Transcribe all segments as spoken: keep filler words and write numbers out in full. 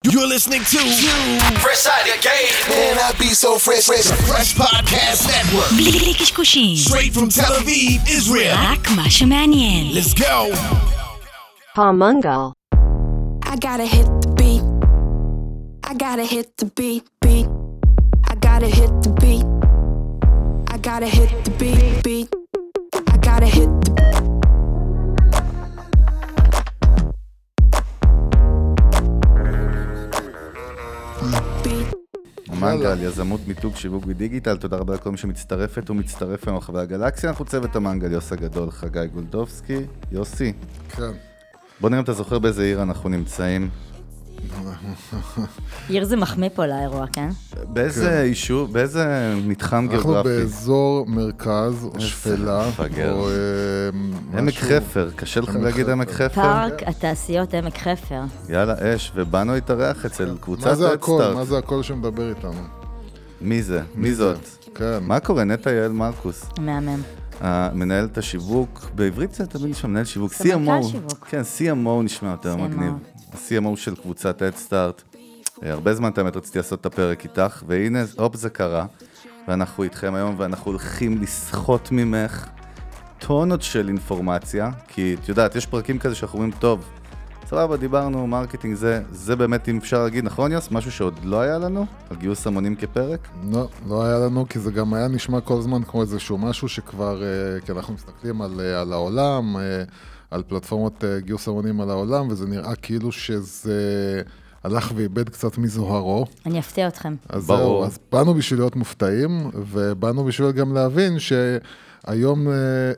You're listening to Fresh Out of Game. Man, I be so fresh, fresh. Fresh Podcast Network. בלי קשקושים. Straight from Tel Aviv, Israel. רק מה שמעניין. Let's go. Palmungal. I gotta hit the beat. I gotta hit the beat, beat. I gotta hit the beat. I gotta hit the beat, beat. I gotta hit the המנגל, יזמות מיתוג שיווק ודיגיטל, תודה רבה לכל מי שמצטרפת ומצטרף עם רחבי הגלקסיה. אנחנו צוות המנגל, יוסי הגדול, חגי גולדובסקי. יוסי, כן. בוא נראה אם אתה זוכר באיזה עיר אנחנו נמצאים. עיר זה מחמיא פה לאירוע, כן? באיזה אישור, באיזה מתחם גיאוגרפי? אנחנו באזור מרכז, או שפלה, או עמק חפר, קשה לך להגיד עמק חפר? פארק התעשיות עמק חפר. יאללה, אש, ובאנו להתארח אצל קבוצת מה זה הכל? הדסטארט. מה זה הכל שמדבר איתנו? מי זה? מי זאת? כן. מה קורה? נטע יעל מרקוס. מהמם. מנהלת השיווק, בעברית זה תמיד נשמע מנהל שיווק. סמנכ"ל שיווק. כן, סי אם או נשמע יותר מגניב. ה-סי אם או של קבוצת הדסטארט. הרבה זמן תאמת רציתי לעשות את הפרק איתך, והנה, הופ, זה קרה. ואנחנו איתכם היום, ואנחנו הולכים לסחוט ממך טונות של אינפורמציה, כי את יודעת, יש פרקים כזה שאנחנו אומרים, טוב, סבבה, דיברנו, מרקטינג, זה, זה באמת, אם אפשר להגיד, נכון יוס? משהו שעוד לא היה לנו? על גיוס המונים כפרק? לא, לא היה לנו, כי זה גם היה נשמע כל הזמן כמו איזשהו משהו שכבר, כי אנחנו מסתכלים על, על העולם, על פלטפורמות גיוס המונים על העולם, וזה נראה כאילו שזה הלך ואיבד קצת מזוהרו. אני אפתיע אתכם. אז ברור. זהו, אז באנו בשביל להיות מופתעים, ובאנו בשביל גם להבין שהיום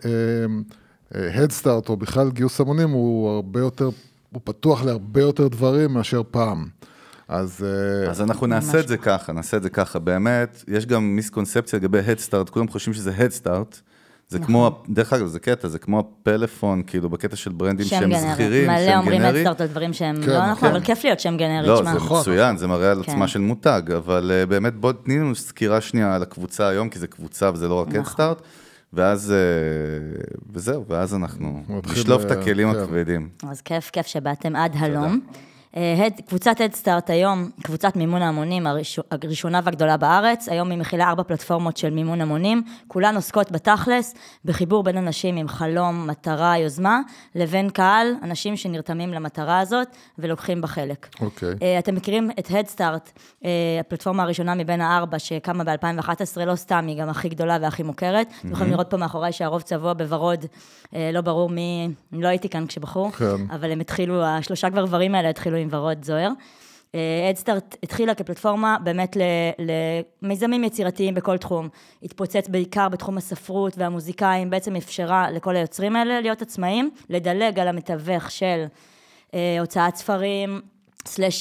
הדסטארט, או בכלל גיוס המונים, הוא הרבה יותר, הוא פתוח להרבה יותר דברים מאשר פעם. אז, אז אנחנו נעשה את זה ככה, נעשה את זה ככה. באמת, יש גם מיסקונספציה לגבי הדסטארט, כולם חושבים שזה הדסטארט, זה כמו, דרך אגב, זה קטע, זה כמו הפלאפון, כאילו, בקטע של ברנדים שהם זכירים, שם גנרי. מלא אומרים הדסטארט על דברים שהם לא נכון, אבל כיף להיות שם גנרי. לא, זה מצוין, זה מראה על עצמה של מותג, אבל באמת בוא תני לנו סקירה שנייה על הקבוצה היום, כי זה קבוצה וזה לא רק הדסטארט, ואז, וזהו, ואז אנחנו נשלוף את הכלים הכבדים. אז כיף, כיף שבאתם עד הלום. קבוצת הדסטארט היום, קבוצת מימון ההמונים הראשונה והגדולה בארץ, היום היא מכילה ארבע פלטפורמות של מימון המונים, כולן עוסקות בתכלס, בחיבור בין אנשים עם חלום, מטרה, יוזמה, לבין קהל, אנשים שנרתמים למטרה הזאת ולוקחים בחלק. אוקיי. אתם מכירים את הדסטארט, הפלטפורמה הראשונה מבין הארבע שקמה ב-אלפיים ואחת עשרה, לא סתם, היא גם הכי גדולה והכי מוכרת. אתם יכולים לראות פה מאחורי שהרוב צבוע בוורוד, לא ברור מי, לא הייתי כאן כשבחור, אבל הם התחילו, השלושה כבר דברים האלה התחילו עם ורוד זוהר. הדסטארט התחילה כפלטפורמה באמת למיזמים יצירתיים בכל תחום. התפוצץ בעיקר בתחום הספרות והמוזיקאים, בעצם אפשרה לכל היוצרים האלה להיות עצמאים, לדלג על המתווך של הוצאת ספרים, סלש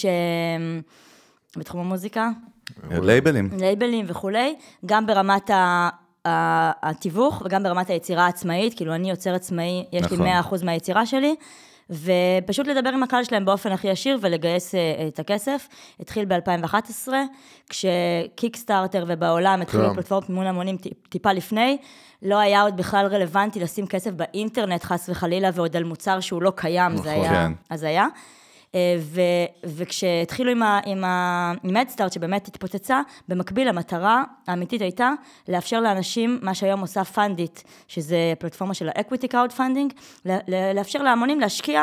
בתחום המוזיקה. לייבלים. לייבלים וכולי, גם ברמת ה... התיווך וגם ברמת היצירה העצמאית, כאילו אני יוצר עצמאי, יש לי מאה אחוז מהיצירה שלי, ופשוט לדבר עם הקהל שלהם באופן הכי ישיר ולגייס את הכסף. התחיל ב-אלפיים ואחת עשרה, כשקיקסטארטר ובעולם התחילו פלטפורמות מימון המונים טיפה לפני, לא היה עוד בכלל רלוונטי לשים כסף באינטרנט חס וחלילה, ועוד על מוצר שהוא לא קיים, זה היה, אז היה. וכשהתחילו עם הדסטארט שבאמת התפוצצה, במקביל המטרה האמיתית הייתה לאפשר לאנשים, מה שהיום עושה פנדיט, שזה פלטפורמה של ה-Equity Crowdfunding, לאפשר להמונים להשקיע,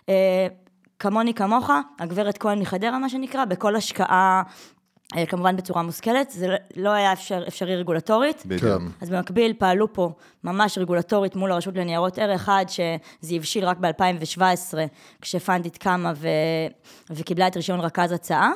כמוני כמוך, הגברת כהן מחדרה מה שנקרא, בכל השקעה, כמובן בצורה מושכלת, זה לא היה אפשר, אפשרי רגולטורית, אז במקביל פעלו פה ממש רגולטורית מול הרשות לניירות ערך, עד שזה הבשיל רק ב-אלפיים שבע עשרה, כשפנדיט קמה ו... וקיבלה את רישיון רכז הצעה,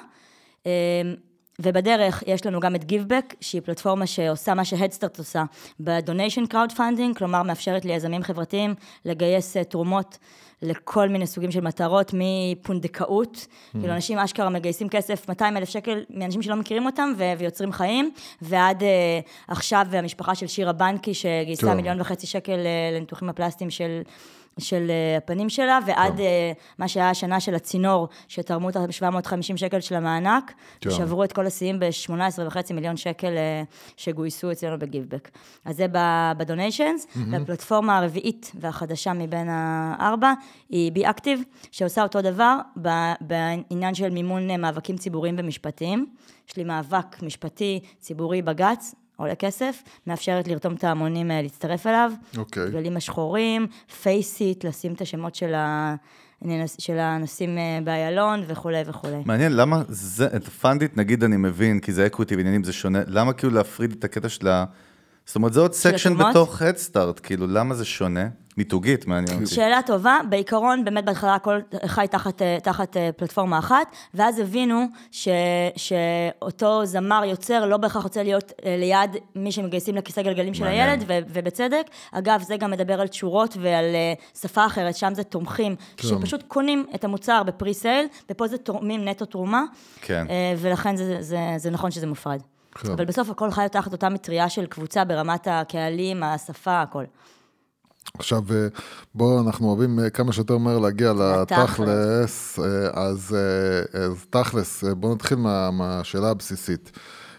ובדרך יש לנו גם את גיבבק, שהיא פלטפורמה שעושה מה שהדסטארט עושה, ב-Donation Crowdfunding, כלומר מאפשרת ליזמים חברתיים לגייס תרומות לכל מיני סוגים של מטרות, מפונדקאות, כאילו אנשים אשכרה מגייסים כסף, מאתיים אלף שקל, מאנשים שלא מכירים אותם, ויוצרים חיים, ועד עכשיו המשפחה של שירה בנקי, שגייסה מיליון וחצי שקל לניתוחים הפלסטיים של של הפנים שלה, ועד מה שהיה השנה של הצינור, שתרמו את שבע מאות וחמישים שקל של המענק, ושברו את כל השיאים ב-שמונה עשרה וחצי מיליון שקל שגויסו אצלנו בגיבבק. אז זה בדוניישנס, והפלטפורמה הרביעית והחדשה מבין הארבע, היא בי אקטיב, שעושה אותו דבר בעניין של מימון מאבקים ציבוריים ומשפטיים. יש לי מאבק משפטי ציבורי בגץ, עולה כסף, מאפשרת לרתום את ההמונים להצטרף אליו, אוקיי. גלים השחורים, פייסיט, לשים את השמות של, ה... של הנושאים באיילון וכו' וכו'. מעניין, למה זה, את פנדיט נגיד אני מבין, כי זה אקוויטי ועניינים זה שונה, למה כאילו להפריד את הקטע של ה... זאת אומרת, זה עוד סקשן בתוך הדסטארט, כאילו, למה זה שונה? מיתוגית, מעניין אותי. שאלה טובה, בעיקרון, באמת בהתחלה הכל חי תחת, תחת פלטפורמה אחת, ואז הבינו ש, שאותו זמר יוצר לא בהכרח רוצה להיות ליד מי שמגייסים לכיסא גלגלים של הילד, ו, ובצדק. אגב, זה גם מדבר על תשורות ועל שפה אחרת, שם זה תומכים, שפשוט קונים את המוצר בפרי-סייל, ופה זה תורמים נטו תרומה, כן. ולכן זה, זה, זה נכון שזה מופרד. כן. אבל בסוף הכל חי תחת אותה מטריה של קבוצה ברמת הקהלים, השפה, הכל. עכשיו, בואו, אנחנו אוהבים כמה שיותר מהר להגיע לתכלס, אז, אז תכלס, בואו נתחיל מה, מהשאלה הבסיסית.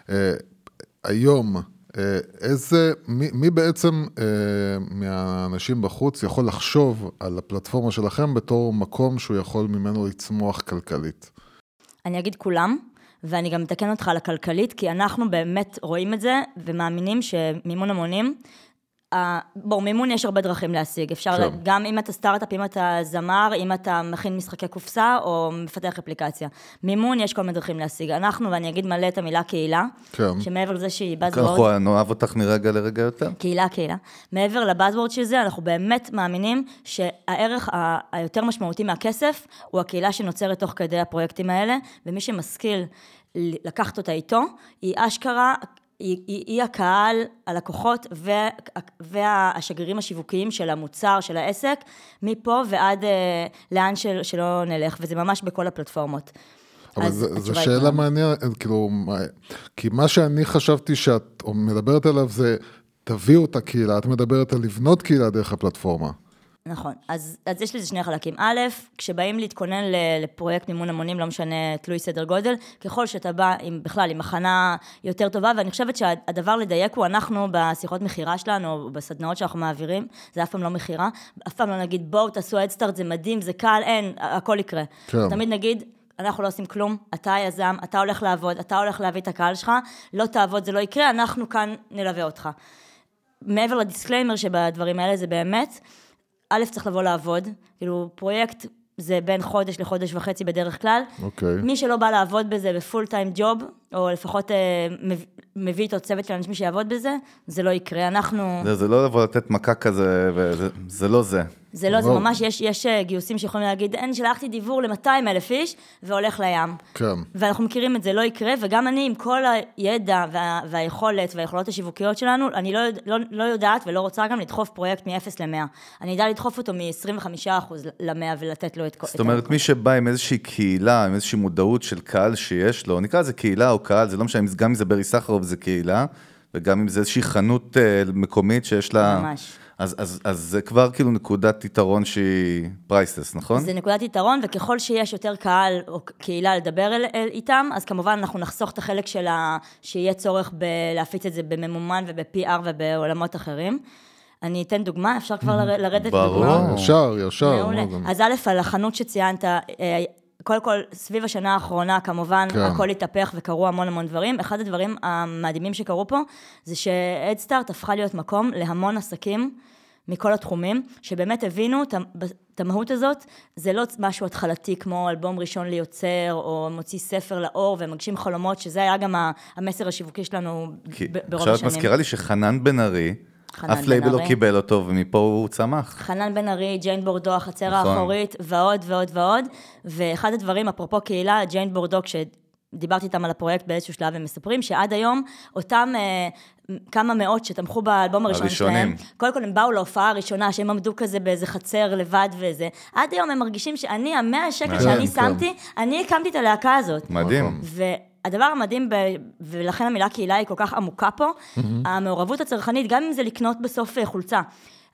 היום, איזה, מי, מי בעצם מהאנשים בחוץ יכול לחשוב על הפלטפורמה שלכם בתור מקום שהוא יכול ממנו לצמוח כלכלית? אני אגיד כולם. ואני גם מתקן אותך על הכלכלית, כי אנחנו באמת רואים את זה, ומאמינים שמימון המונים, בואו, מימון יש הרבה דרכים להשיג, אפשר גם אם אתה סטארט-אפ, אם אתה זמר, אם אתה מכין משחקי קופסה, או מפתח אפליקציה. מימון יש כל מיני דרכים להשיג. אנחנו, ואני אגיד מלא את המילה קהילה, שמעבר לזה שהיא buzzword. ככה, נאהב אותך מרגע לרגע יותר. קהילה, קהילה. מעבר לבאזוורד של זה, אנחנו באמת מאמינים שהערך היותר משמעותי מהכסף, הוא הקהילה שנוצרת תוך כדי הפרויקטים האלה, ומי שמשכיל לקחת אותה איתו, היא אשכרה, היא, היא, היא הקהל, הלקוחות וה, והשגרירים השיווקיים של המוצר, של העסק, מפה ועד אה, לאן של, שלא נלך, וזה ממש בכל הפלטפורמות. אבל זו שאלה מעניינת, כאילו, כי מה שאני חשבתי שאת מדברת עליו זה, תביאו את הקהילה, את מדברת על לבנות קהילה דרך הפלטפורמה. נכון, אז, אז יש לזה שני חלקים. א', כשבאים להתכונן לפרויקט מימון המונים, לא משנה, תלוי סדר גודל, ככל שאתה בא עם, בכלל, עם הכנה יותר טובה, ואני חושבת שהדבר לדייק הוא, אנחנו בשיחות מחירה שלנו, או בסדנאות שאנחנו מעבירים, זה אף פעם לא מחירה, אף פעם לא נגיד, בואו, תעשו הדסטארט, זה מדהים, זה קל, אין, הכל יקרה. כן. תמיד נגיד, אנחנו לא עושים כלום, אתה יזם, אתה הולך לעבוד, אתה הולך להביא את הקהל שלך, לא תעבוד, זה לא יקרה, אנחנו כאן נלווה אותך. מעבר לדיסקליימר שבדברים האלה, זה באמת, א', צריך לבוא לעבוד, כאילו פרויקט זה בין חודש לחודש וחצי בדרך כלל. אוקיי. מי שלא בא לעבוד בזה בפול טיים ג'וב, או לפחות אה, מביא איתו צוות של אנשים שיעבוד בזה, זה לא יקרה. אנחנו... זה, זה לא לבוא לתת מכה כזה, וזה, זה לא זה. זה לא, זה ממש, יש, יש גיוסים שיכולים להגיד, אין, שלחתי דיבור ל-מאתיים אלף איש, והולך לים. כן. ואנחנו מכירים את זה, לא יקרה, וגם אני, עם כל הידע וה, והיכולת והיכולות השיווקיות שלנו, אני לא, לא, לא יודעת ולא רוצה גם לדחוף פרויקט מ-אפס ל-מאה. אני יודע לדחוף אותו מ-עשרים וחמישה אחוז ל-מאה ולתת לו את כל... זאת אומרת, מי שבא עם איזושהי קהילה, עם איזושהי מודעות של קהל שיש לו, נקרא לזה קהילה או קהל, זה לא משנה, גם אם זה ברי סחרוב זה קהילה, וגם אם זה איזושהי חנות מקומית שיש לה... ממש. אז, אז, אז זה כבר כאילו נקודת יתרון שהיא פרייסלס, נכון? זה נקודת יתרון, וככל שיש יותר קהל או קהילה לדבר אל, אל, איתם, אז כמובן אנחנו נחסוך את החלק שלה, שיהיה צורך בלהפיץ את זה בממומן וב-פי אר ובעולמות אחרים. אני אתן דוגמה, אפשר כבר לרדת לדוגמה? ברור, ישר, ישר. אז א', על החנות שציינת, קודם כל, סביב השנה האחרונה, כמובן, כן. הכל התהפך וקרו המון המון דברים. אחד הדברים המדהימים שקרו פה, זה שהדסטארט הפכה להיות מקום להמון עסקים מכל התחומים, שבאמת הבינו את המהות הזאת, זה לא משהו התחלתי כמו אלבום ראשון ליוצר, או מוציא ספר לאור ומגשים חלומות, שזה היה גם המסר השיווקי שלנו כי, ברוב השנים. עכשיו את מזכירה לי שחנן בן ארי, אף לייבל לא קיבל אותו, ומפה הוא צמח. חנן בן ארי, ג'יין בורדו, החצר האחורית, ועוד ועוד ועוד. ואחד הדברים, אפרופו קהילה, ג'יין בורדו, כשדיברתי איתם על הפרויקט באיזשהו שלב, הם מספרים שעד היום, אותם כמה מאות שתמכו באלבום הראשון שלהם, קודם כל הם באו להופעה הראשונה, שהם עמדו כזה באיזה חצר לבד וזה. עד היום הם מרגישים שאני, המאה שקל שאני שמתי, אני הקמתי את הלהקה הזאת. מדהים. הדבר המדהים, ולכן המילה קהילה היא כל כך עמוקה פה, המעורבות הצרכנית, גם אם זה לקנות בסוף חולצה.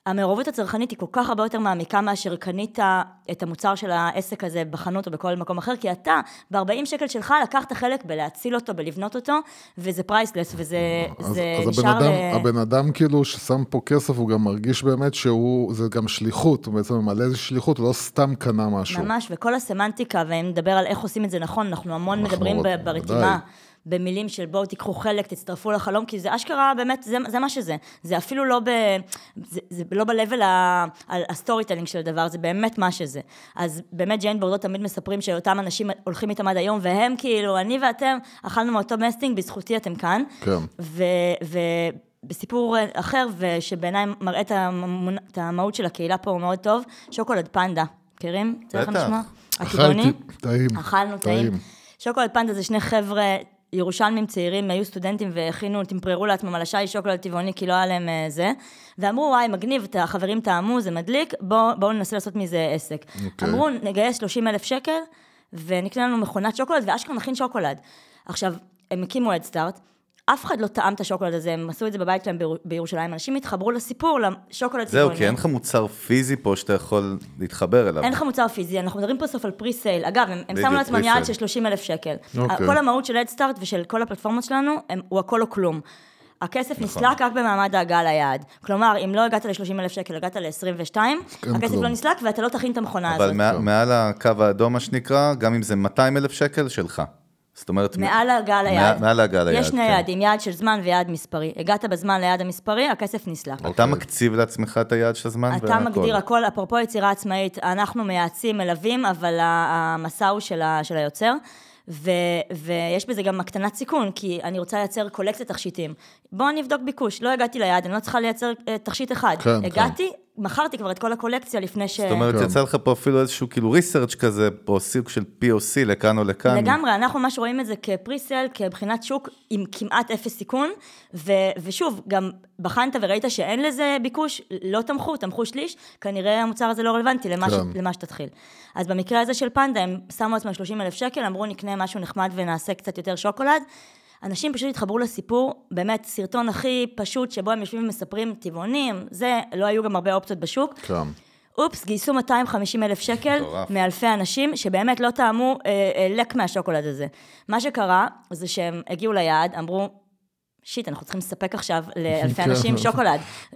המעורבות הצרכנית היא כל כך הרבה יותר מעמיקה מאשר קנית את המוצר של העסק הזה בחנות או בכל מקום אחר, כי אתה ב-ארבעים שקל שלך לקחת חלק בלהציל אותו, בלבנות אותו, וזה פרייסלס, וזה אז, זה אז נשאר הבן אדם, ל... הבן אדם כאילו ששם פה כסף, הוא גם מרגיש באמת שהוא, זה גם שליחות, הוא בעצם ממלא איזו שליחות, הוא לא סתם קנה משהו. ממש, וכל הסמנטיקה, ואם נדבר על איך עושים את זה נכון, אנחנו המון אנחנו מדברים עוד, ברתימה. במילים של בואו תיקחו חלק, תצטרפו לחלום, כי זה אשכרה באמת, זה, זה מה שזה. זה אפילו לא ב... זה, זה לא ב-level הסטורי טלינג של הדבר, זה באמת מה שזה. אז באמת ג'יין בורדו תמיד מספרים שאותם אנשים הולכים איתם עד היום, והם כאילו, אני ואתם אכלנו מאותו מסטינג, בזכותי אתם כאן. כן. ו... ו בסיפור אחר, ושבעיניי מראה את המהות של הקהילה פה מאוד טוב, שוקולד פנדה. מכירים? צריך לשמוע? אכלתי, טעים. אכלנו, טעים. שוקולד פנדה זה שני חבר'ה ירושלמים צעירים, היו סטודנטים והכינו, תמפררו לעצמם על השי שוקולד טבעוני, כי לא היה להם זה, ואמרו, וואי, מגניב, החברים טעמו, זה מדליק, בואו בוא ננסה לעשות מזה עסק. Okay. אמרו, נגייס שלושים אלף שקל, ונקנה לנו מכונת שוקולד, ואשכרה נכין שוקולד. עכשיו, הם הקימו הדסטארט, אף אחד לא טעם את השוקולד הזה, הם עשו את זה בבית שלהם בירושלים, אנשים התחברו לסיפור, לשוקולד טבעוני. זהו, כי אין לך מוצר פיזי פה שאתה יכול להתחבר אליו. אין לך מוצר פיזי, אנחנו מדברים פה סוף על פרי-סייל. אגב, הם, הם שמו לעצמם יעד של שלושים אלף שקל. Okay. כל המהות של הדסטארט ושל כל הפלטפורמות שלנו, הם, הוא הכל או כלום. הכסף נכון. נסלק רק במעמד ההגעה ליעד. כלומר, אם לא הגעת ל-שלושים אלף שקל, הגעת ל-עשרים ושתיים, הכסף כלום. לא נסלק ואתה לא תכין את המכונה אבל הזאת. אבל מעל הקו האדום, מה שנקרא, גם אם זה מאתיים אלף שקל שלך. זאת אומרת... מעל ההגעה ליעד. מעל ההגעה ליעד, יש שני כן. יעדים, יעד של זמן ויעד מספרי. הגעת בזמן ליעד המספרי, הכסף נסלק. אתה מקציב לעצמך את היעד של הזמן אתה והכל. מגדיר הכל, אפרופו יצירה עצמאית, אנחנו מייעצים, מלווים, אבל המסע הוא של, ה, של היוצר. ו, ויש בזה גם הקטנת סיכון, כי אני רוצה לייצר קולקציית תכשיטים. בואו אני אבדוק ביקוש, לא הגעתי ליעד, אני לא צריכה לייצר תכשיט אחד. כן, הגעתי, כן. מכרתי כבר את כל הקולקציה לפני ש... זאת אומרת, כן. יצא לך פה אפילו איזשהו כאילו ריסרצ' כזה, פה סיוג של פי או סי לכאן או לכאן. לגמרי, אנחנו ממש רואים את זה כפריסל, כבחינת שוק עם כמעט אפס סיכון, ו, ושוב, גם בחנת וראית שאין לזה ביקוש, לא תמכו, תמכו שליש, כנראה המוצר הזה לא רלוונטי למה, כן. ש, למה שתתחיל. אז במקרה הזה של פנדה, הם שמו עצמם שלושים אלף שקל, אמרו נקנה משהו נחמד ונעשה קצת יותר שוקולד, אנשים פשוט התחברו לסיפור, באמת סרטון הכי פשוט, שבו הם יושבים ומספרים טבעונים, זה, לא היו גם הרבה אופציות בשוק. כן. אופס, גייסו מאתיים וחמישים אלף שקל מאלפי אנשים, שבאמת לא טעמו אה, אה, לק מהשוקולד הזה. מה שקרה, זה שהם הגיעו ליעד, אמרו, שיט, אנחנו צריכים לספק עכשיו לאלפי אנשים שוקולד.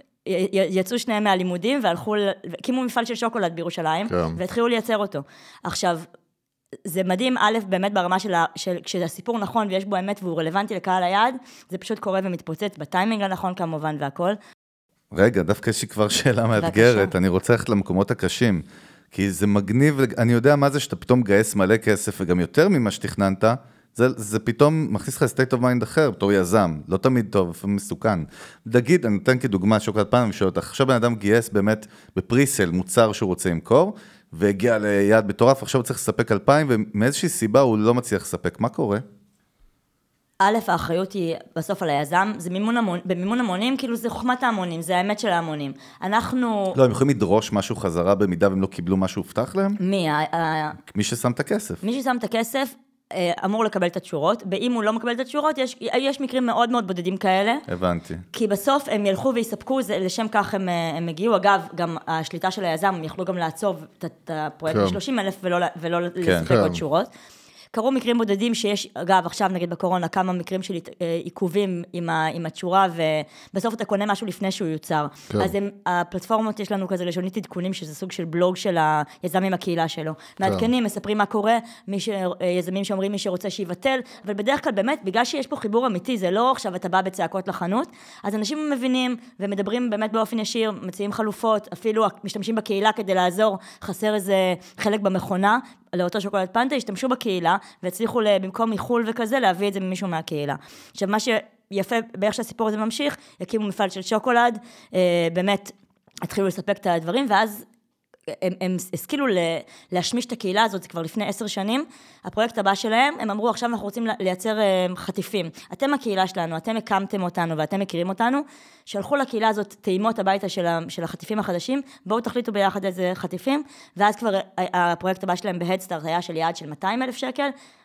יצאו שניהם מהלימודים, והלכו, הקימו מפעל של שוקולד בירושלים, והתחילו לייצר אותו. עכשיו, זה מדהים, א', באמת ברמה של, של כשהסיפור נכון ויש בו אמת והוא רלוונטי לקהל היעד, זה פשוט קורה ומתפוצץ בטיימינג הנכון כמובן והכל. רגע, דווקא יש לי כבר שאלה מאתגרת, אני רוצה ללכת למקומות הקשים, כי זה מגניב, אני יודע מה זה שאתה פתאום גייס מלא כסף וגם יותר ממה שתכננת, זה, זה פתאום מכניס לך state of mind אחר, בתור יזם, לא תמיד טוב, לפעמים מסוכן. נגיד, אני נותן כדוגמה, שוקולד פנדה ושואלת, עכשיו בן אדם גייס באמת בפריסל מוצר שהוא רוצה למכור, והגיע ליעד מטורף, עכשיו הוא צריך לספק אלפיים, ומאיזושהי סיבה הוא לא מצליח לספק. מה קורה? א', האחריות היא בסוף על היזם, זה מימון המון, במימון המונים, כאילו זה חוכמת ההמונים, זה האמת של ההמונים. אנחנו... לא, הם יכולים לדרוש משהו חזרה במידה והם לא קיבלו משהו הובטח להם? מי? מי ששם את הכסף. מי ששם את הכסף, אמור לקבל את התשורות, ואם הוא לא מקבל את התשורות, יש, יש מקרים מאוד מאוד בודדים כאלה. הבנתי. כי בסוף הם ילכו ויספקו, זה, לשם כך הם, הם הגיעו. אגב, גם השליטה של היזם, הם יכלו גם לעצור את הפרויקט ב-שלושים אלף ולא, ולא כן. לספק כן. עוד תשורות. קרו מקרים בודדים שיש, אגב, עכשיו נגיד בקורונה, כמה מקרים של עיכובים עם, ה, עם התשורה, ובסוף אתה קונה משהו לפני שהוא יוצר. כן. אז הם, הפלטפורמות יש לנו כזה לשונית עדכונים, שזה סוג של בלוג של היזם עם הקהילה שלו. כן. מעדכנים, מספרים מה קורה, מי ש, יזמים שאומרים מי שרוצה שיבטל, אבל בדרך כלל באמת, בגלל שיש פה חיבור אמיתי, זה לא עכשיו אתה בא בצעקות לחנות, אז אנשים מבינים ומדברים באמת באופן ישיר, מציעים חלופות, אפילו משתמשים בקהילה כדי לעזור, חסר איזה חלק במכונה, לאותו שוקולד פנדה, השתמשו בקהילה, והצליחו במקום מחול וכזה, להביא את זה ממישהו מהקהילה. עכשיו, מה שיפה, באיך שהסיפור הזה ממשיך, יקימו מפעל של שוקולד, באמת, התחילו לספק את הדברים, ואז הם, הם השכילו להשמיש את הקהילה הזאת כבר לפני עשר שנים, הפרויקט הבא שלהם, הם אמרו, עכשיו אנחנו רוצים לייצר חטיפים. אתם הקהילה שלנו, אתם הקמתם אותנו ואתם מכירים אותנו, שלחו לקהילה הזאת טעימות הביתה של, של החטיפים החדשים, בואו תחליטו ביחד איזה חטיפים, ואז כבר הפרויקט הבא שלהם בהדסטארט היה של יעד של מאתיים אלף שקל,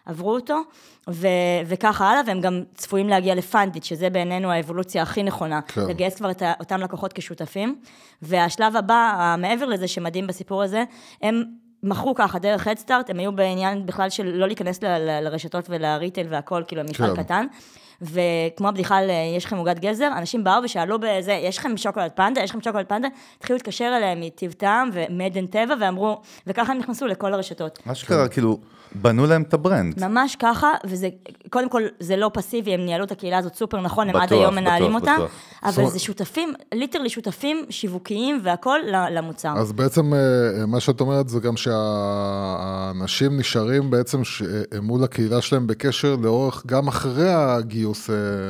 עברו אותו, ו- וככה הלאה, והם גם צפויים להגיע לפנדיט, שזה בעינינו האבולוציה הכי נכונה, כן. לגייס כבר את אותם לקוחות כשותפים, והשלב הבא, מעבר לזה שמדהים בסיפור הזה, הם מכרו ככה דרך הדסטארט, הם היו בעניין בכלל של לא להיכנס ל- ל- לרשתות ולריטל והכל, כאילו מפעל כן. קטן, וכמו הבדיחה, יש לכם עוגת גזר, אנשים באו ושאלו בזה, יש לכם שוקולד פנדה, יש לכם שוקולד פנדה, התחילו להתקשר אליהם מטבע טעם ומדן טבע, ואמרו, וככה הם נכנסו לכל הרשתות. מה שקרה, כאילו, בנו להם את הברנד. ממש ככה, וזה, קודם כל, זה לא פסיבי, הם ניהלו את הקהילה הזאת סופר נכון, הם עד היום מנהלים אותה, אבל זה שותפים, ליטרלי שותפים שיווקיים והכל למוצר. אז בעצם, מה שאת אומרת זה גם שהאנשים נשארים בעצם מול הקהילה שלהם בקשר לאורך, גם אחרי הגיוס.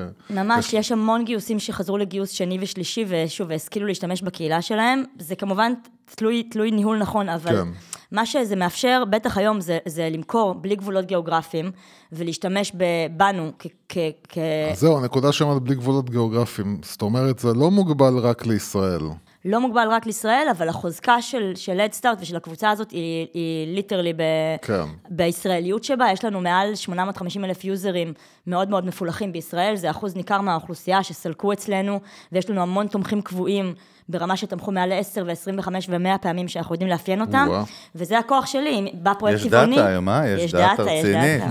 ממש, יש המון גיוסים שחזרו לגיוס שני ושלישי, ושוב, השכילו להשתמש בקהילה שלהם, זה כמובן תלוי, תלוי ניהול נכון, אבל כן. מה שזה מאפשר, בטח היום, זה, זה למכור בלי גבולות גיאוגרפיים, ולהשתמש בנו כ... כ, כ... אז זהו, הנקודה שאומרת בלי גבולות גיאוגרפיים, זאת אומרת, זה לא מוגבל רק לישראל. לא מוגבל רק לישראל, אבל החוזקה של, של הדסטארט ושל הקבוצה הזאת היא, היא ליטרלי ב, כן. בישראליות שבה. יש לנו מעל שמונה מאות וחמישים אלף יוזרים מאוד מאוד מפולחים בישראל, זה אחוז ניכר מהאוכלוסייה שסלקו אצלנו, ויש לנו המון תומכים קבועים ברמה שתמכו מעל עשר ועשרים וחמש ומאה פעמים שאנחנו יודעים לאפיין אותם, וואו. וזה הכוח שלי, בפרויקט טבעוני. יש דאטה היום, אה? יש, יש דאטה רצינית.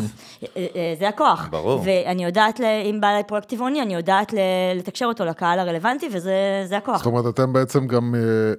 זה הכוח. ברור. ואני יודעת, אם בא לי פרויקט טבעוני, אני יודעת לתקשר אותו לקהל הרלוונטי, וזה הכוח. זאת אומרת, אתם בעצם גם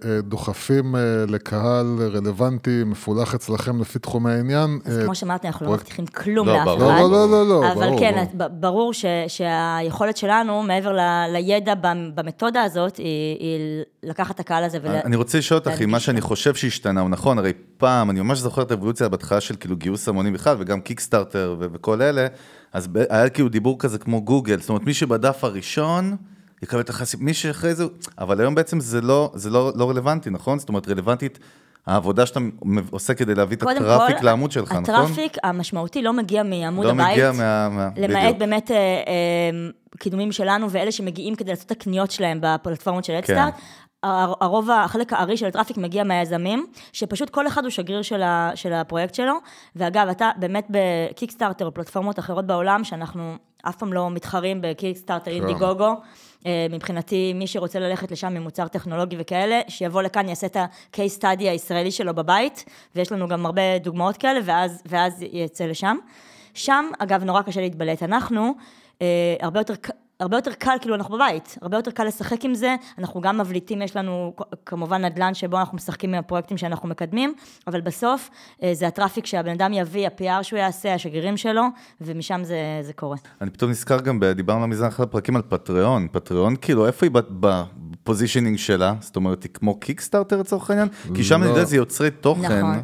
דוחפים לקהל רלוונטי, מפולח אצלכם לפי תחומי העניין. אז כמו שאמרתי, אנחנו לא מבטיחים כלום לאף אחד. לא, לא, לא, לא. אבל כן, ברור שהיכולת שלנו, מעבר לידע במתודה הזאת, היא לקחת את הקהל הזה. אני רוצה לשאול אותך, מה שאני חושב שהשתנה הוא נכון, הרי פעם, אני ממש זוכר את האבולוציה בהתחלה של כאילו גיוס המונים בכלל, וגם קיקסטארטר וכל אלה, אז היה כאילו דיבור כזה כמו גוגל, זאת אומרת, מי שבדף הראשון, יקבל את החשיפ, מי שאחרי זה, אבל היום בעצם זה לא, זה לא, לא רלוונטי, נכון? זאת אומרת, רלוונטית, העבודה שאתה עושה כדי להביא את הטראפיק כל, לעמוד שלך, הטראפיק נכון? הטראפיק המשמעותי לא מגיע מעמוד לא הבית. לא מגיע מה... מה למעט בדיוק. באמת... אה, אה, קידומים שלנו, ואלה שמגיעים כדי לעשות את הקניות שלהם בפלטפורמות של הדסטארט, כן. הרוב, החלק הארי של הטראפיק מגיע מהיזמים, שפשוט כל אחד הוא שגריר של, ה, של הפרויקט שלו, ואגב, אתה באמת בקיקסטארטר או פלטפורמות אחרות בעולם, שאנחנו אף פעם לא מתחרים בקיקסטארטר, אינדיגוגו, מבחינתי, מי שרוצה ללכת לשם ממוצר טכנולוגי וכאלה, שיבוא לכאן, יעשה את ה-case study הישראלי שלו בבית, ויש לנו גם הרבה דוגמאות כאלה, ואז, ואז יצא לשם. שם, אגב, נורא קשה להתבלט. אנחנו, הרבה יותר, הרבה יותר קל, כאילו אנחנו בבית, הרבה יותר קל לשחק עם זה, אנחנו גם מבליטים, יש לנו כמובן נדל"ן שבו אנחנו משחקים עם הפרויקטים שאנחנו מקדמים, אבל בסוף זה הטראפיק שהבן אדם יביא, ה-פי אר שהוא יעשה, השגרירים שלו, ומשם זה, זה קורה. אני פתאום נזכר גם, דיברנו מזה אחד הפרקים על פטריון, פטריון כאילו איפה היא בפוזישנינג שלה, זאת אומרת, היא כמו קיקסטארטר לצורך העניין, כי שם אני יודע זה יוצרי תוכן. נכון,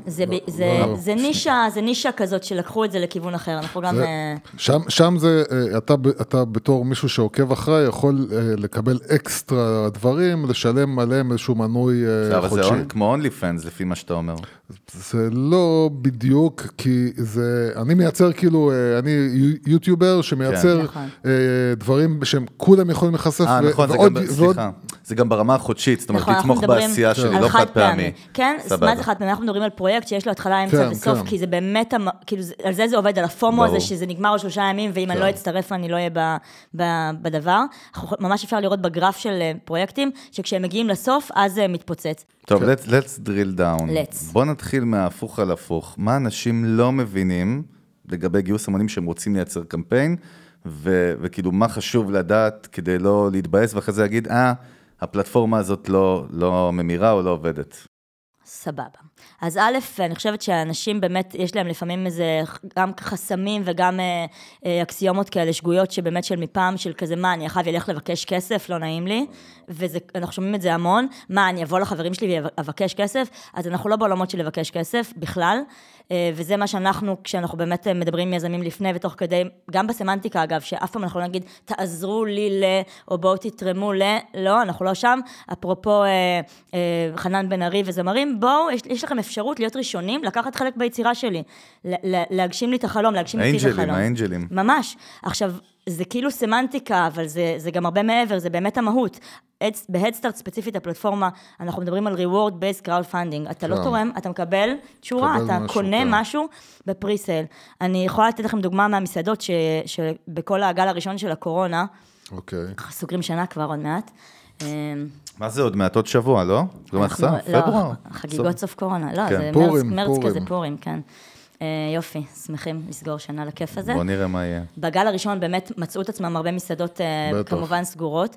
זה נישה, זה נישה כזאת שלקחו את זה לכיוון אחר, אנחנו גם... שם זה, אתה בתור מישהו שעוקב אחרי, יכול לקבל אקסטרה דברים, לשלם עליהם איזשהו מנוי חודשי. אבל זה כמו OnlyFans, לפי מה שאתה אומר. זה לא בדיוק, כי זה, אני מייצר כאילו, אני יוטיובר שמייצר דברים שהם כולם יכולים לחשף. אה, נכון, סליחה. זה גם ברמה החודשית, זאת אומרת, לתמוך בעשייה שלי, לא חד פעמי. כן, מה זה חד פעמי? אנחנו מדברים על פרויקט שיש לו התחלה, אמצע וסוף, כי זה באמת, על זה זה עובד, על הפומו הזה, שזה נגמר על שלושה ימים, ואם אני לא אצטרף, אני לא אהיה בדבר. ממש אפשר לראות בגרף של פרויקטים, שכשהם מגיעים לסוף, אז זה מתפוצץ. טוב, let's drill down. בוא נתחיל מההפוך על הפוך. מה אנשים לא מבינים לגבי גיוס המונים שהם רוצים לייצר קמפיין, וכאילו מה חשוב לדעת כדי לא להתבאס, ואחרי זה להגיד, אה, הפלטפורמה הזאת לא, לא ממירה או לא עובדת. סבבה. אז א', אני חושבת שהאנשים באמת, יש להם לפעמים איזה, גם חסמים וגם אה, אקסיומות כאלה, שגויות שבאמת של מפעם, של כזה, מה, אני אחר ילך לבקש כסף, לא נעים לי, ואנחנו שומעים את זה המון, מה, אני אבוא לחברים שלי ואבקש כסף, אז אנחנו לא בעולמות של לבקש כסף בכלל, אה, וזה מה שאנחנו, כשאנחנו באמת מדברים עם יזמים לפני ותוך כדי, גם בסמנטיקה אגב, שאף פעם אנחנו לא נגיד, תעזרו לי ל, או בואו תתרמו ל, לא, אנחנו לא שם, אפרופו אה, אה, חנן בן ארי וזמרים, אומרים, בואו, יש, יש לכם אפשרות להיות ראשונים, לקחת חלק ביצירה שלי, להגשים לי את החלום, להגשים לי את החלום. האנג'לים, האנג'לים. ממש. עכשיו, זה כאילו סמנטיקה, אבל זה, זה גם הרבה מעבר, זה באמת המהות. בהדסטארט ספציפית הפלטפורמה, אנחנו מדברים על reward based crowdfunding. אתה לא תורם, אתה מקבל תשורה, אתה קונה משהו בפריסייל. אני יכולה לתת לכם דוגמה מהמסעדות, שבכל הגל הראשון של הקורונה, סוגרים שנה כבר עוד מעט. מה זה עוד מעט? עוד שבוע, לא? לא, פברואר? חגיגות סוף קורונה. לא, זה מרץ כזה, פורים, כן. יופי, שמחים לסגור שנה לכיף הזה. בוא נראה מה יהיה. בגל הראשון באמת מצאו את עצמם הרבה מסעדות כמובן סגורות,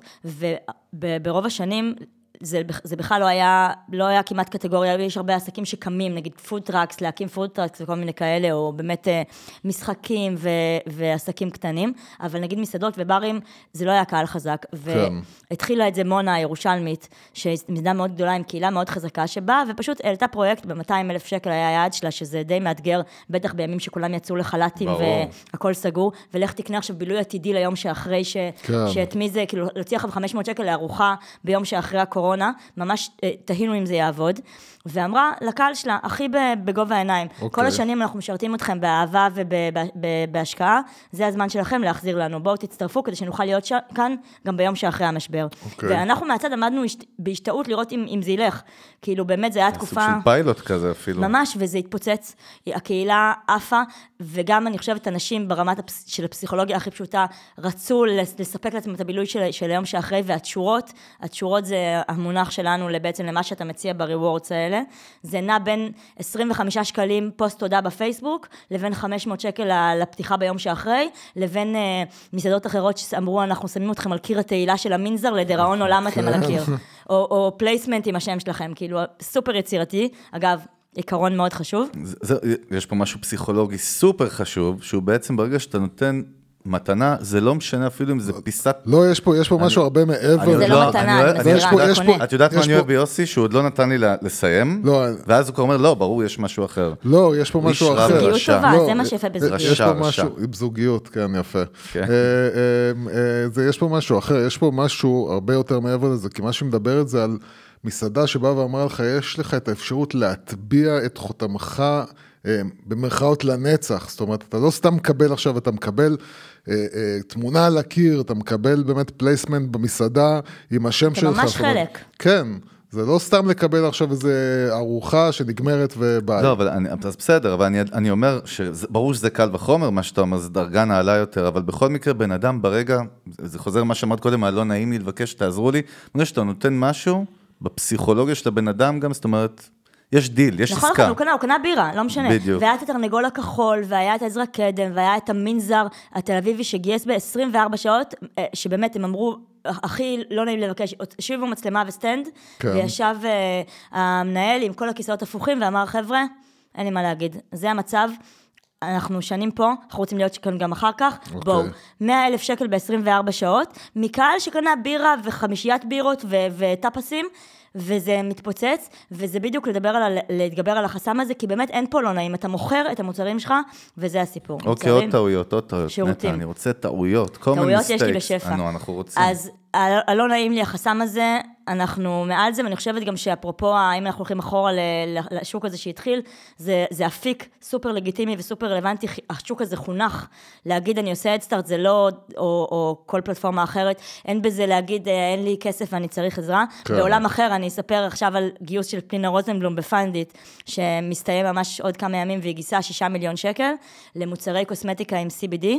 וברוב השנים זה, זה בכלל לא היה, לא היה כמעט קטגוריה, יש הרבה עסקים שקמים, נגיד פוד טראקס, להקים פוד טראקס וכל מיני כאלה, או באמת משחקים ו, ועסקים קטנים, אבל נגיד מסעדות וברים, זה לא היה קהל חזק, והתחילה את זה מונה הירושלמית, שמסעדה מאוד גדולה עם קהילה מאוד חזקה, שבאה ופשוט העלתה פרויקט ב-מאתיים אלף שקל היה היעד שלה, שזה די מאתגר, בטח בימים שכולם יצאו לחלטים והכל סגור, ולך תקנה עכשיו בילוי עתידי ליום שאחרי, ש, שאת מי זה, כאילו, להוציא לך ב-חמש מאות שקל לארוחה ביום שאחרי הקורונה, ממש תהינו אם זה יעבוד, ואמרה לקהל שלה, הכי בגובה העיניים, okay. כל השנים אנחנו משרתים אתכם באהבה ובהשקעה, זה הזמן שלכם להחזיר לנו, בואו תצטרפו כדי שנוכל להיות ש... כאן גם ביום שאחרי המשבר. Okay. ואנחנו מהצד עמדנו בהשתאות לראות אם, אם זה ילך, כאילו באמת זה היה תקופה... סוג של פיילוט כזה אפילו. ממש, וזה התפוצץ, הקהילה עפה, וגם אני חושבת אנשים ברמת הפס... של הפסיכולוגיה הכי פשוטה, רצו לספק לעצמם את הבילוי של, של היום שאחרי, והתשורות, התשורות זה המונח שלנו בעצם למה שאתה מציע בריוורדס האלה, זה נע בין עשרים וחמישה שקלים פוסט תודה בפייסבוק, לבין חמש מאות שקל לפתיחה ביום שאחרי, לבין uh, מסעדות אחרות שאמרו, אנחנו שמים אתכם על קיר התהילה של המנזר, לדראון עולם אתם על הקיר, או, או פלייסמנט עם השם שלכם, כאילו סופר יצירתי, אגב, עיקרון מאוד חשוב. זה, זה, יש פה משהו פסיכולוגי סופר חשוב, שהוא בעצם ברגע שאתה נותן מתנה, זה לא משנה אפילו אם זה פיסת... לא, יש פה, יש פה משהו הרבה מעבר. זה לא מתנה, אני מזכירה. את יודעת מה אני אוהב ביוסי? שהוא עוד לא נתן לי לסיים, ואז הוא אומר, לא, ברור, יש משהו אחר. לא, יש פה משהו אחר. זוגיות טובה, זה מה שיפה בזוגיות. יש פה משהו, בזוגיות, כן, יפה. יש פה משהו אחר, יש פה משהו הרבה יותר מעבר לזה, כי מה שמדבר את זה על מסעדה שבאה ואמרה לך, יש לך את האפשרות להטביע את חותמך במרכאות לנצח, זאת אומרת, אתה לא סתם מקבל עכשיו, אתה מקבל אה, אה, תמונה על הקיר, אתה מקבל באמת פלייסמנט במסעדה עם השם שלך. זה ממש חלק. כן, זה לא סתם לקבל עכשיו איזו ארוחה שנגמרת וביי. לא, אבל אני, אז בסדר, אבל אני, אני אומר, שברור שזה קל וחומר, מה שאתה אומר, זה דרגה נעלה יותר, אבל בכל מקרה, בן אדם ברגע, זה חוזר מה שאמרת קודם, לא נעים לי לבקש, תעזרו לי, בגלל שאתה נותן משהו, בפסיכולוגיה של הבן אדם גם, זאת אומרת, יש דיל, יש עסקה. נכון, הוא קנה, הוא קנה בירה, לא משנה. בדיוק. והיה את התרנגול הכחול, והיה את עזרא קדם, והיה את המנזר התל אביבי שגייס ב-עשרים וארבע שעות, שבאמת הם אמרו, הכי לא נעים לבקש, הושיבו מצלמה וסטנד, כן. וישב uh, המנהל עם כל הכיסאות הפוכים, ואמר, חבר'ה, אין לי מה להגיד, זה המצב, אנחנו שנים פה, אנחנו רוצים להיות כאן גם אחר כך, okay. בואו, מאה אלף שקל ב-עשרים וארבע שעות, מקהל שקנה בירה וחמישיית בירות ו- וטפסים, וזה מתפוצץ, וזה בדיוק לדבר על, להתגבר על החסם הזה, כי באמת אין פה לא נעים, אתה מוכר את המוצרים שלך, וזה הסיפור. אוקיי, עוד טעויות, עוד טעויות. שירותים. אני רוצה טעויות, טעויות יש לי בשפע. אנו, אנחנו רוצים. אז הלא נעים לי החסם הזה, אנחנו מעל זה, ואני חושבת גם שאפרופו, אם אנחנו הולכים אחורה לשוק הזה שהתחיל, זה, זה אפיק סופר לגיטימי וסופר רלוונטי, השוק הזה חונך, להגיד אני עושה הדסטארט, זה לא, או, או כל פלטפורמה אחרת, אין בזה להגיד, אין לי כסף ואני צריך עזרה. כן. בעולם אחר, אני אספר עכשיו על גיוס של פנינה רוזנבלום בפנדיט, שמסתיים ממש עוד כמה ימים, והיא גיסה שישה מיליון שקל, למוצרי קוסמטיקה עם סי בי די,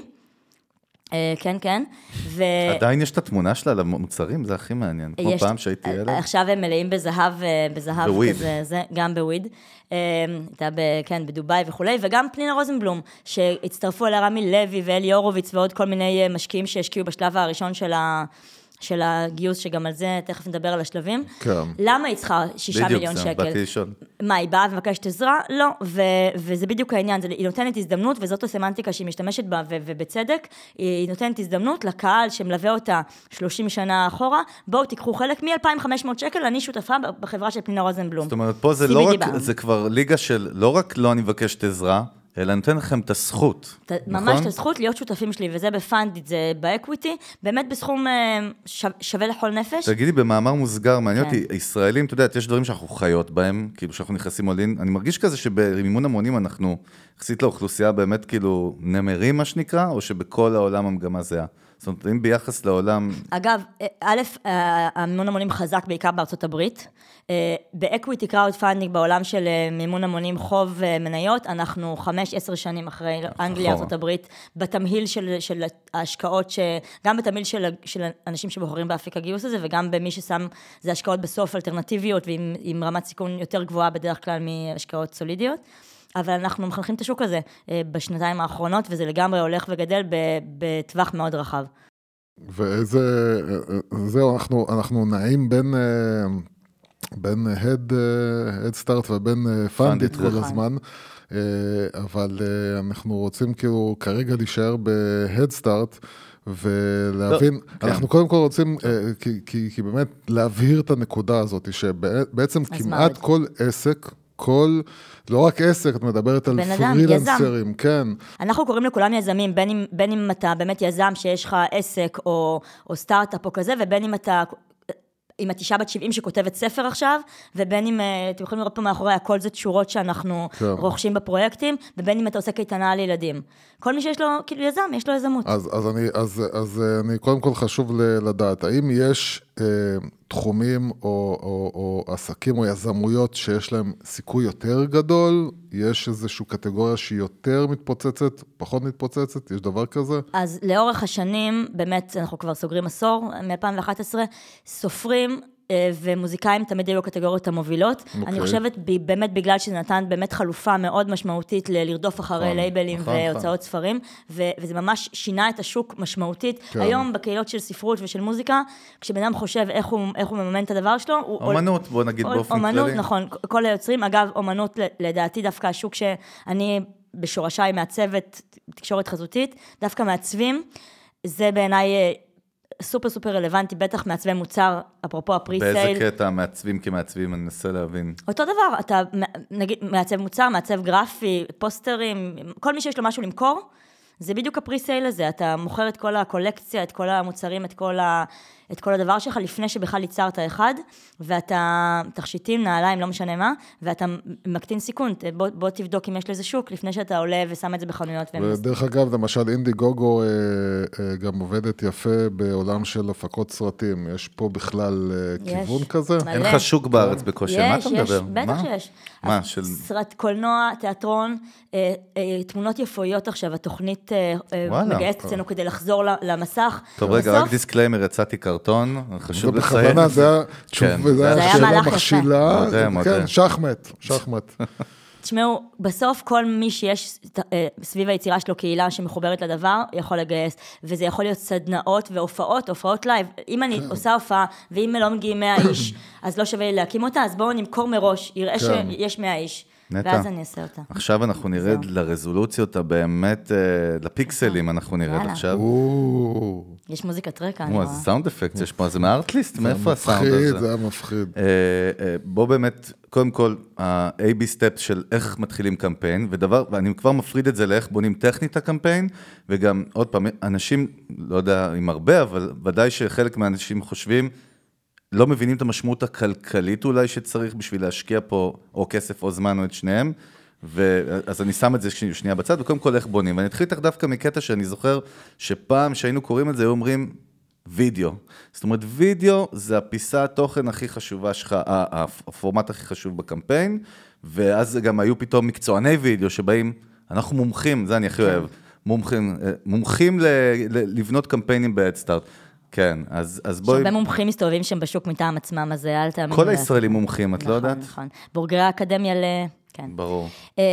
כן, כן. עדיין יש את התמונה שלה למוצרים, זה הכי מעניין. כמו פעם שהייתי ילד. עכשיו הם מלאים בזהב, בזהב כזה, גם בוויד. הייתה, כן, בדוביי וכו', וגם פנינה רוזנבלום, שהצטרפו אליה רמי לוי ואלי הורוביץ, ועוד כל מיני משקיעים שהשקיעו בשלב הראשון של ה... של הגיוס, שגם על זה תכף נדבר על השלבים. כן. למה היא צריכה שישה מיליון שקל? בדיוק, באתי לשאול. מה, היא באה ומבקשת עזרה? לא, ו- וזה בדיוק העניין, זה, היא נותנת הזדמנות, וזאת הסמנטיקה שהיא משתמשת בה, ו- ובצדק, היא נותנת הזדמנות לקהל שמלווה אותה שלושים שנה אחורה, בואו תיקחו חלק מ-אלפיים וחמש מאות שקל, אני שותפה בחברה של פנינה רוזנבלום. זאת אומרת, פה זה לא רק, זה כבר ליגה של, לא רק לא אני מבקשת עזרה, אלא נותן לכם את הזכות, ת, נכון? ממש את הזכות להיות שותפים שלי, וזה בפנדיט, זה באקוויטי, באמת בסכום ש, שווה לכל נפש. תגידי, במאמר מוסגר, מעניין כן. אותי, ישראלים, אתה יודע, יש דברים שאנחנו חיות בהם, כאילו שאנחנו נכנסים עולין, אני מרגיש כזה שבמימון המונים אנחנו, יחסית לאוכלוסייה באמת כאילו נמרים, מה שנקרא, או שבכל העולם המגמה זהה. זאת אומרת, אם ביחס לעולם... אגב, א', המימון המונים חזק בעיקר בארצות הברית. באקוויטי קראוד פנדינג בעולם של מימון המונים חוב מניות, אנחנו חמש, עשר שנים אחרי אנגליה, ארצות הברית, בתמהיל של, של ההשקעות, ש... גם בתמהיל של, של אנשים שבוחרים באפיק הגיוס הזה, וגם במי ששם, זה השקעות בסוף אלטרנטיביות, ועם עם רמת סיכון יותר גבוהה בדרך כלל מהשקעות סולידיות. אבל אנחנו מחנכים את השוק הזה בשנתיים האחרונות, וזה לגמרי הולך וגדל בטווח מאוד רחב. ואיזה, זהו, אנחנו, אנחנו נעים בין, בין Head, Head Start ובין Fundit כל הזמן, אבל אנחנו רוצים כאילו כרגע להישאר ב-Head Start, ולהבין, אנחנו קודם כל רוצים, כי באמת להבהיר את הנקודה הזאת, שבעצם כמעט כל עסק, כל, לא רק עסק, את מדברת על פרילנסרים, כן. אנחנו קוראים לכולם יזמים, בין אם, בין אם אתה באמת יזם שיש לך עסק או, או סטארט-אפ או כזה, ובין אם אתה, אם את אישה בת שבעים שכותבת ספר עכשיו, ובין אם, אתם יכולים לראות פה מאחורי, הכל זה תשורות שאנחנו כן. רוכשים בפרויקטים, ובין אם אתה עושה קייטנה לילדים. כל מי שיש לו, כאילו יזם, יש לו יזמות. אז, אז אני, אז, אז אני קודם כל חשוב לדעת, האם יש אה, תחומים או, או, או עסקים או יזמויות שיש להם סיכוי יותר גדול? יש איזושהי קטגוריה שהיא יותר מתפוצצת, פחות מתפוצצת? יש דבר כזה? אז לאורך השנים, באמת, אנחנו כבר סוגרים עשור, מ-אלפיים ואחת עשרה, סופרים ומוזיקאים תמיד היו הקטגוריות המובילות. Okay. אני חושבת באמת בגלל שזה נתן באמת חלופה מאוד משמעותית לרדוף אחרי נכון, לייבלים נכון, והוצאות נכון. ספרים, ו- וזה ממש שינה את השוק משמעותית. כן. היום בקהילות של ספרות ושל מוזיקה, כשבן אדם חושב איך הוא, איך הוא מממן את הדבר שלו, אומנות, בוא נגיד באופן כללי. אומנות, נכון, כל היוצרים, אגב, אומנות לדעתי דווקא השוק שאני בשורשיי מעצבת תקשורת חזותית, דווקא מעצבים, זה בעיניי סופר סופר רלוונטי, בטח מעצבי מוצר, אפרופו הפרי-סייל. באיזה קטע מעצבים כמעצבים, אני אנסה להבין. אותו דבר, אתה נגיד מעצב מוצר, מעצב גרפי, פוסטרים, כל מי שיש לו משהו למכור, זה בדיוק הפרי-סייל הזה, אתה מוכר את כל הקולקציה, את כל המוצרים, את כל, ה, את כל הדבר שלך, לפני שבכלל ייצרת אחד, ואתה תכשיטים, נעליים, לא משנה מה, ואתה מקטין סיכון, בוא, בוא תבדוק אם יש לזה שוק, לפני שאתה עולה ושם את זה בחנויות. ודרך אגב, למשל, אינדי גוגו גם עובדת יפה בעולם של הפקות סרטים, יש פה בכלל כיוון כזה? אין לך שוק בארץ בקושי, מה אתה מדבר? יש, בטח שיש. מה? של... סרט, קולנוע, תיאטרון, תמונות יפויות עכשיו, התוכנית מגייסת אצלנו כדי לחזור למסך. טוב, רגע, רק דיסקליימר, יצאתי קרטון, חשוב לציין. בכוונה, זה היה שאלה מכשילה, כן, שחמט, שחמט. תשמעו, בסוף כל מי שיש סביב היצירה שלו קהילה שמחוברת לדבר, יכול לגייס, וזה יכול להיות סדנאות והופעות, הופעות לייב. אם אני עושה הופעה, ואם לא מגיעים מאה איש, אז לא שווה לי להקים אותה, אז בואו נמכור מראש, יראה שיש מאה איש. ואז אני אעשה אותה. עכשיו אנחנו נרד לרזולוציות הבאמת, לפיקסלים אנחנו נרד עכשיו. יש מוזיקת רקע. זה סאונד אפקט, יש פה, זה מארטליסט, מאיפה הסאונד הזה? זה היה מפחיד. בוא באמת, קודם כל, ה-A B steps של איך מתחילים קמפיין, ודבר, ואני כבר מפריד את זה לאיך בונים טכנית הקמפיין, וגם עוד פעם, אנשים, לא יודע אם הרבה, אבל ודאי שחלק מהאנשים חושבים, לא מבינים את המשמעות הכלכלית אולי שצריך בשביל להשקיע פה או כסף או זמן או את שניהם, ואז אני שם את זה שנייה בצד, וקודם כל איך בונים. ואני אתחיל איתך דווקא מקטע שאני זוכר שפעם שהיינו קוראים את זה, היו אומרים וידאו. זאת אומרת, וידאו זה הפיסה התוכן הכי חשובה שלך, הפורמט הכי חשוב בקמפיין, ואז גם היו פתאום מקצועני וידאו שבאים, אנחנו מומחים, זה אני הכי אוהב, מומחים, מומחים לבנות קמפיינים ב-Head Start. כן, אז, אז בואי... שהרבה מומחים מסתובבים שם בשוק מטעם עצמם, אז אל תאמין. כל הישראלים מומחים, את לא יודעת? נכון, נכון. בוגרי האקדמיה ל... כן. ברור.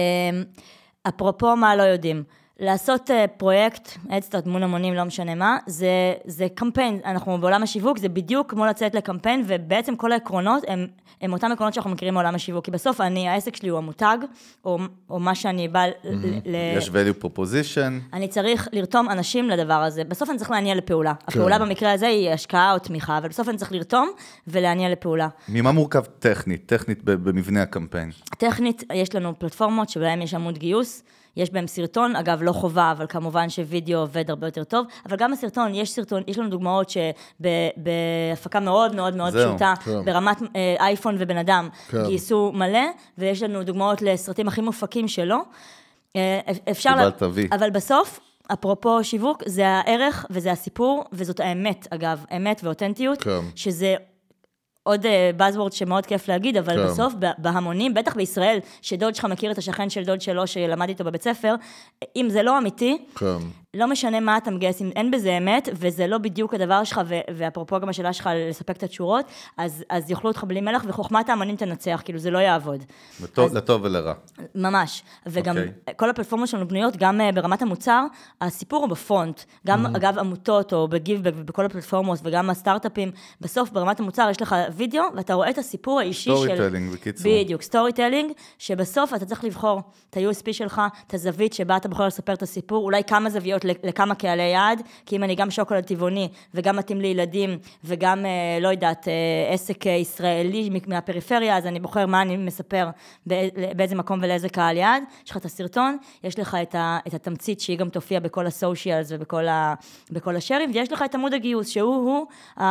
אפרופו מה לא יודעים. לעשות פרויקט, Head Start מול המונים, לא משנה מה, זה, זה קמפיין. אנחנו בעולם השיווק, זה בדיוק כמו לצאת לקמפיין, ובעצם כל העקרונות הם, הם אותם עקרונות שאנחנו מכירים מעולם השיווק. כי בסוף אני, העסק שלי הוא המותג, או, או מה שאני בא mm-hmm. ל... יש value proposition. אני צריך לרתום אנשים לדבר הזה. בסוף אני צריך להניע לפעולה. כן. הפעולה במקרה הזה היא השקעה או תמיכה, אבל בסוף אני צריך לרתום ולהניע לפעולה. ממה מורכב טכנית? טכנית במבנה הקמפיין? טכנית, יש לנו פלטפורמות שבהם יש עמוד גיוס, יש בהם סרטון, אגב, לא חובה, אבל כמובן שווידאו עובד הרבה יותר טוב, אבל גם הסרטון, יש סרטון, יש לנו דוגמאות שבהפקה מאוד מאוד מאוד פשוטה, ברמת אייפון ובן אדם, גייסו מלא, ויש לנו דוגמאות לסרטים הכי מופקים שלו. אפשר, אבל בסוף, אפרופו שיווק, זה הערך וזה הסיפור, וזאת האמת, אגב, אמת ואותנטיות, שזה עוד buzzword שמאוד כיף להגיד, אבל בסוף, בהמונים, בטח בישראל, שדוד שלך מכיר את השכן של דוד שלו, שלמד איתו בבית ספר, אם זה לא אמיתי, לא משנה מה אתה מגייס, אם אין בזה אמת, וזה לא בדיוק הדבר שלך, ואפרופו גם השאלה שלך לספק את התשורות, אז, אז יאכלו אותך בלי מלח, וחוכמת האמנים תנצח, כאילו זה לא יעבוד. לטוב, לטוב ולרע. ממש. וגם כל הפלטפורמות שלנו בנויות, גם ברמת המוצר, הסיפור הוא בפרונט, גם אגב עמותות, או בגיבבק, ובכל הפלטפורמות, וגם הסטארט-אפים, בסוף ברמת המוצר יש לך וידאו, ואתה רואה את הסיפור האישי של... סטורי טלינג, בקיצור. בדיוק, סטורי טלינג, שבסוף אתה צריך לבחור את ה-יו אס פי שלך, את הזווית שבה אתה בוחר לספר את הסיפור, אולי כמה זוויות לכמה קהלי יעד, כי אם אני גם שוקולד טבעוני, וגם מתאים לילדים, וגם, לא יודעת, עסק ישראלי מהפריפריה, אז אני בוחר מה אני מספר, באיזה מקום ולאיזה קהל יעד. יש לך את הסרטון, יש לך את, ה, את התמצית, שהיא גם תופיע בכל הסושיאלס ובכל ה, בכל השרים, ויש לך את עמוד הגיוס, שהוא הוא,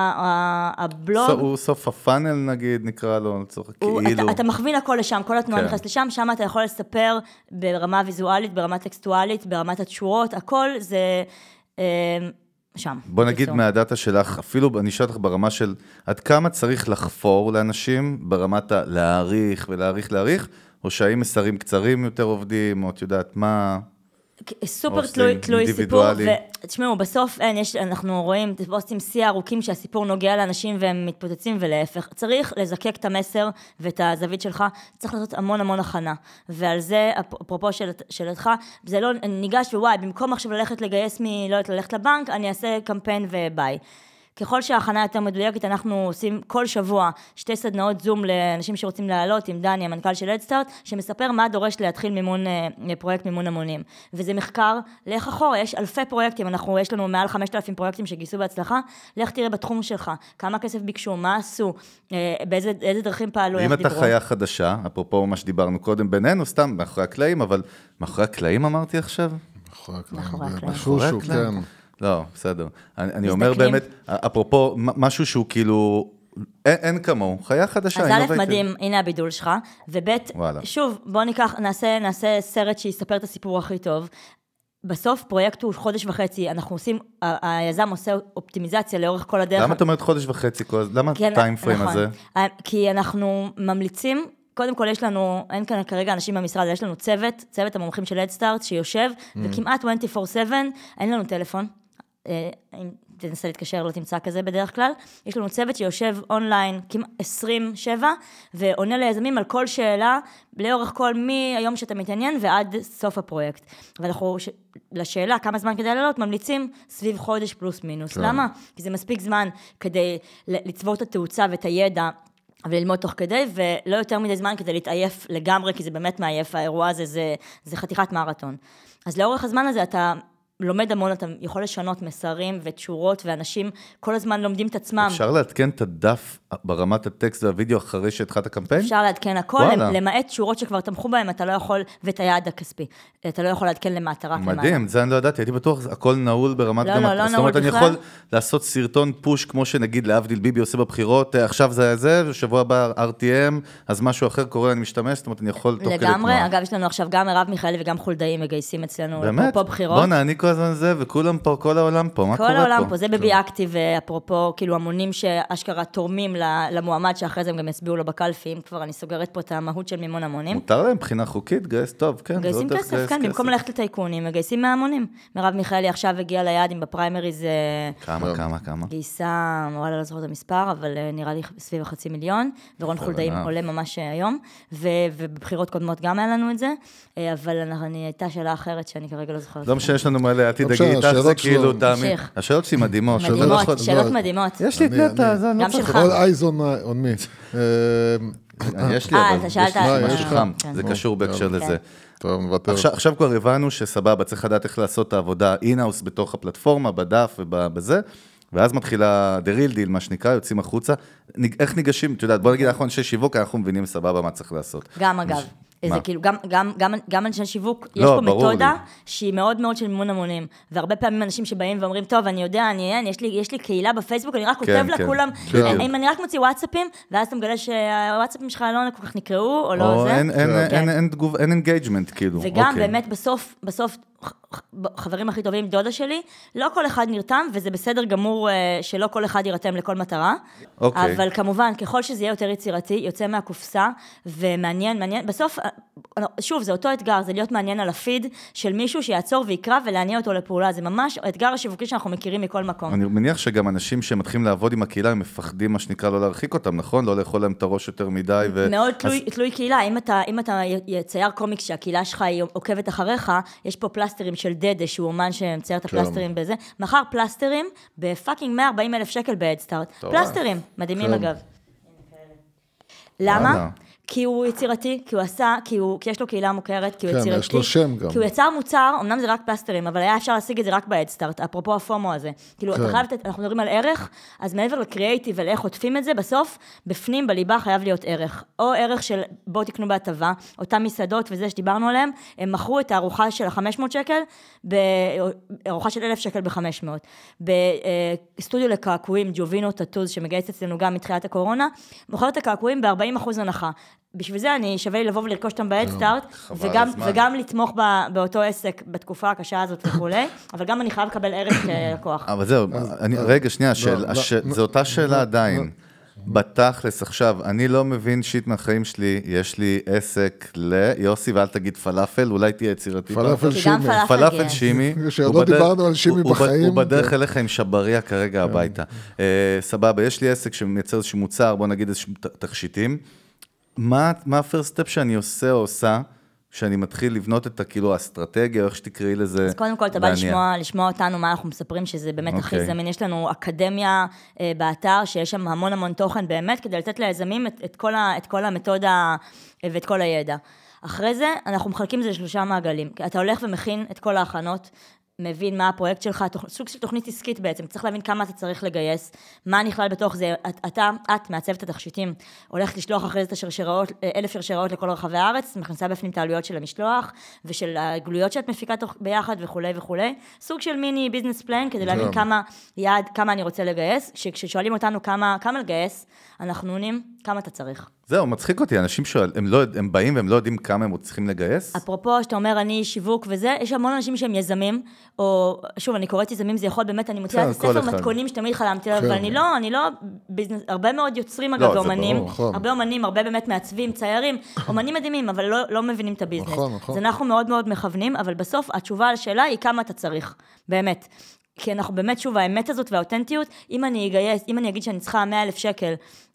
הבלוג. הוא סוף הפאנל, נגיד, נקרא לו, לצורך, כאילו. אתה, אתה מכווין הכל לשם, כל התנועה נכנס לשם, שם אתה יכול לספר ברמה ויזואלית, ברמה טקסטואלית, ברמת התשורות, הכל זה שם. בוא נגיד מהדאטה שלך, אפילו אני שואל אותך ברמה של עד כמה צריך לחפור לאנשים, ברמת להעריך ולהעריך להעריך, או שהאם מסרים קצרים יותר עובדים, או את יודעת מה... סופר תלוי, תלוי סיפור, ותשמעו, בסוף אין, יש, אנחנו רואים פוסטים שיא ארוכים שהסיפור נוגע לאנשים והם מתפוצצים ולהפך. צריך לזקק את המסר ואת הזווית שלך, צריך לעשות המון המון הכנה. ועל זה, אפרופו של, שלתך, זה לא ניגש ווואי, במקום עכשיו ללכת לגייס מ... לא יודעת, ללכת לבנק, אני אעשה קמפיין וביי. ככל שההכנה יותר מדויקת, אנחנו עושים כל שבוע שתי סדנאות זום לאנשים שרוצים לעלות עם דני, המנכ"ל של הדסטארט, שמספר מה דורש להתחיל מימון, פרויקט מימון המונים. וזה מחקר, לך אחורה, יש אלפי פרויקטים, אנחנו, יש לנו מעל חמשת אלפים פרויקטים שגייסו בהצלחה, לך תראה בתחום שלך, כמה כסף ביקשו, מה עשו, באיזה, איזה דרכים פעלו, אם אתה חיה חדשה, אפרופו מה שדיברנו קודם בינינו, סתם מאחורי הקלעים, אבל מאחורי הקלעים אמרתי עכשיו? מאחורי הקלעים. שושו, כן. לא, בסדר. אני, אני אומר באמת, אפרופו, משהו שהוא כאילו, אין, אין כמוהו, חיה חדשה. אז א' מדהים, הנה הבידול שלך, וב' שוב, בוא ניקח, נעשה, נעשה סרט שיספר את הסיפור הכי טוב. בסוף פרויקט הוא חודש וחצי, אנחנו עושים, היזם עושה אופטימיזציה לאורך כל הדרך. למה את אומרת חודש וחצי? למה הטיים פריים הזה? כי אנחנו ממליצים, קודם כל יש לנו, אין כאן כרגע אנשים במשרד, יש לנו צוות, צוות המומחים של הדסטארט שיושב, וכמעט עשרים וארבע שבע, אין לנו טלפון. אם תנסה להתקשר, לא תמצא כזה בדרך כלל. יש לנו צוות שיושב אונליין כמעט עשרים ושבע, ועונה ליזמים על כל שאלה, לאורך כל מהיום שאתה מתעניין ועד סוף הפרויקט. ואנחנו, לשאלה כמה זמן כדי לעלות, ממליצים סביב חודש פלוס מינוס. למה? כי זה מספיק זמן כדי לצבור את התאוצה ואת הידע, וללמוד תוך כדי, ולא יותר מדי זמן כדי להתעייף לגמרי, כי זה באמת מעייף, האירוע הזה זה, זה חתיכת מרתון. אז לאורך הזמן הזה אתה לומד המון, אתה יכול לשנות מסרים ותשורות, ואנשים כל הזמן לומדים את עצמם. אפשר לעדכן את הדף ברמת הטקסט והווידאו אחרי שהתחלת הקמפיין? אפשר לעדכן הכל, למעט שורות שכבר תמכו בהם, אתה לא יכול, ואת היעד הכספי, אתה לא יכול לעדכן למטה, רק למטה. מדהים, זה אני לא ידעתי, הייתי בטוח, הכל נעול ברמת לא, לא, לא זאת אומרת, אני יכול לעשות סרטון פוש, כמו שנגיד להבדיל ביבי עושה בבחירות, עכשיו זה זה, שבוע הבא אר טי אם, אז משהו אחר קורה, אני משתמש, זאת אומרת, אני יכול תוך כדי תנועה. לגמרי, אגב, יש לנו עכשיו גם מרב מיכאלי וגם חולדאים מגייסים אצלנו פה בחירות. בוא נעני כל הזמן זה, וכולם פה, כל העולם פה, מה קורה פה? כל העולם פה, זה בבי אקטיב, אפרופו, כאילו המונים שאשכרה תורמים למועמד, שאחרי זה הם גם יסביעו לו בקלפים, כבר אני סוגרת פה את המהות של מימון המונים. מותר להם בחינה חוקית, גייס טוב, כן. גייסים כסף, כן, במקום ללכת לטייקונים, מגייסים מהמונים. מרב מיכאלי עכשיו הגיעה ליעד עם בפריימריז. כמה, כמה, כמה? גייסה, וואלה, לא זוכרת את המספר, אבל נראה לי סביב החצי מיליון, ורון חולדאים עולה ממש היום, ובבחירות קודמות גם היה לנו את זה, אבל אני הייתה שאלה אחרת שאני כרגע לא זוכרת. לא משנה, יש לנו מלא, עתיד דגי איתך, זה כאילו, תאמין. השאלות שלי מדהימות. מדהימות, שאלות מדהימות. יש לי את נטע, זה גם שלך. All eyes on me. יש לי, אבל יש לי משהו חם, זה קשור בהקשר לזה. עכשיו כבר הבנו שסבבה, צריך לדעת איך לעשות את העבודה אין-האוס בתוך הפלטפורמה, בדף ובזה, ואז מתחילה the real deal, מה שנקרא, יוצאים החוצה. איך ניגשים, אתה יודעת, בוא נגיד, אנחנו אנשי שיווק, אנחנו מבינים סבבה מה צריך לעשות. גם אגב. זה כאילו, גם, גם, גם, גם אנשי שיווק, יש לא, פה ברור מתודה לי. שהיא מאוד מאוד של מימון המונים, והרבה פעמים אנשים שבאים ואומרים, טוב, אני יודע, אני אין, יש לי, יש לי קהילה בפייסבוק, אני רק כותב כן. לכולם, כן. אם אני רק מוציא וואטסאפים, ואז אתה מגלה שהוואטסאפים שלך לא כל כך נקראו, או לא או זה. אין- אין- כן. אין- אין תגוב- אין אינגייג'מנט, כאילו. וגם אוקיי. באמת בסוף, בסוף, חברים הכי טובים, דודה שלי, לא כל אחד נרתם, וזה בסדר גמור אה, שלא כל אחד ירתם לכל מטרה. אוקיי. אבל כמובן, ככל שזה יהיה יותר יצירתי, יוצא מהקופסה, ומעניין, מעניין, בסוף, אה, שוב, זה אותו אתגר, זה להיות מעניין על הפיד של מישהו שיעצור ויקרא ולהניע אותו לפעולה. זה ממש האתגר השיווקי שאנחנו מכירים מכל מקום. אני מניח שגם אנשים שמתחילים לעבוד עם הקהילה, הם מפחדים, מה שנקרא, לא להרחיק אותם, נכון? לא לאכול להם את הראש יותר מדי. ו... מאוד אז... תלוי, תלוי קהילה, אם אתה, אם אתה צייר קומיקס שהקהילה שלך היא עוקבת אחריך, יש פה פלסטרים של דדה, שהוא אומן שמצייר את הפלסטרים בזה, מחר פלסטרים בפאקינג מאה וארבעים אלף שקל בהדסטארט. פלסטרים, מדהימים אגב. למה? וואלה. כי הוא יצירתי, כי הוא עשה, כי, הוא, כי יש לו קהילה מוכרת, כי הוא כן, יצירתי. יש לו שם גם. כי הוא יצר מוצר, אמנם זה רק פלסטרים, אבל היה אפשר להשיג את זה רק בהדסטארט, אפרופו הפומו הזה. כאילו, כן. אתה חייב, אנחנו מדברים על ערך, אז מעבר לקריאייטיב ולאיך עוטפים את זה, בסוף, בפנים, בליבה, חייב להיות ערך. או ערך של בואו תקנו בהטבה, אותם מסעדות וזה שדיברנו עליהם, הם מכרו את הארוחה של ה-חמש מאות שקל, בארוחה של אלף שקל ב-חמש מאות. בסטודיו לקעקועים, ג'ובינו טטוז, שמגייס אצלנו גם מתחילת הקורונה, מוכר את הקעקועים ב-ארבעים אחוז הנחה. בשביל זה אני שווה לי לבוא ולרכוש אותם בהדסטארט, וגם, וגם לתמוך באותו עסק בתקופה הקשה הזאת וכולי, אבל גם אני חייב לקבל ערך כלקוח. אבל זהו, אני, רגע, שנייה, לא, זו אותה שאלה עדיין. בתכלס עכשיו, אני לא מבין שיט מהחיים שלי, יש לי עסק ליוסי, ואל תגיד פלאפל, אולי תהיה יצירתי. פלאפל כי גם שימי. פלאפל פלאפל כן. שימי. שעוד הוא לא בדרך- דיברנו על שימי הוא- הוא- בחיים. הוא בדרך אליך עם שבריה כרגע הביתה. אה, סבבה, יש לי עסק שמייצר איזשהו מוצר, בוא נגיד איזשהו ת- תכשיטים. מה מה הפרסט סטפ שאני עושה או עושה, שאני מתחיל לבנות את הכאילו האסטרטגיה, או איך שתקראי לזה. אז קודם כל, אתה בא להניע? לשמוע, לשמוע אותנו, מה אנחנו מספרים, שזה באמת הכי אוקיי. זמין. יש לנו אקדמיה אה, באתר, שיש שם המון המון תוכן באמת, כדי לתת ליזמים את, את, כל ה, את כל המתודה אה, ואת כל הידע. אחרי זה, אנחנו מחלקים את זה לשלושה מעגלים. אתה הולך ומכין את כל ההכנות, מבין מה הפרויקט שלך, סוג של תוכנית עסקית בעצם, צריך להבין כמה אתה צריך לגייס, מה נכלל בתוך זה, אתה, את מעצבת התכשיטים, הולכת לשלוח אחרי זה את השרשראות, אלף שרשראות לכל רחבי הארץ, מכניסה בפנים את העלויות של המשלוח, ושל הגלויות שאת מפיקה ביחד וכו' וכו', סוג של מיני ביזנס פלן, כדי להבין כמה יעד, כמה אני רוצה לגייס, כששואלים אותנו כמה, כמה לגייס, אנחנו עונים, כמה אתה צריך. זהו, מצחיק אותי, אנשים שואל, הם, לא, הם באים והם לא יודעים כמה הם צריכים לגייס? אפרופו, שאתה אומר, אני שיווק וזה, יש המון אנשים שהם יזמים, או, שוב, אני קוראת יזמים, זה יכול באמת, אני מוציאה את כל הספר אחד. מתכונים שתמיד חלמתי עליו, כן. אבל אני לא, אני לא, ביזנס, הרבה מאוד יוצרים לא, אגב, זה אומנים, ברור, נכון. הרבה אומנים, הרבה באמת מעצבים, ציירים, אומנים מדהימים, אבל לא, לא מבינים את הביזנס. נכון, נכון. אז אנחנו מאוד מאוד מכוונים, אבל בסוף התשובה על השאלה היא כמה אתה צריך, באמת. כי אנחנו באמת, שוב, האמת הזאת והאותנטיות, אם אני אגייס, אם אני אגיד שאני צריכה מאה אלף שקל,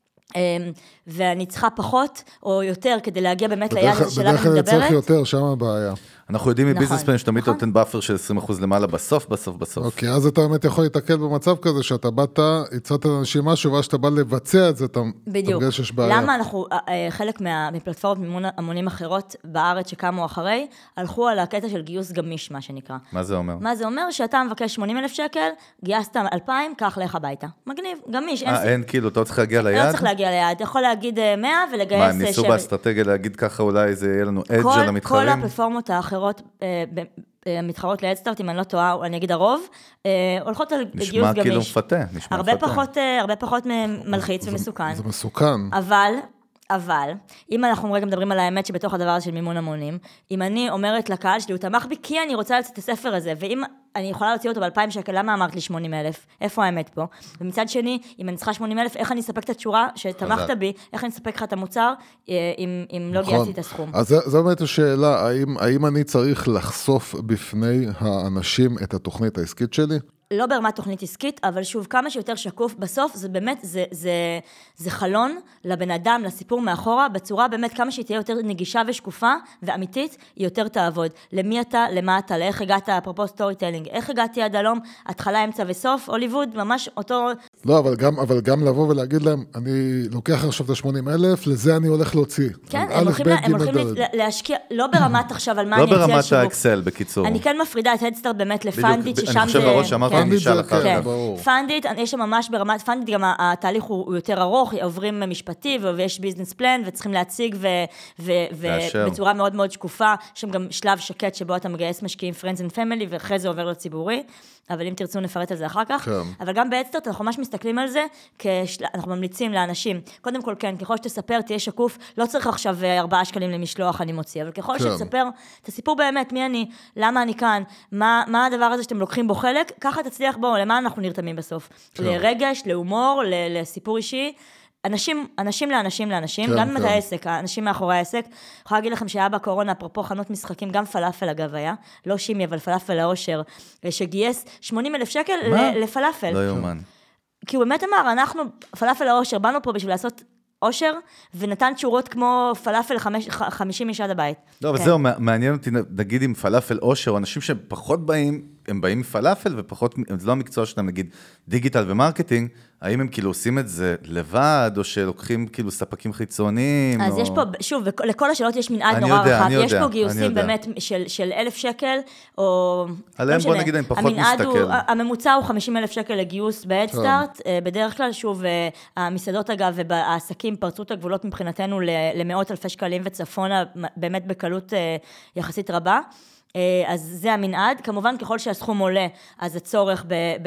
ואני צריכה פחות או יותר כדי להגיע באמת ליד הזה שלה בדרך כלל צריך ומדברת. יותר, שם הבעיה. אנחנו יודעים נכון. מביזנס פלן שתמיד נכון. נותן באפר של עשרים אחוז למעלה בסוף, בסוף, בסוף. אוקיי, אז אתה באמת יכול להתקל במצב כזה, שאתה באת, הצעת לאנשים משהו, ואז שאתה בא לבצע את זה, אתה בדיוק. מגלה שיש בעיה. למה אנחנו, אה, חלק מה, מפלטפורמות מימון המונים אחרות בארץ שקמו אחרי, הלכו על הקטע של גיוס גמיש, מה שנקרא. מה זה אומר? מה זה אומר? שאתה מבקש שמונים אלף שקל, גייסת אלפיים, קח לך הביתה. מגניב, גמיש, אין אה, אין, כאילו, אתה לא צריך להגיע ליד? לא צריך להגיע ליד, אתה יכול להגיד מאה ולגייס... מה, הם ניסו שבע- באסטרטגיה להגיד ככה, אולי זה יהיה לנו אדג' כל- על המתחרים? כל הפלטפורמות האחרות, אה, ב- אה, מתחרות להדסטארט, אם אני לא טועה, אני אגיד הרוב, אה, הולכות על גיוס גמיש. נשמע כאילו מפתה, נשמע הרבה מפתה. פחות, אה, הרבה פחות מלחיץ ומסוכן. זה מסוכן. אבל, אבל, אם אנחנו רגע מדברים על האמת שבתוך הדבר הזה של מימון המונים, אם אני אומרת לקהל שלי, הוא תמך בי כי אני רוצה לצאת את הספר הזה, ואם אני יכולה להוציא אותו ב-אלפיים שקל, למה אמרת לי שמונים אלף? איפה האמת פה? ומצד שני, אם אני צריכה שמונים אלף, איך אני אספק את התשורה שתמכת בי, איך אני אספק לך את המוצר, אם, אם לא גייסתי את הסכום? אז זה, זה באמת השאלה, האם, האם אני צריך לחשוף בפני האנשים את התוכנית העסקית שלי? לא ברמת תוכנית עסקית, אבל שוב, כמה שיותר שקוף, בסוף זה באמת, זה, זה, זה חלון לבן אדם, לסיפור מאחורה, בצורה באמת כמה שהיא תהיה יותר נגישה ושקופה ואמיתית, היא יותר תעבוד. למי אתה, למה אתה, לאיך הגעת, אפרופו סטורי טיילינג, איך הגעתי עד הלום, התחלה, אמצע וסוף, הוליווד, ממש אותו לא, אבל גם, אבל גם לבוא ולהגיד להם, אני לוקח עכשיו את ה-שמונים אלף, לזה אני הולך להוציא. כן, הם הולכים, לה, הם הולכים להשקיע, לא ברמת עכשיו על מה אני אצא לשיווק. לא ברמת שיווק. האקסל, בקיצור. אני כן מפרידה את הדסטארט באמת לפנדיט, ששם זה... אני חושב בראש, אמרתי, אני אשאל אחר כך. פנדיט, יש שם ממש ברמת, פנדיט גם התהליך הוא יותר ארוך, עוברים משפטי, ויש ביזנס פלן, וצריכים להציג, ובצורה מאוד מאוד שקופה, שם גם שלב שקט שבו אתה מגייס משקיעים friends and family, ואחרי זה עובר לציבורי. אבל אם תרצו נפרט על זה אחר כך. אבל גם בהדסטארט אנחנו ממש מסתכלים על זה, אנחנו ממליצים לאנשים, קודם כל כן, ככל שתספר, תהיה שקוף, לא צריך עכשיו ארבעה שקלים למשלוח אני מוציא, אבל ככל שתספר, תסיפור באמת מי אני, למה אני כאן, מה, מה הדבר הזה שאתם לוקחים בו חלק, ככה תצליח בו, למה אנחנו נרתמים בסוף? לרגש, להומור, לסיפור אישי, אנשים, אנשים לאנשים לאנשים, כן, גם אם כן. את העסק, האנשים מאחורי העסק, אני יכולה להגיד לכם שהיה בקורונה, אפרופו חנות משחקים, גם פלאפל אגב היה, לא שימי, אבל פלאפל האושר, שגייס שמונים אלף שקל לפלאפל. לא יומן. כי הוא באמת אמר, אנחנו, פלאפל האושר, באנו פה בשביל לעשות אושר, ונתן תשורות כמו פלאפל חמישים איש עד הבית. לא, אבל זהו, מעניין אותי, נגיד עם פלאפל אושר, אנשים שפחות באים, הם באים מפלאפל, ופחות, זה לא המקצוע שלהם, נגיד דיגיטל ומרקטינג, האם הם כאילו עושים את זה לבד, או שלוקחים כאילו ספקים חיצוניים? אז או... יש פה, שוב, לכל השאלות יש מנעד נורא יודע, רחב. יודע, יש פה גיוסים באמת של, של אלף שקל, או... עליהם בוא נגיד, אני פחות מסתכל. הוא, הממוצע הוא חמישים אלף שקל לגיוס בהדסטארט. בדרך כלל, שוב, המסעדות אגב, והעסקים פרצו את הגבולות מבחינתנו למאות אלפי שקלים וצפונה, באמת בקלות יחסית רבה. אז זה המנעד, כמובן ככל שהסכום עולה, אז הצורך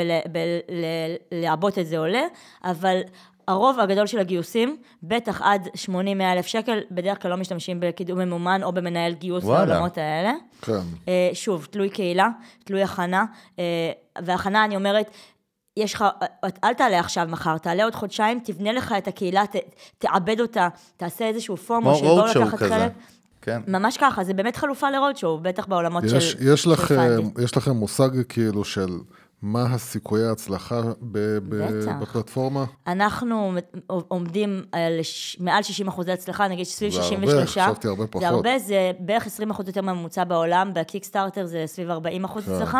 לעבות את זה עולה, אבל הרוב הגדול של הגיוסים, בטח עד שמונים מאה אלף שקל, בדרך כלל לא משתמשים בקידום ממומן או במנהל גיוס לעולמות האלה. כן. שוב, תלוי קהילה, תלוי הכנה, והכנה אני אומרת, יש לך, אל תעלה עכשיו מחר, תעלה עוד חודשיים, תבנה לך את הקהילה, תעבד אותה, תעשה איזשהו פורמו שבו לקחת חלק. כן. ממש ככה, זה באמת חלופה לרודשואו, בטח בעולמות יש, של, יש של לכם, פנדיט. יש לכם מושג כאילו של מה הסיכויי ההצלחה ב- ב- בפלטפורמה? אנחנו עומדים על ש... מעל שישים אחוזי הצלחה, נגיד סביב שישים ושלוש. זה הרבה, חשבתי הרבה פחות. זה הרבה, זה בערך עשרים אחוז יותר מהממוצע בעולם, בקיקסטארטר זה סביב ארבעים אחוז הצלחה.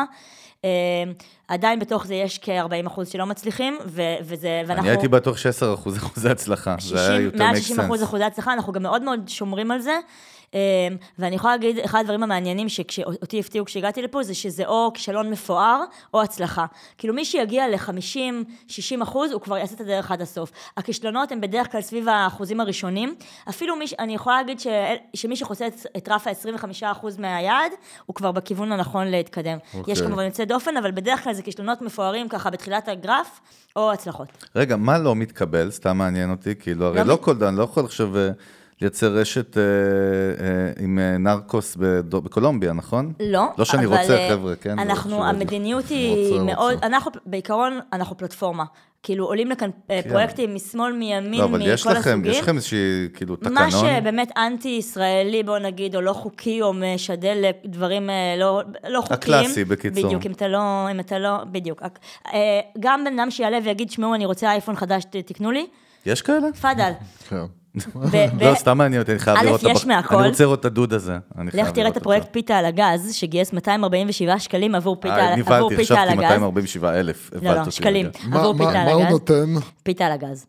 עדיין בתוך זה יש כ-ארבעים אחוז שלא מצליחים, וזה, ואנחנו... אני הייתי בטוח ש-עשרה אחוז אחוזי הצלחה, זה היה יותר make sense. מעל שישים אחוז אחוזי הצלחה, אנחנו גם מאוד מאוד שומרים על זה, ואני יכולה להגיד, אחד הדברים המעניינים שאותי הפתיעו כשהגעתי לפה, זה שזה או כישלון מפואר, או הצלחה. כאילו מי שיגיע ל-חמישים שישים אחוז, הוא כבר יעשה את הדרך עד הסוף. הכישלונות הם בדרך כלל סביב האחוזים הראשונים, אפילו מי, אני יכולה להגיד ש, שמי שחוצה את, את רף ה-עשרים וחמישה אחוז מהיעד, הוא כבר בכיוון הנכון להתקדם. Okay. יש כמובן יוצא דופן, אבל בדרך כלל זה כישלונות מפוארים ככה בתחילת הגרף, או הצלחות. רגע, מה לא מתקבל? סתם מעניין אותי, כאילו, הרי לא, לא כל דן, לא יכול עכשיו... לייצר רשת אה, אה, עם נרקוס בדו, בקולומביה, נכון? לא. לא שאני רוצה, חבר'ה, כן? אנחנו, המדיניות היא רוצה, מאוד, רוצה. אנחנו, בעיקרון, אנחנו פלטפורמה. כאילו, עולים לכאן כן. פרויקטים משמאל, מימין, לא, אבל מכל יש לכם, הסוגים. יש לכם איזושהי, כאילו, תקנון? מה שבאמת אנטי-ישראלי, בוא נגיד, או לא חוקי, או משדל לדברים לא, לא חוקיים. הקלאסי, בקיצור. בדיוק, אם אתה לא, אם אתה לא, בדיוק. גם בן אדם שיעלה ויגיד, שמעו, אני רוצה אייפון חדש, תקנו לי. יש כאלה? פדל. כן. לא, סתם מעניין אותי, אני חייב לראות את יש מהכל. אני רוצה לראות את הדוד הזה. לך תראה את הפרויקט פיתה על הגז, שגייס מאתיים ארבעים ושבעה שקלים עבור פיתה על הגז. נפלתי, חשבתי מאתיים ארבעים ושבעה אלף. לא, לא, שקלים, עבור פיתה על הגז. מה הוא נותן? פיתה על הגז.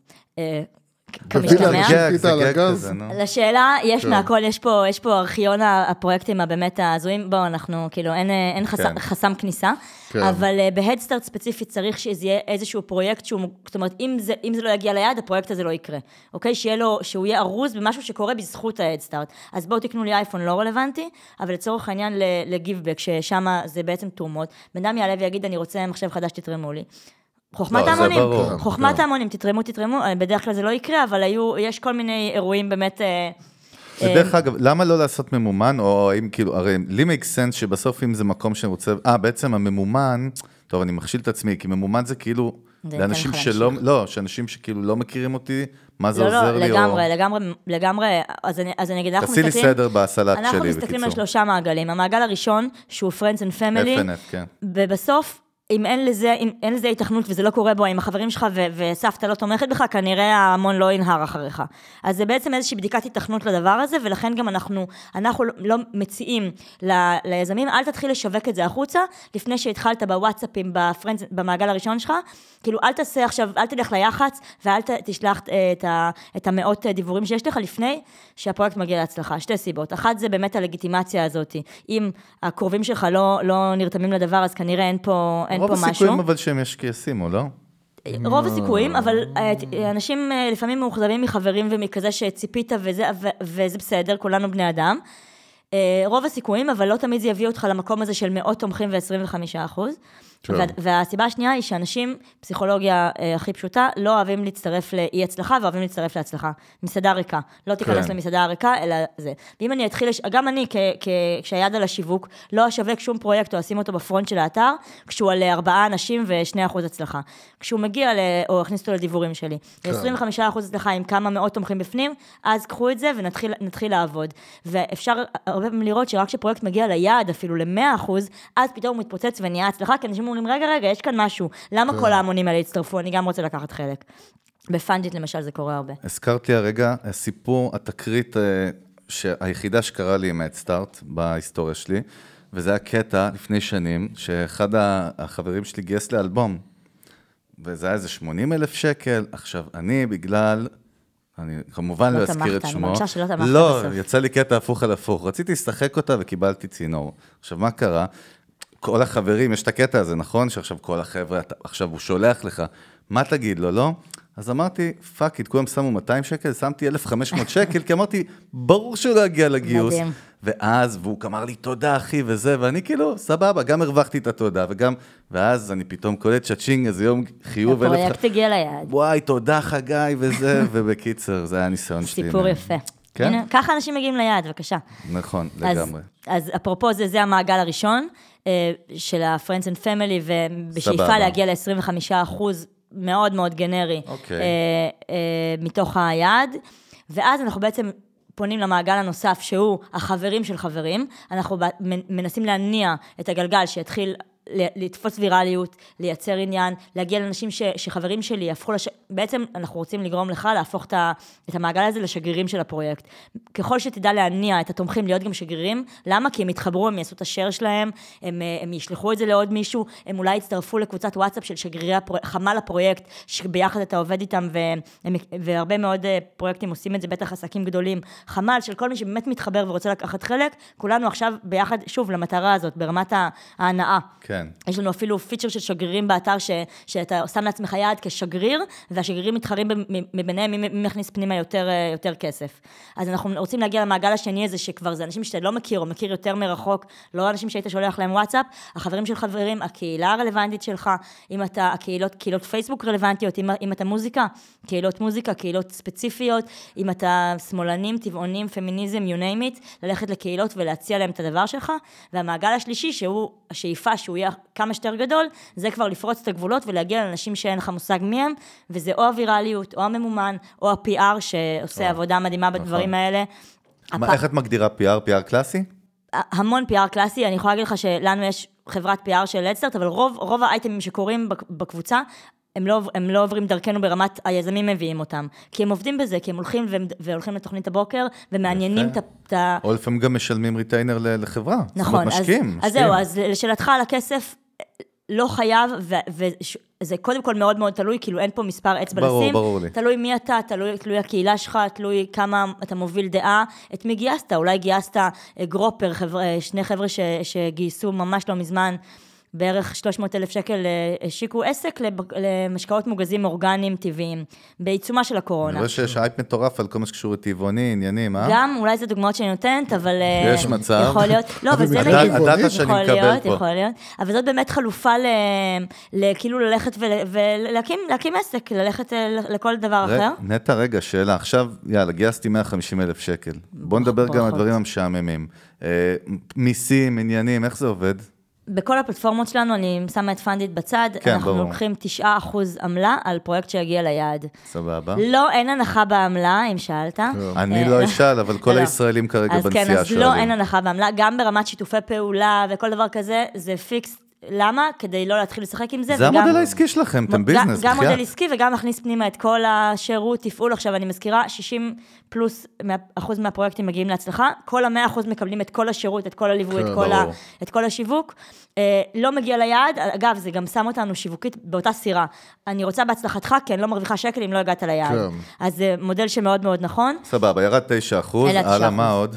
כמשתמע. פיתה על הגז. לשאלה, יש מהכל, יש פה ארכיון הפרויקטים הבאמת הזויים, בואו, אנחנו, כאילו, אין חסם כניסה, אבל בהדסטארט ספציפית צריך שזה יהיה איזשהו פרויקט, זאת אומרת, אם זה לא יגיע ליד, הפרויקט הזה לא יקרה, אוקיי? שהוא יהיה ארוז במשהו שקורה בזכות ההדסטארט. אז בואו תקנו לי אייפון לא רלוונטי, אבל לצורך העניין לגיבבק, ששם זה בעצם תרומות, בן אדם יעלה ויגיד, אני רוצה מחשב חדש, תתרמו לי. חוכמת ההמונים, חוכמת ההמונים, תתרמו, תתרמו, בדרך כלל זה לא יקרה, אבל היו, יש כל מיני אירועים באמת... ודרך אגב, למה לא לעשות ממומן, או אם כאילו, הרי לי make sense שבסוף אם זה מקום שאני רוצה, אה, בעצם הממומן, טוב, אני מכשיל את עצמי, כי ממומן זה כאילו, לאנשים שלא, לא, שאנשים שכאילו לא מכירים אותי, מה זה עוזר לי, או... לא, לא, לגמרי, לגמרי, לגמרי, אז אני אגיד, אנחנו מסתכלים... תעשי לי סדר בסלט שלי, בקיצור. אנחנו מסתכלים על שלושה מעגלים, המעגל הראשון, שהוא Friends and Family, F N F, כן. ובסוף, אם אין לזה, אם אין לזה התכנות וזה לא קורה בו, אם החברים שלך ו- וסבתא לא תומכת בך, כנראה ההמון לא ינהר אחריך. אז זה בעצם איזושהי בדיקת התכנות לדבר הזה, ולכן גם אנחנו, אנחנו לא מציעים ל- ליזמים, אל תתחיל לשווק את זה החוצה, לפני שהתחלת בוואטסאפים, בפרנדס, במעגל הראשון שלך, כאילו אל תעשה עכשיו, אל תלך ליח"צ, ואל ת- תשלח את, ה- את המאות דיבורים שיש לך לפני שהפרויקט מגיע להצלחה. שתי סיבות. אחת זה באמת הלגיטימציה הזאת. אם הקרובים שלך לא, לא נרתמים לדבר, אז כנראה אין פה, אין פה משהו. רוב הסיכויים אבל שהם ישכייסים, או לא? רוב הסיכויים, אבל אנשים לפעמים מאוכזבים מחברים ומכזה שציפית וזה, וזה בסדר, כולנו בני אדם. רוב הסיכויים, אבל לא תמיד זה יביא אותך למקום הזה של מאות תומכים ו-עשרים וחמישה אחוז. והסיבה השנייה היא שאנשים, פסיכולוגיה הכי פשוטה, לא אוהבים להצטרף לאי הצלחה, ואוהבים להצטרף להצלחה. מסעדה ריקה. לא תיכנס למסעדה הריקה, אלא זה. ואם אני אתחיל, גם אני, כשהיד על השיווק, לא אשווק שום פרויקט או אשים אותו בפרונט של האתר, כשהוא על ארבעה אנשים ושני אחוז הצלחה. כשהוא מגיע, או הכניס אותו לדיבורים שלי, עשרים וחמישה אחוז הצלחה עם כמה מאות תומכים בפנים, אז קחו את זה ונתחיל לעבוד. ואפשר הרבה פעמים לראות שרק כשפרויקט מגיע ליעד, אפילו ל-מאה אחוז, אז פתאום הוא מתפוצץ ונהיה הצלחה, כי אנשים אומרים, רגע, רגע, יש כאן משהו. למה כל ההמונים האלה הצטרפו? אני גם רוצה לקחת חלק. בפנדיט, למשל, זה קורה הרבה. הזכרת לי הרגע, הסיפור, התקרית היחידה שקרה לי עם הדסטארט בהיסטוריה שלי, וזה היה קטע לפני שנים, שאחד החברים שלי גייס לאלבום, וזה היה איזה שמונים אלף שקל. עכשיו, אני בגלל... אני כמובן לא אזכיר את שמו. אני מרגישה שלא תמכת בסוף. לא, יצא לי קטע הפוך על הפוך. רציתי לשחק אותה וקיבלתי צינור. עכשיו, מה קרה? כל החברים, יש את הקטע הזה, נכון? שעכשיו כל החבר'ה, עכשיו הוא שולח לך, מה תגיד לו, לא? אז אמרתי, פאק, את כולם שמו מאתיים שקל, שמתי אלף וחמש מאות שקל, כי אמרתי, ברור שהוא לא יגיע לגיוס. מדהים. ואז, והוא אמר לי, תודה אחי, וזה, ואני כאילו, סבבה, גם הרווחתי את התודה, וגם, ואז אני פתאום קולט שצ'ינג, איזה יום חיוב. הפרויקט הגיע ליד. וואי, תודה חגי, וזה, ובקיצר, זה היה ניסיון שלי. סיפור יפה. כן? הנה, ככה אנשים מגיעים ליד, בבקשה. נכון, לגמרי. אז אפרופו זה, זה המעגל הראשון, של ה-Friends and Family, ובשאיפה להגיע ל-עשרים וחמישה אחוז מאוד מאוד גנרי, מתוך היעד, ואז אנחנו בעצם פונים למעגל הנוסף, שהוא החברים של חברים, אנחנו מנסים להניע את הגלגל שיתחיל לתפוס וירליות, לייצר עניין, להגיע לאנשים ש, שחברים שלי הפכו, לש... בעצם אנחנו רוצים לגרום לך להפוך את, ה... את המעגל הזה לשגרירים של הפרויקט. ככל שתדע להניע את התומכים להיות גם שגרירים, למה? כי הם יתחברו, הם יעשו את השאר שלהם, הם, הם ישלחו את זה לעוד מישהו, הם אולי יצטרפו לקבוצת וואטסאפ של שגרירי הפרו... חמ"ל הפרויקט, שביחד אתה עובד איתם, והם... והרבה מאוד פרויקטים עושים את זה, בטח עסקים גדולים, חמ"ל של כל מי שבאמת מתחבר ורוצה לקחת חלק, כולנו עכשיו ביחד, שוב, למטרה הזאת, ברמת ההנאה. כן. יש לנו אפילו פיצ'ר של שגרירים באתר, ש, שאתה שם לעצמך יעד כשגריר, והשגרירים מתחרים מביניהם, מי מכניס פנימה יותר, יותר כסף. אז אנחנו רוצים להגיע למעגל השני הזה, שכבר זה אנשים שאתה לא מכיר, או מכיר יותר מרחוק, לא אנשים שהיית שולח להם וואטסאפ, החברים של חברים, הקהילה הרלוונטית שלך, אם אתה, הקהילות, קהילות פייסבוק רלוונטיות, אם, אם אתה מוזיקה, קהילות מוזיקה, קהילות ספציפיות, אם אתה שמאלנים, טבעונים, פמיניזם, you name it, ללכת לקהילות ולהציע להם את הדבר שלך, והמעגל השלישי, שהוא השאיפה, שהוא יהיה כמה שיותר גדול, זה כבר לפרוץ את הגבולות ולהגיע לאנשים שאין לך מושג מהם, וזה או הווירליות, או הממומן, או ה-פי אר שעושה עבודה מדהימה בדברים האלה. איך את מגדירה פי אר? פי אר קלאסי? המון פי אר קלאסי, אני יכולה להגיד לך שלנו יש חברת פי אר של הדסטארט, אבל רוב, רוב האייטמים שקורים בקבוצה, הם לא, הם לא עוברים דרכנו ברמת, היזמים מביאים אותם. כי הם עובדים בזה, כי הם הולכים והולכים לתוכנית הבוקר, ומעניינים את ה... או לפעמים גם משלמים ריטיינר לחברה. נכון, אז, משקיעים, אז זהו, אז לשאלתך על הכסף, לא חייב, וזה קודם כל מאוד מאוד תלוי, כאילו אין פה מספר אצבע לשים. ברור, ברור לי. תלוי מי אתה, תלוי, תלוי הקהילה שלך, תלוי כמה אתה מוביל דעה, את מי גייסת, אולי גייסת גרופר, שני חבר'ה שגייסו ממש לא מזמן, בערך שלוש מאות אלף שקל השיקו עסק למשקאות מוגזים אורגניים טבעיים, בעיצומה של הקורונה. אני רואה שיש אייפ מטורף על כל מה שקשור לטבעוני, עניינים, אה? גם, אולי זה דוגמאות שאני נותנת, אבל... יש מצב. יכול להיות. לא, אבל זה נגיד... הדאטה שאני מקבל פה. יכול להיות, אבל זאת באמת חלופה לכאילו ללכת ולהקים עסק, ללכת לכל דבר אחר. נטע, רגע, שאלה. עכשיו, יאללה, גייסתי מאה וחמישים אלף שקל. בוא נדבר גם על הדברים המשעממים. מיסים, עניינים, איך זה עובד? בכל הפלטפורמות שלנו, אני שמה את פנדיט בצד, כן, אנחנו ברור. לוקחים תשעה אחוז עמלה על פרויקט שיגיע ליעד. סבבה. לא, אין הנחה בעמלה, אם שאלת. אני לא אשאל, אבל כל הישראלים כרגע בנסיעה שואלים. אז כן, אז שואלים. לא, אין הנחה בעמלה, גם ברמת שיתופי פעולה וכל דבר כזה, זה פיקס, למה? כדי לא להתחיל לשחק עם זה. זה המודל העסקי שלכם, אתם ביזנס. גם מודל עסקי וגם להכניס פנימה את כל השירות, תפעול. עכשיו אני מזכירה, שישים פלוס אחוז מהפרויקטים מגיעים להצלחה, כל ה-מאה אחוז מקבלים את כל השירות, את כל הליווי, את כל השיווק. לא מגיע ליעד, אגב, זה גם שם אותנו שיווקית באותה סירה. אני רוצה בהצלחתך, כי אני לא מרוויחה שקל אם לא הגעת ליעד. אז זה מודל שמאוד מאוד נכון. סבבה, ירד תשע אחוז, הלאה, מה עוד?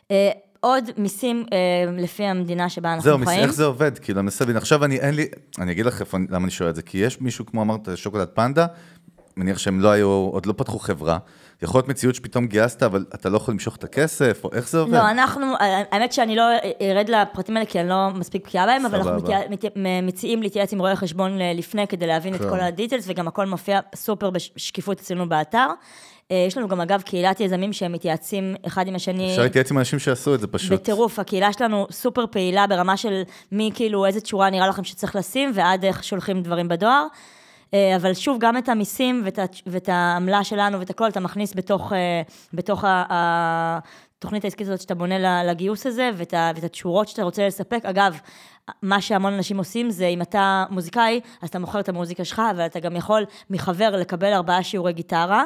עוד מיסים לפי המדינה שבה אנחנו חיים. זהו, איך זה עובד? כאילו, אני מנסה, עכשיו אני, אין לי, אני אגיד לך למה אני שואל את זה, כי יש מישהו, כמו אמרת, שוקולד פנדה, מניח שהם לא היו, עוד לא פתחו חברה, יכול להיות מציאות שפתאום גייסת, אבל אתה לא יכול למשוך את הכסף, או איך זה עובד? לא, אנחנו, האמת שאני לא ארד לפרטים האלה, כי אני לא מספיק בקיאה בהם, אבל אנחנו מציעים להתייעץ עם רואה חשבון לפני, כדי להבין את כל הדיטלס, וגם הכל מופיע סופר בשקיפות אצלנו באתר. יש לנו גם אגב קהילת יזמים שהם מתייעצים אחד עם השני. אפשר להתייעץ עם אנשים שעשו את זה פשוט. בטירוף, הקהילה שלנו סופר פעילה ברמה של מי כאילו איזה תשורה נראה לכם שצריך לשים, ועד איך שולחים דברים בדואר. אבל שוב, גם את המיסים ואת, ואת העמלה שלנו ואת הכל, אתה מכניס בתוך, בתוך התוכנית העסקית הזאת שאתה בונה לגיוס הזה, ואת, ואת התשורות שאתה רוצה לספק. אגב, מה שהמון אנשים עושים זה, אם אתה מוזיקאי, אז אתה מוכר את המוזיקה שלך, אבל אתה גם יכול מחבר לקבל ארבעה שיעורי גיטרה,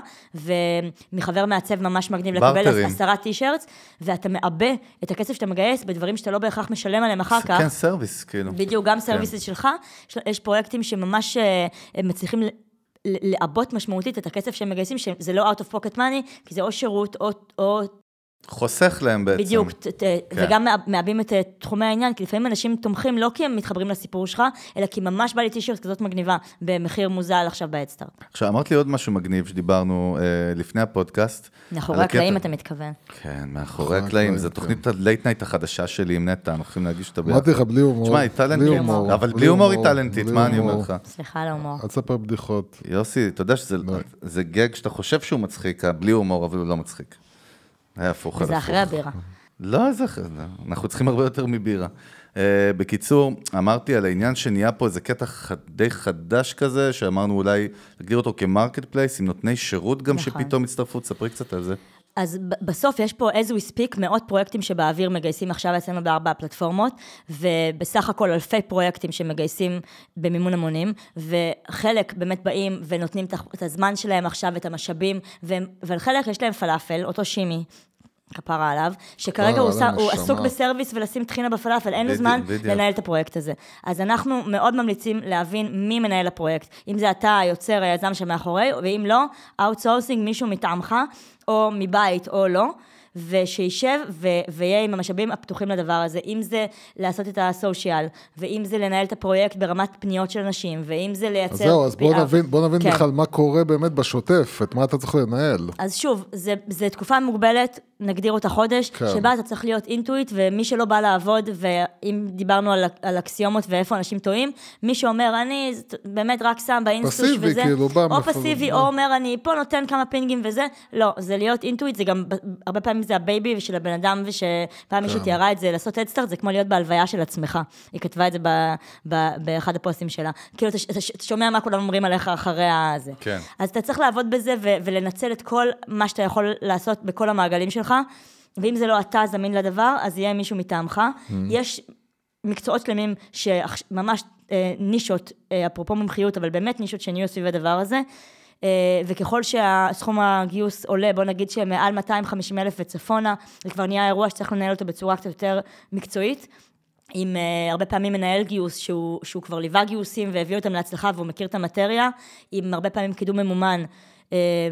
ומחבר מעצב ממש מגניב לקבל עשרה טישרטס, ואתה מעבה את הכסף שאתה מגייס בדברים שאתה לא בהכרח משלם עליהם אחר כך. כן, סרוויס, כאילו. בדיוק, גם סרוויסס שלך. יש פרויקטים שממש מצליחים לעבות משמעותית את הכסף שהם מגייסים, שזה לא out of pocket money, כי זה או שירות או... חוסך להם בעצם. בדיוק, וגם מאבים את תחומי העניין, כי לפעמים אנשים תומכים לא כי הם מתחברים לסיפור שלך, אלא כי ממש בא לי טישרט כזאת מגניבה, במחיר מוזל עכשיו בהדסטארט. עכשיו, אמרת לי עוד משהו מגניב שדיברנו לפני הפודקאסט. מאחורי הקלעים אתה מתכוון. כן, מאחורי הקלעים, זו תוכנית הלייט נייט החדשה שלי עם נטע, אנחנו יכולים להגיש אותה ביחד. אמרתי לך, בלי הומור. תשמע, היא טלנטית, אבל בלי הומור היא טלנטית, מה אני אומר לך? סליחה על ההומור. אל תספר בדיחות. יוסי, אתה יודע שזה גג שאתה חושב שהוא מצחיק, בלי הומור, אבל הוא לא מצחיק. היה הפוך. וזה אחרי הבירה. לא, זה אחרי, אנחנו צריכים הרבה יותר מבירה. בקיצור, אמרתי על העניין שנהיה פה איזה קטע די חדש כזה, שאמרנו אולי להגדיר אותו כמרקט פלייס, עם נותני שירות גם שפתאום הצטרפו, תספרי קצת על זה. אז בסוף יש פה as we speak מאות פרויקטים שבאוויר מגייסים עכשיו אצלנו בארבע פלטפורמות, ובסך הכל אלפי פרויקטים שמגייסים במימון המונים, וחלק באמת באים ונותנים את הזמן שלהם עכשיו, את המשאבים, ועל חלק יש להם פלאפל, אותו שימי, כפרה עליו, שכרגע הוא, הוא עסוק בסרוויס ולשים תחינה בפלאפל, אין לו זמן לנהל את הפרויקט הזה. אז אנחנו מאוד ממליצים להבין מי מנהל הפרויקט, אם זה אתה, היוצר, היזם שמאחורי, ואם לא, אאוטסורסינג, מישהו מטעמך, או מבית או לא, ושישב ו- ויהיה עם המשאבים הפתוחים לדבר הזה, אם זה לעשות את הסושיאל, ואם זה לנהל את הפרויקט ברמת פניות של אנשים, ואם זה לייצר... אז זהו, אז בוא נבין, בוא נבין כן. בכלל מה קורה באמת בשוטף, את מה אתה צריך לנהל. אז שוב, זה, זה תקופה מוגבלת, נגדיר אותה חודש, כן. שבה אתה צריך להיות אינטואיט, ומי שלא בא לעבוד, ואם דיברנו על, על אקסיומות ואיפה אנשים טועים, מי שאומר, אני באמת רק שם באינסטוש וזה, פסיבי, כאילו, או פסיבי, או אומר, אני פה נותן כמה פינגים וזה, לא, זה להיות אינטואיט, זה גם הרבה פעמים זה הבייבי של הבן אדם, ושפעם מישהו תיארה את זה, לעשות הדסטארט, זה כמו להיות בהלוויה של עצמך. היא כתבה את זה באחד הפוסטים שלה. כאילו, אתה שומע מה כולם אומרים עליך אחרי הזה. כן. אז אתה צריך לעבוד בזה, ולנצל את כל מה שאתה יכול לעשות בכל המעגלים שלך, ואם זה לא אתה זמין לדבר, אז יהיה מישהו מטעמך. יש מקצועות שלמים שממש נישות, אפרופו מומחיות, אבל באמת נישות שנהיו סביב הדבר הזה, וככל שהסכום הגיוס עולה, בוא נגיד שמעל מאתיים וחמישים אלף וצפונה, זה כבר נהיה אירוע שצריך לנהל אותו בצורה קצת יותר מקצועית, עם uh, הרבה פעמים מנהל גיוס שהוא, שהוא כבר ליווה גיוסים והביא אותם להצלחה והוא מכיר את המטריה, עם הרבה פעמים קידום ממומן, uh,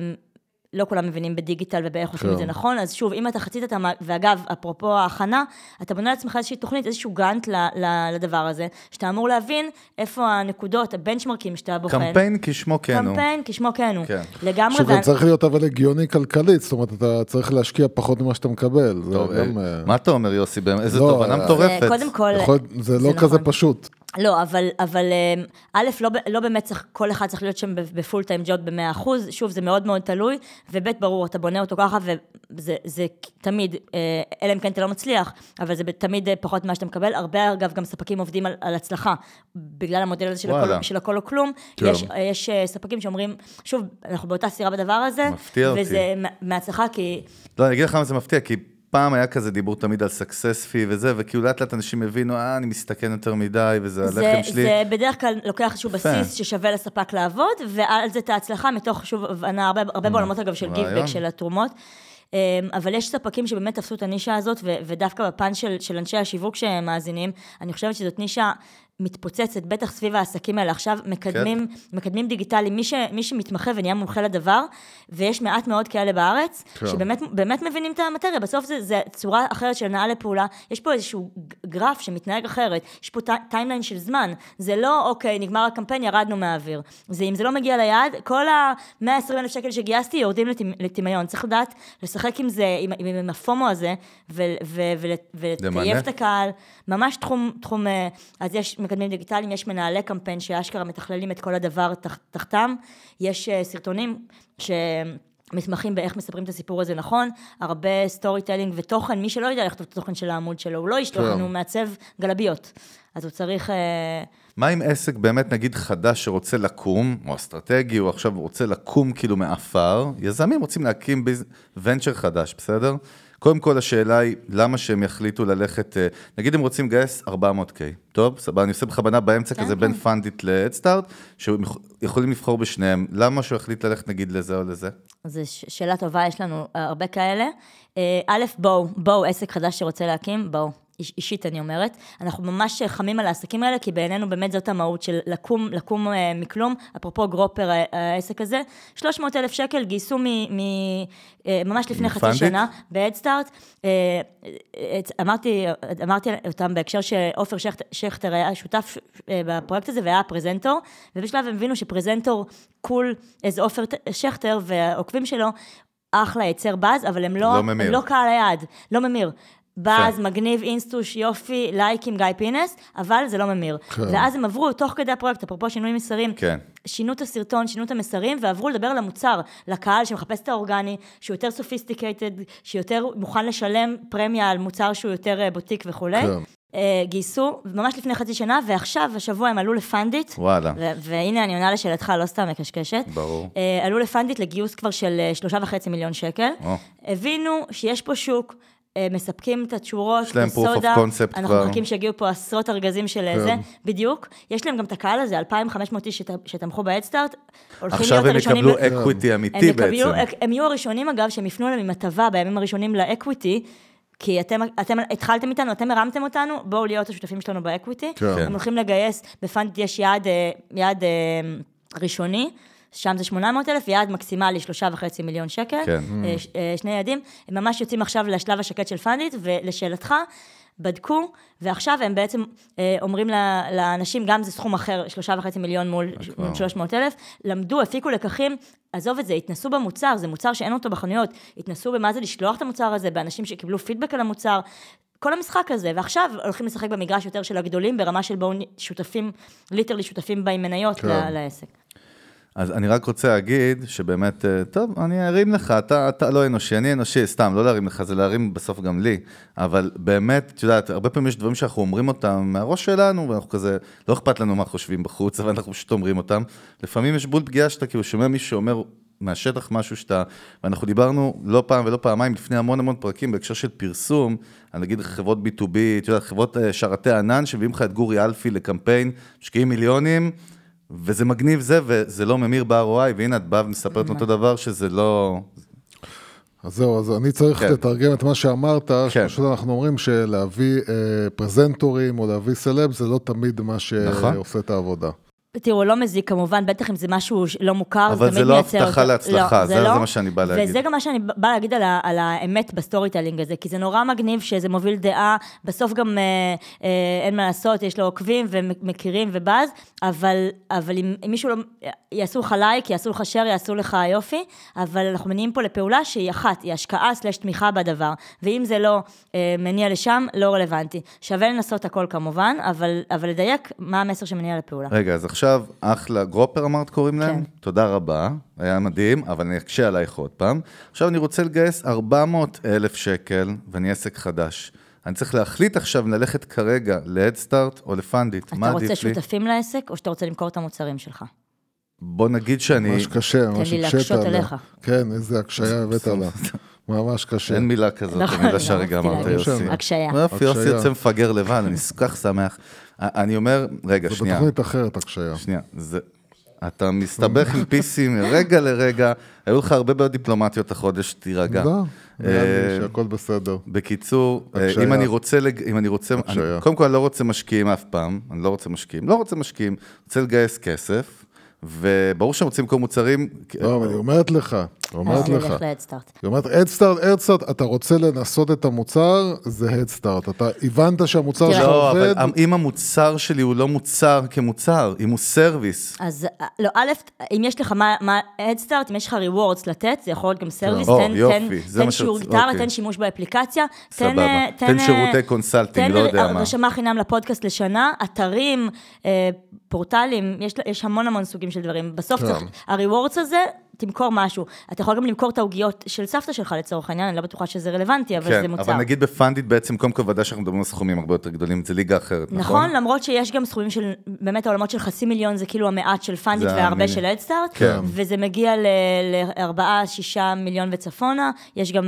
לא כולם מבינים בדיגיטל ובאיך עושים את זה נכון, אז שוב, אם אתה חצית את המ... ואגב, אפרופו ההכנה, אתה בונה לעצמך איזושהי תוכנית, איזשהו גאנט לדבר הזה, שאתה אמור להבין איפה הנקודות, הבנצ'מרקים שאתה בוחן. קמפיין כשמו כן הוא. קמפיין כשמו כן הוא. לגמרי. שוב, צריך להיות אבל הגיוני כלכלית, זאת אומרת, אתה צריך להשקיע פחות ממה שאתה מקבל. מה אתה אומר, יוסי? איזה תובנה מטורפת. קודם כל... זה לא כזה פשוט. לא, אבל, אבל, א', לא, לא באמת צריך, כל אחד צריך להיות שם בפול טיים ג'וב ב-מאה אחוז, שוב, זה מאוד מאוד תלוי, וב' ברור, אתה בונה אותו ככה, וזה זה תמיד, אלא אם כן אתה לא מצליח, אבל זה תמיד פחות ממה שאתה מקבל, הרבה, אגב, גם ספקים עובדים על, על הצלחה, בגלל המודל הזה של הכל, של הכל או כלום, יש, יש ספקים שאומרים, שוב, אנחנו באותה סירה בדבר הזה, מפתיע וזה אותי. מהצלחה, כי... לא, אני אגיד לך מה זה מפתיע, כי פעם היה כזה דיבור תמיד על success fee וזה, וכאילו לאט לאט אנשים הבינו, אה, אני מסתכן יותר מדי, וזה הלחם שלי. זה בדרך כלל לוקח איזשהו בסיס ששווה לספק לעבוד, ועל זה את ההצלחה מתוך, שוב, הבנה, הרבה, הרבה בעולמות אגב של גיבבק של התרומות, אבל יש ספקים שבאמת תפסו את הנישה הזאת, ודווקא בפן של, של אנשי השיווק שמאזינים, אני חושבת שזאת נישה מתפוצצת, בטח סביב העסקים האלה, עכשיו מקדמים, מקדמים דיגיטלי, מי, ש, מי שמתמחה ונהיה מומחה לדבר, ויש מעט מאוד כאלה בארץ, שבאמת באמת מבינים את המטריה, בסוף זה, זה צורה אחרת של נעה לפעולה, יש פה איזשהו גרף שמתנהג אחרת, יש פה טיימליין של זמן, זה לא, אוקיי, נגמר הקמפיין, ירדנו מהאוויר, זה אם זה לא מגיע ליעד, כל ה-מאה ועשרים אלף שקל שגייסתי יורדים לטמיון, צריך לדעת לשחק עם זה, עם, עם, עם הפומו הזה, ולטייב את הקהל, ממש תחום, תחום, אז יש מקדמים דיגיטליים, יש מנהלי קמפיין שאשכרה מתכללים את כל הדבר תחתם, יש סרטונים שמתמחים באיך מספרים את הסיפור הזה נכון, הרבה סטורי טיילינג ותוכן, מי שלא יודע לכתוב את התוכן של העמוד שלו, הוא לא איש תוכן, הוא מעצב גלביות, אז הוא צריך... מה אם עסק באמת נגיד חדש שרוצה לקום, או אסטרטגי, או עכשיו רוצה לקום כאילו מאפר, יזמים רוצים להקים ונצ'ר חדש, בסדר? קודם כל השאלה היא, למה שהם יחליטו ללכת, נגיד הם רוצים לגייס ארבע מאות קיי, טוב, סבבה, אני עושה בכוונה באמצע כזה בין פנדיט להדסטארט, שיכולים לבחור בשניהם, למה שהוא יחליט ללכת נגיד לזה או לזה? זו שאלה טובה, יש לנו הרבה כאלה. א', בואו, בואו, עסק חדש שרוצה להקים, בואו. אישית אני אומרת, אנחנו ממש חמים על העסקים האלה, כי בעינינו באמת זאת המהות של לקום, לקום מכלום, אפרופו גרופר העסק הזה, שלוש מאות אלף שקל גייסו ממש לפני חצי שנה, בהדסטארט, אמרתי, אמרתי אותם בהקשר שאופר שכטר היה שותף בפרויקט הזה, והיה פרזנטור, ובשלב הם הבינו שפרזנטור קול איזה אופר שכטר, והעוקבים שלו, אחלה יצר באז, אבל הם לא, הם לא קהל היעד, לא ממיר. באז, מגניב, אינסטוש, יופי, לייקים, גיא פינס, אבל זה לא ממיר. ואז הם עברו תוך כדי הפרויקט, אפרופו שינוי מסרים, שינו את הסרטון, שינו את המסרים, ועברו לדבר על המוצר, לקהל שמחפש את האורגני, שהוא יותר סופיסטיקייטד, שיותר מוכן לשלם פרמיה על מוצר שהוא יותר בוטיק וכו'. גייסו, ממש לפני חצי שנה, ועכשיו, השבוע הם עלו לפנדיט, והנה אני עונה לשאלתך, לא סתם מקשקשת, ברור. עלו לפנדיט לגיוס כבר של שלושה וחצי מיליון שקל, הבינו שיש פה שוק, מספקים את התשורות, את הסודה, אנחנו מחכים שהגיעו פה עשרות ארגזים של זה, בדיוק, יש להם גם את הקהל הזה, אלפיים וחמש מאות איש שתמכו בהדסטארט, עכשיו הם יקבלו אקוויטי אמיתי בעצם. הם יהיו הראשונים אגב, שהם יפנו להם עם הטבה בימים הראשונים לאקוויטי, כי אתם, אתם התחלתם איתנו, אתם הרמתם אותנו, בואו להיות השותפים שלנו באקוויטי, הם הולכים לגייס, בפנדיט יש יעד, יעד ראשוני, שם זה שמונה מאות אלף, יעד מקסימלי שלושה וחצי מיליון שקל, כן. שני יעדים, הם ממש יוצאים עכשיו לשלב השקט של פנדיט, ולשאלתך, בדקו, ועכשיו הם בעצם אומרים לאנשים, גם זה סכום אחר, שלושה וחצי מיליון מול שלוש מאות אלף, למדו, הפיקו לקחים, עזוב את זה, התנסו במוצר, זה מוצר שאין אותו בחנויות, התנסו במה זה לשלוח את המוצר הזה, באנשים שקיבלו פידבק על המוצר, כל המשחק הזה, ועכשיו הולכים לשחק במגרש יותר של הגדולים, ברמה של בואו שותפים, ליטרלי שותפים בה עם מניות לעסק. אז אני רק רוצה להגיד שבאמת, טוב, אני ארים לך, אתה, אתה לא אנושי, אני אנושי, סתם, לא להרים לך, זה להרים בסוף גם לי, אבל באמת, את יודעת, הרבה פעמים יש דברים שאנחנו אומרים אותם מהראש שלנו, ואנחנו כזה, לא אכפת לנו מה חושבים בחוץ, אבל אנחנו פשוט אומרים אותם, לפעמים יש בול פגיעה שאתה כאילו שומע מישהו שאומר מהשטח משהו שאתה, ואנחנו דיברנו לא פעם ולא פעמיים, לפני המון המון פרקים, בהקשר של פרסום, אני אגיד חברות בי טו בי, את יודעת, חברות שרתי ענן, שמביאים לך את גורי אלפי לקמפיין, משקיעים מיליונים, וזה מגניב זה, וזה לא ממיר ב-אר או איי, והנה את באה ומספרת אותו דבר שזה לא... אז זהו, אז אני צריך לתרגם את מה שאמרת, שפשוט אנחנו אומרים שלהביא פרזנטורים או להביא סלב, זה לא תמיד מה שעושה את העבודה. תראו, לא מזיק כמובן, בטח אם זה משהו לא מוכר, אבל זה לא הבטחה להצלחה, זה מה שאני בא להגיד. וזה גם מה שאני בא להגיד על האמת בסטורי טיילינג הזה, כי זה נורא מגניב שזה מוביל דעה, בסוף גם אין מה לעשות, יש לו עוקבים ומכירים ובאז, אבל אם מישהו לא, יעשו לך לייק, יעשו לך שר, יעשו לך יופי, אבל אנחנו מניעים פה לפעולה שהיא אחת, היא השקעה סלש תמיכה בדבר, ואם זה לא מניע לשם, לא רלוונטי. שווה לנסות הכל כמובן, אבל לדייק מה המסר שמניע לפעולה. רגע, אז עכשיו עכשיו, אחלה, גרופר אמרת קוראים להם? כן. תודה רבה, היה מדהים, אבל אני אקשה עלייך עוד פעם. עכשיו אני רוצה לגייס ארבע מאות אלף שקל, ואני עסק חדש. אני צריך להחליט עכשיו ללכת כרגע להדסטארט או לפנדיט. אתה רוצה שותפים לעסק, או שאתה רוצה למכור את המוצרים שלך? בוא נגיד שאני... ממש קשה, ממש קשה. תן לי להקשות עליך. כן, איזה הקשיה הבאת עליו. ממש קשה. אין מילה כזאת, מילה שהרגע אמרת יוסי. הקשיה. יופי, יוסי יוצא מפגר לבד, אני כל כך שמח. אני אומר, רגע, זה שנייה. בתוכנית אחרת, הקשיה. שנייה, זה... אתה מסתבך עם פיסים מרגע לרגע, היו לך הרבה בעיות דיפלומטיות החודש, תירגע. לא, נראה לי שהכל בסדר. בקיצור, אם אני רוצה, אם אני רוצה, קודם כל אני לא רוצה משקיעים אף פעם, אני לא רוצה משקיעים, לא רוצה משקיעים, רוצה לגייס כסף, וברור שהם רוצים כל מוצרים... לא, אבל היא אומרת לך, היא אומרת לך. אז נלך להדסטארט. היא אומרת, הדסטארט, הדסטארט, אתה רוצה לנסות את המוצר, זה הדסטארט. אתה הבנת שהמוצר שלך עובד... לא, אבל אם המוצר שלי הוא לא מוצר כמוצר, אם הוא סרוויס... אז לא, א', אם יש לך מה, הדסטארט, אם יש לך ריוורדס לתת, זה יכול להיות גם סרוויס, תן שיעור גיטרה, תן שימוש באפליקציה, סבבה, תן שירותי קונסלטינג, לא יודע מה. תן רשמה חינם לפודקאסט לשנה, אתרים, פורטלים, יש המון המון סוגים של דברים. בסוף צריך, הריוורדס הזה, תמכור משהו. אתה יכול גם למכור את העוגיות של סבתא שלך לצורך העניין, אני לא בטוחה שזה רלוונטי, אבל זה מוצר. כן, אבל נגיד בפנדיט בעצם, קודם כל ודאי שאנחנו מדברים על סחומים הרבה יותר גדולים, זה ליגה אחרת, נכון? נכון, למרות שיש גם סכומים של, באמת העולמות של חצי מיליון, זה כאילו המעט של פנדיט והרבה של הדסטארט, וזה מגיע לארבעה, שישה מיליון וצפונה, יש גם...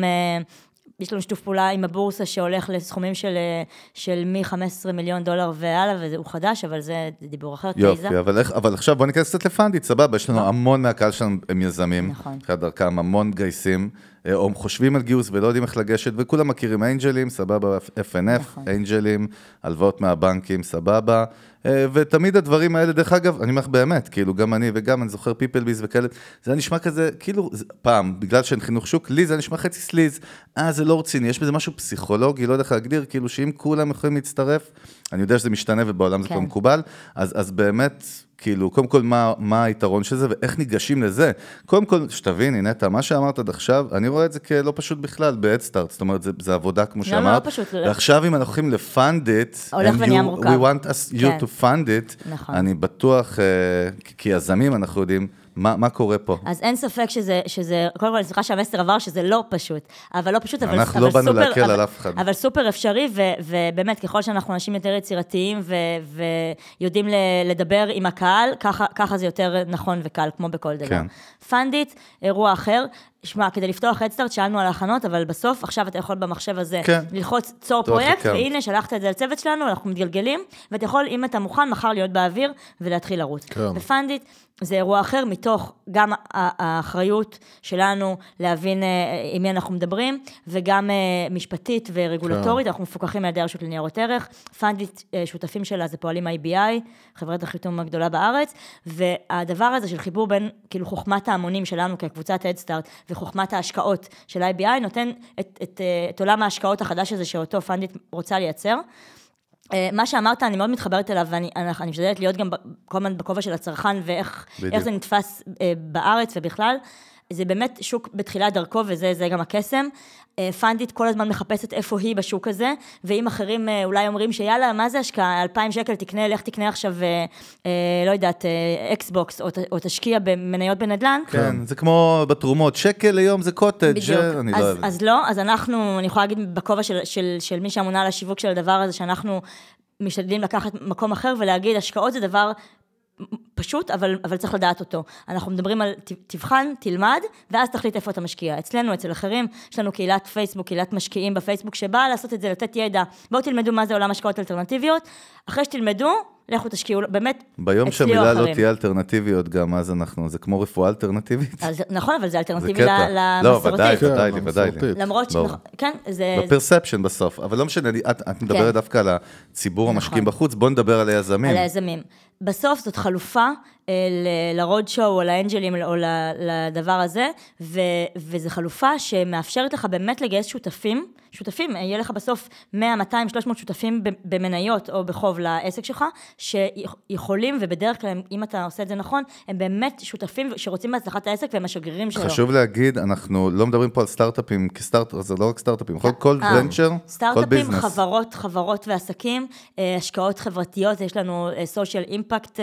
יש לנו שיתוף פעולה עם הבורסה שהולך לסכומים של, של מ-חמישה עשר מיליון דולר והלאה, והוא חדש, אבל זה דיבור אחר. יופי, אבל, אבל עכשיו בוא ניכנס קצת לפנדיט, סבבה, יש לנו המון מהקהל שלנו הם יזמים, נכון. אחת דרכם המון גייסים, או חושבים על גיוס ולא יודעים איך לגשת, וכולם מכירים אנג'לים, סבבה, אף אן אף, נכון. אנג'לים, הלוואות מהבנקים, סבבה, ותמיד הדברים האלה, דרך אגב, אני אומר באמת, כאילו גם אני וגם אני זוכר פיפלביז וכאלה, זה נשמע כזה, כאילו, פעם, בגלל שאין חינוך שוק, לי זה נשמע חצי סליז, אה, זה לא רציני, יש בזה משהו פסיכולוגי, לא יודע איך להגדיר, כאילו שאם כולם יכולים להצטרף, אני יודע שזה משתנה ובעולם זה כבר מקובל, אז, אז באמת, כאילו, קודם כל, מה, מה היתרון של זה, ואיך ניגשים לזה? קודם כל, שתבין, הנה, מה שאמרת עד עכשיו, אני רואה את זה כלא פשוט בכלל, בהדסטארט, זאת אומרת, זה, זה עבודה, כמו שאמרת. לא, לא פשוט. ועכשיו, אם אנחנו הולכים לפנד it, הולך ונהיה מורכב. we want us, you כן. to fund it, נכון. אני בטוח, כי יזמים אנחנו יודעים, מה, מה קורה פה? אז אין ספק שזה, שזה, קודם כל, אני זוכרה שהמסר עבר שזה לא פשוט, אבל לא פשוט, אבל, אנחנו אבל לא באנו סופר, להקל אבל, על אף אחד. אבל סופר אפשרי, ו, ובאמת, ככל שאנחנו אנשים יותר יצירתיים, ו, ויודעים לדבר עם הקהל, ככה, ככה זה יותר נכון וקל, כמו בכל דבר. כן. פנדיט, אירוע אחר, שמע, כדי לפתוח הדסטארט, שאלנו על ההכנות, אבל בסוף, עכשיו אתה יכול במחשב הזה, כן. ללחוץ צור פרויקט, הקאונט. והנה, שלחת את זה לצוות שלנו, אנחנו מתגלגלים, ואתה יכול, אם אתה מוכן, מחר להיות באוויר, ולהתחיל לרוץ. כן. בפנדיט, זה אירוע אחר, מתוך גם האחריות שלנו להבין עם מי אנחנו מדברים, וגם משפטית ורגולטורית, כן. אנחנו מפוקחים על ידי הרשות לניירות ערך, פנדיט שותפים שלה זה פועלים איי בי איי, חברת החיתום הגדולה בארץ, והדבר הזה של חיבור בין, כאילו, חוכמת ההמונים שלנו כקבוצת הדסטארט, וחוכמת ההשקעות של איי בי איי, נותן את, את, את עולם ההשקעות החדש הזה, שאותו פנדיט רוצה לייצר. מה שאמרת, אני מאוד מתחברת אליו, ואני אני משתדלת להיות גם כל הזמן בכובע של הצרכן, ואיך איך זה נתפס בארץ ובכלל. זה באמת שוק בתחילת דרכו, וזה זה גם הקסם. פנדיט כל הזמן מחפשת איפה היא בשוק הזה, ואם אחרים אולי אומרים שיאללה, מה זה השקעה? אלפיים שקל תקנה, לך תקנה עכשיו, לא יודעת, אקסבוקס, או, או תשקיע במניות בנדלן. כן, זה כמו בתרומות, שקל ליום זה קוטג'. בדיוק. אז, אז לא, אז אנחנו, אני יכולה להגיד בכובע של, של, של מי שאמונה על השיווק של הדבר הזה, שאנחנו משתדלים לקחת מקום אחר, ולהגיד, השקעות זה דבר פשוט, אבל, אבל צריך לדעת אותו. אנחנו מדברים על תבחן, תלמד, ואז תחליט איפה אתה משקיע. אצלנו, אצל אחרים, יש לנו קהילת פייסבוק, קהילת משקיעים בפייסבוק, שבאה לעשות את זה, לתת ידע. בואו תלמדו מה זה עולם השקעות אלטרנטיביות. אחרי שתלמדו, לכו תשקיעו, באמת, ביום שהמילה לא תהיה אלטרנטיביות גם, אז אנחנו, זה כמו רפואה אלטרנטיבית. נכון, אבל זה אלטרנטיבי למסורתית. לא, ודאי, ודאי לי, ודאי לי. למרות ש... כן, זה... בפרספשן בסוף, אבל לא משנה, את מדברת דווקא על הציבור המשקיעים בחוץ, בואו נדבר על היזמים. על היזמים. בסוף זאת חלופה לרוד שואו או לאנג'לים או לדבר הזה, וזו חלופה שמאפשרת לך באמת לגייס שותפים, שותפים, יהיה לך בסוף מאה, מאתיים, שלוש מאות שותפים במניות או בחוב לעסק שלך, שיכולים, ובדרך כלל, אם אתה עושה את זה נכון, הם באמת שותפים שרוצים בהצלחת העסק, והם השגרירים שלו. חשוב להגיד, אנחנו לא מדברים פה על סטארט-אפים, כי סטארט-אפ, זה לא רק סטארט-אפים, כל ונצ'ר, כל ביזנס. סטארט-אפים, חברות, חברות ועסקים, השקעות חברתיות, יש לנו סושיאל אימפקט,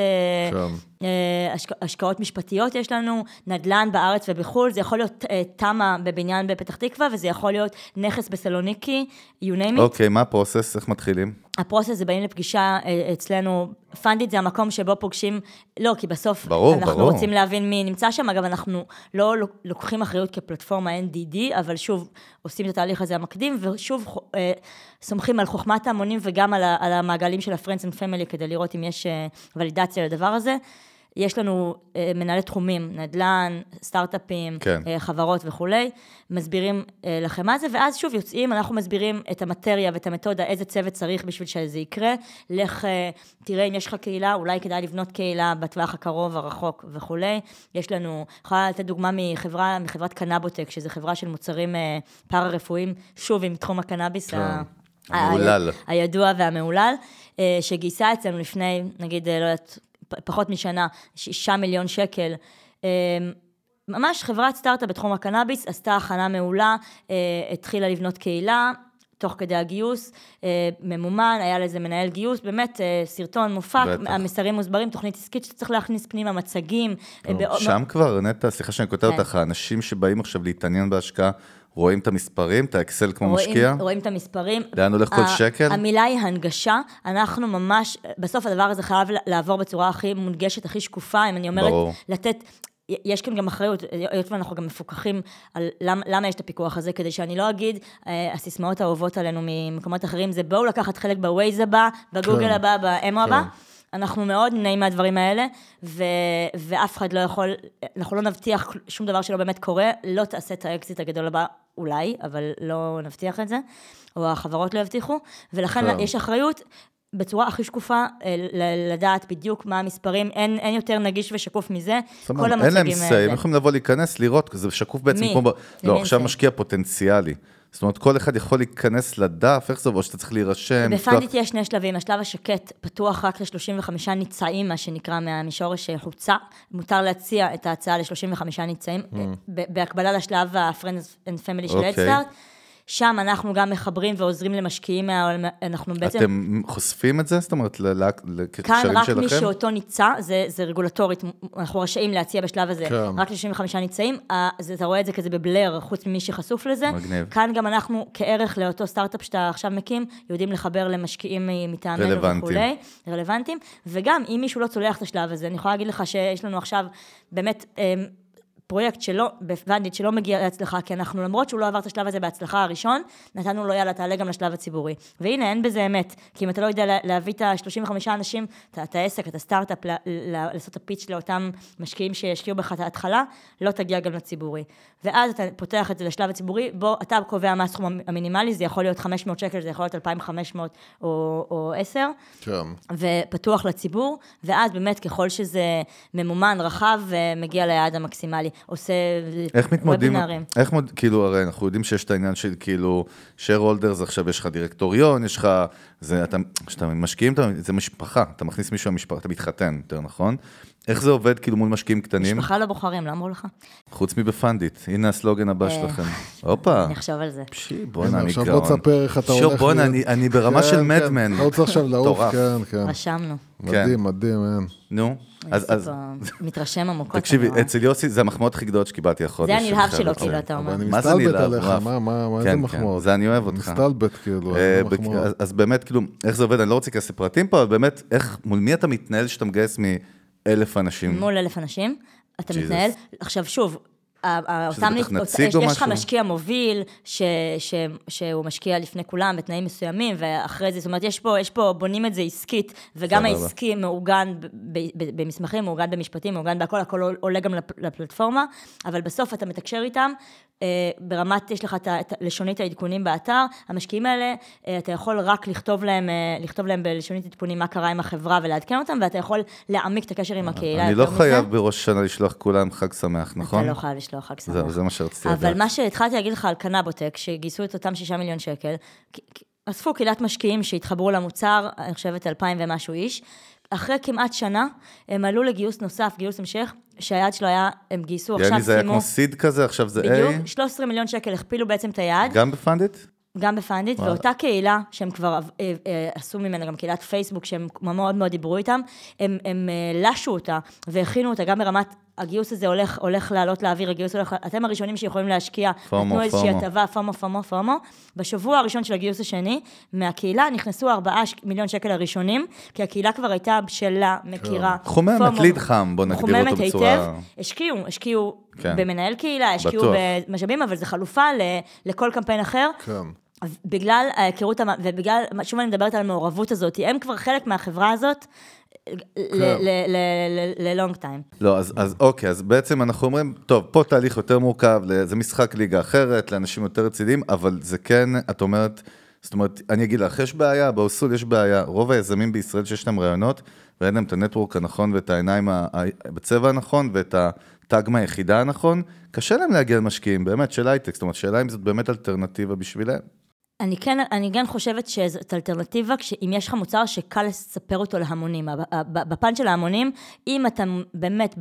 השקעות משפטיות יש לנו, נדל"ן בארץ ובחול, זה יכול להיות תמה בבניין בפתח תקווה, וזה יכול להיות נכס בסלוניקי, you name it. אוקיי, מה הפרוסס? איך מתחילים? הפרוסס זה באים לפגישה אצלנו, פנדיט זה המקום שבו פוגשים, לא, כי בסוף ברור, אנחנו ברור. רוצים להבין מי נמצא שם, אגב, אנחנו לא לוקחים אחריות כפלטפורמה אן די די, אבל שוב, עושים את התהליך הזה המקדים, ושוב, סומכים על חוכמת ההמונים, וגם על המעגלים של ה-Friends and Family, כדי לראות אם יש ולידציה לדבר הזה. יש לנו מנהלי תחומים, נדל"ן, סטארט-אפים, כן. חברות וכולי, מסבירים לכם מה זה, ואז שוב יוצאים, אנחנו מסבירים את המטריה ואת המתודה, איזה צוות צריך בשביל שזה יקרה, לך, תראה אם יש לך קהילה, אולי כדאי לבנות קהילה בטווח הקרוב, הרחוק וכולי. יש לנו, יכולה לתת דוגמה מחברה, מחברת קנאבוטק, שזו חברה של מוצרים פארה-רפואיים, שוב עם תחום הקנאביס, כן. המעולל. הידוע והמעולל, שגייסה אצלנו לפני, נגיד, לא יודעת, פחות משנה, שישה מיליון שקל, ממש חברת סטארט-אפ בתחום הקנאביס, עשתה הכנה מעולה, התחילה לבנות קהילה, תוך כדי הגיוס, ממומן, היה לזה מנהל גיוס, באמת סרטון מופק, המסרים מוסברים, תוכנית עסקית שצריך להכניס פנימה מצגים. שם כבר, נטע, סליחה שאני כותב אותך, האנשים שבאים עכשיו להתעניין בהשקעה, רואים את המספרים, את האקסל כמו משקיע? רואים את המספרים. לאן הולך כל שקל? המילה היא הנגשה, אנחנו ממש, בסוף הדבר הזה חייב לעבור בצורה הכי מונגשת, הכי שקופה, אם אני אומרת, לתת, יש כאן גם אחריות, היות ואנחנו גם מפוקחים על למה יש את הפיקוח הזה, כדי שאני לא אגיד, הסיסמאות האהובות עלינו ממקומות אחרים, זה בואו לקחת חלק בווייז הבא, בגוגל הבא, באמו הבא, אנחנו מאוד נמנעים מהדברים האלה, ו- ואף אחד לא יכול, אנחנו לא נבטיח שום דבר שלא באמת קורה, לא תעשה את האקזיט הגדול הבא, אולי, אבל לא נבטיח את זה, או החברות לא יבטיחו, ולכן כן. יש אחריות בצורה הכי שקופה, לדעת בדיוק מה המספרים, אין, אין יותר נגיש ושקוף מזה, כל המצגים האלה. אין להם סי, הם יכולים לבוא להיכנס, לראות, זה שקוף בעצם מי? כמו, ב... לא, עכשיו סי. משקיע פוטנציאלי. זאת אומרת, כל אחד יכול להיכנס לדף, איך זה, או שאתה צריך להירשם. בפנדיט לפתוח... יש שני שלבים, השלב השקט פתוח רק ל-שלושים וחמישה ניצאים, מה שנקרא מהמישור שחוצה, מותר להציע את ההצעה ל-שלושים וחמישה ניצאים, mm. בהקבלה לשלב ה-Friends and Family של Head Start, שם אנחנו גם מחברים ועוזרים למשקיעים, אנחנו בעצם... אתם חושפים את זה? זאת אומרת, לקשרים שלכם? כאן רק שלכם? מי שאותו ניצא, זה, זה רגולטורית, אנחנו רשאים להציע בשלב הזה, כן. רק ל-שלושים וחמישה ניצאים, אתה רואה את זה כזה בבלר, חוץ ממי שחשוף לזה. מגניב. כאן גם אנחנו, כערך לאותו סטארט-אפ שאתה עכשיו מקים, יודעים לחבר למשקיעים מטעמנו וכולי, רלוונטיים, וגם אם מישהו לא צולח את השלב הזה, אני יכולה להגיד לך שיש לנו עכשיו באמת... פרויקט שלא, בפנדיט שלא מגיע להצלחה, כי אנחנו למרות שהוא לא עבר את השלב הזה בהצלחה הראשון, נתנו לו יאללה, תעלה גם לשלב הציבורי. והנה, אין בזה אמת, כי אם אתה לא יודע להביא את ה-שלושים וחמישה אנשים, את העסק, את הסטארט-אפ, לעשות את הפיץ' לאותם משקיעים שישקיעו בך את ההתחלה, לא תגיע גם לציבורי. ואז אתה פותח את זה לשלב הציבורי, בו אתה קובע מה הסכום המינימלי, זה יכול להיות חמש מאות שקל, זה יכול להיות אלפיים וחמש מאות או, או עשר, ופתוח לציבור, ואז באמת ככל שזה ממומן, רחב, מגיע ליעד המקסימלי. עושה וובינרים. איך מוד, כאילו, הרי אנחנו יודעים שיש את העניין של כאילו, shareholders, עכשיו יש לך דירקטוריון, יש לך, זה, אתה, שאתה משקיעים, זה משפחה, אתה מכניס מישהו למשפחה, אתה מתחתן, יותר נכון? איך זה עובד כאילו מול משקיעים קטנים? משפחה לא בוחרים, לא אמרו לך? חוץ מבפנדיט, הנה הסלוגן הבא שלכם. הופה. אני אחשוב על זה. פשי, בוא'נה, אני גאון. עכשיו בוא תספר איך אתה הולך. בוא'נה, אני ברמה של מדמן. לא רוצה עכשיו לעוף, כן, כן. רשמנו. מדהים, מדהים, אין. נו. אז מתרשם עמוקות. תקשיבי, אצל יוסי זה המחמאות הכי גדולות שקיבלתי החודש. זה הנלהב שלו, כאילו, אתה אומר. אני מסתלבט עליך, מה איזה מחמאות? זה אני אוהב אותך. מסתלבט, כאילו, אז באמת, כאילו, איך זה עובד? אני לא רוצה כעשה פרטים פה, אבל באמת, איך, מול מי אתה מתנהל שאתה מגייס מאלף אנשים? מול אלף אנשים, אתה מתנהל. עכשיו, שוב, יש לך משקיע מוביל, שהוא משקיע לפני כולם בתנאים מסוימים, ואחרי זה, זאת אומרת, יש פה, בונים את זה עסקית, וגם העסקי מאורגן במסמכים, מאורגן במשפטים, מאורגן בהכל, הכל עולה גם לפלטפורמה, אבל בסוף אתה מתקשר איתם, ברמת, יש לך את לשונית העדכונים באתר, המשקיעים האלה, אתה יכול רק לכתוב להם, לכתוב להם בלשונית עדכונים מה קרה עם החברה ולעדכן אותם, ואתה יכול להעמיק את הקשר עם הקהילה. אני לא חייב בראש שנה לשלוח כולם חג שמח, נכון? אתה לא חייב לשלוח חג שמח. זה מה שרציתי לדעת. אבל מה שהתחלתי להגיד לך על קנאבוטק, שגייסו את אותם שישה מיליון שקל, אספו קהילת משקיעים שהתחברו למוצר, אני חושבת אלפיים ומשהו איש, אחרי כמעט שנה, הם עלו לגיוס נוסף, גיוס המשך, שהיעד שלו היה, הם גייסו, עכשיו סיימו. זה היה כמו סיד כזה, עכשיו זה A. בדיוק, שלושה עשר מיליון שקל, הכפילו בעצם את היעד. גם בפנדיט? גם בפנדיט, ואותה קהילה, שהם כבר עשו ממנה גם קהילת פייסבוק, שהם מאוד מאוד דיברו איתם, הם, הם לשו אותה, והכינו אותה גם ברמת הגיוס הזה הולך, הולך לעלות לאוויר, הגיוס הולך, אתם הראשונים שיכולים להשקיע, פומו, נתנו איזושהי פומו. הטבה, פומו, פומו, פומו. בשבוע הראשון של הגיוס השני, מהקהילה נכנסו ארבעה מיליון שקל הראשונים, כי הקהילה כבר הייתה בשלה, מכירה. חוממת, פומו, ליד חם, בוא נגדיר אותו מחוממת בצורה... היטב, השקיעו, השקיעו כן. במנהל קהילה, השקיעו בטוח. במשאבים, אבל זה חלופה ל, לכל קמפיין אחר. כן. בגלל ההיכרות, ובגלל, שוב אני מדברת על המעורבות הזאת, הם כבר חלק מהחברה הזאת, ל-long time. לא, אז, אז אוקיי, אז בעצם אנחנו אומרים, טוב, פה תהליך יותר מורכב, זה משחק ליגה אחרת, לאנשים יותר רציניים, אבל זה כן, את אומרת, זאת אומרת, אני אגיד לך, יש בעיה, באוסול יש בעיה, רוב היזמים בישראל שיש להם רעיונות, ואין להם את הנטוורק הנכון, ואת העיניים בצבע הנכון, ואת הטאג מהיחידה הנכון, קשה להם להגיע למשקיעים, באמת, של הייטק, זאת אומרת, שאלה אם זאת באמת אלטרנטיבה בשבילם. אני כן, אני כן חושבת שזאת אלטרנטיבה, אם יש לך מוצר שקל לספר אותו להמונים, בפן של ההמונים, אם אתה באמת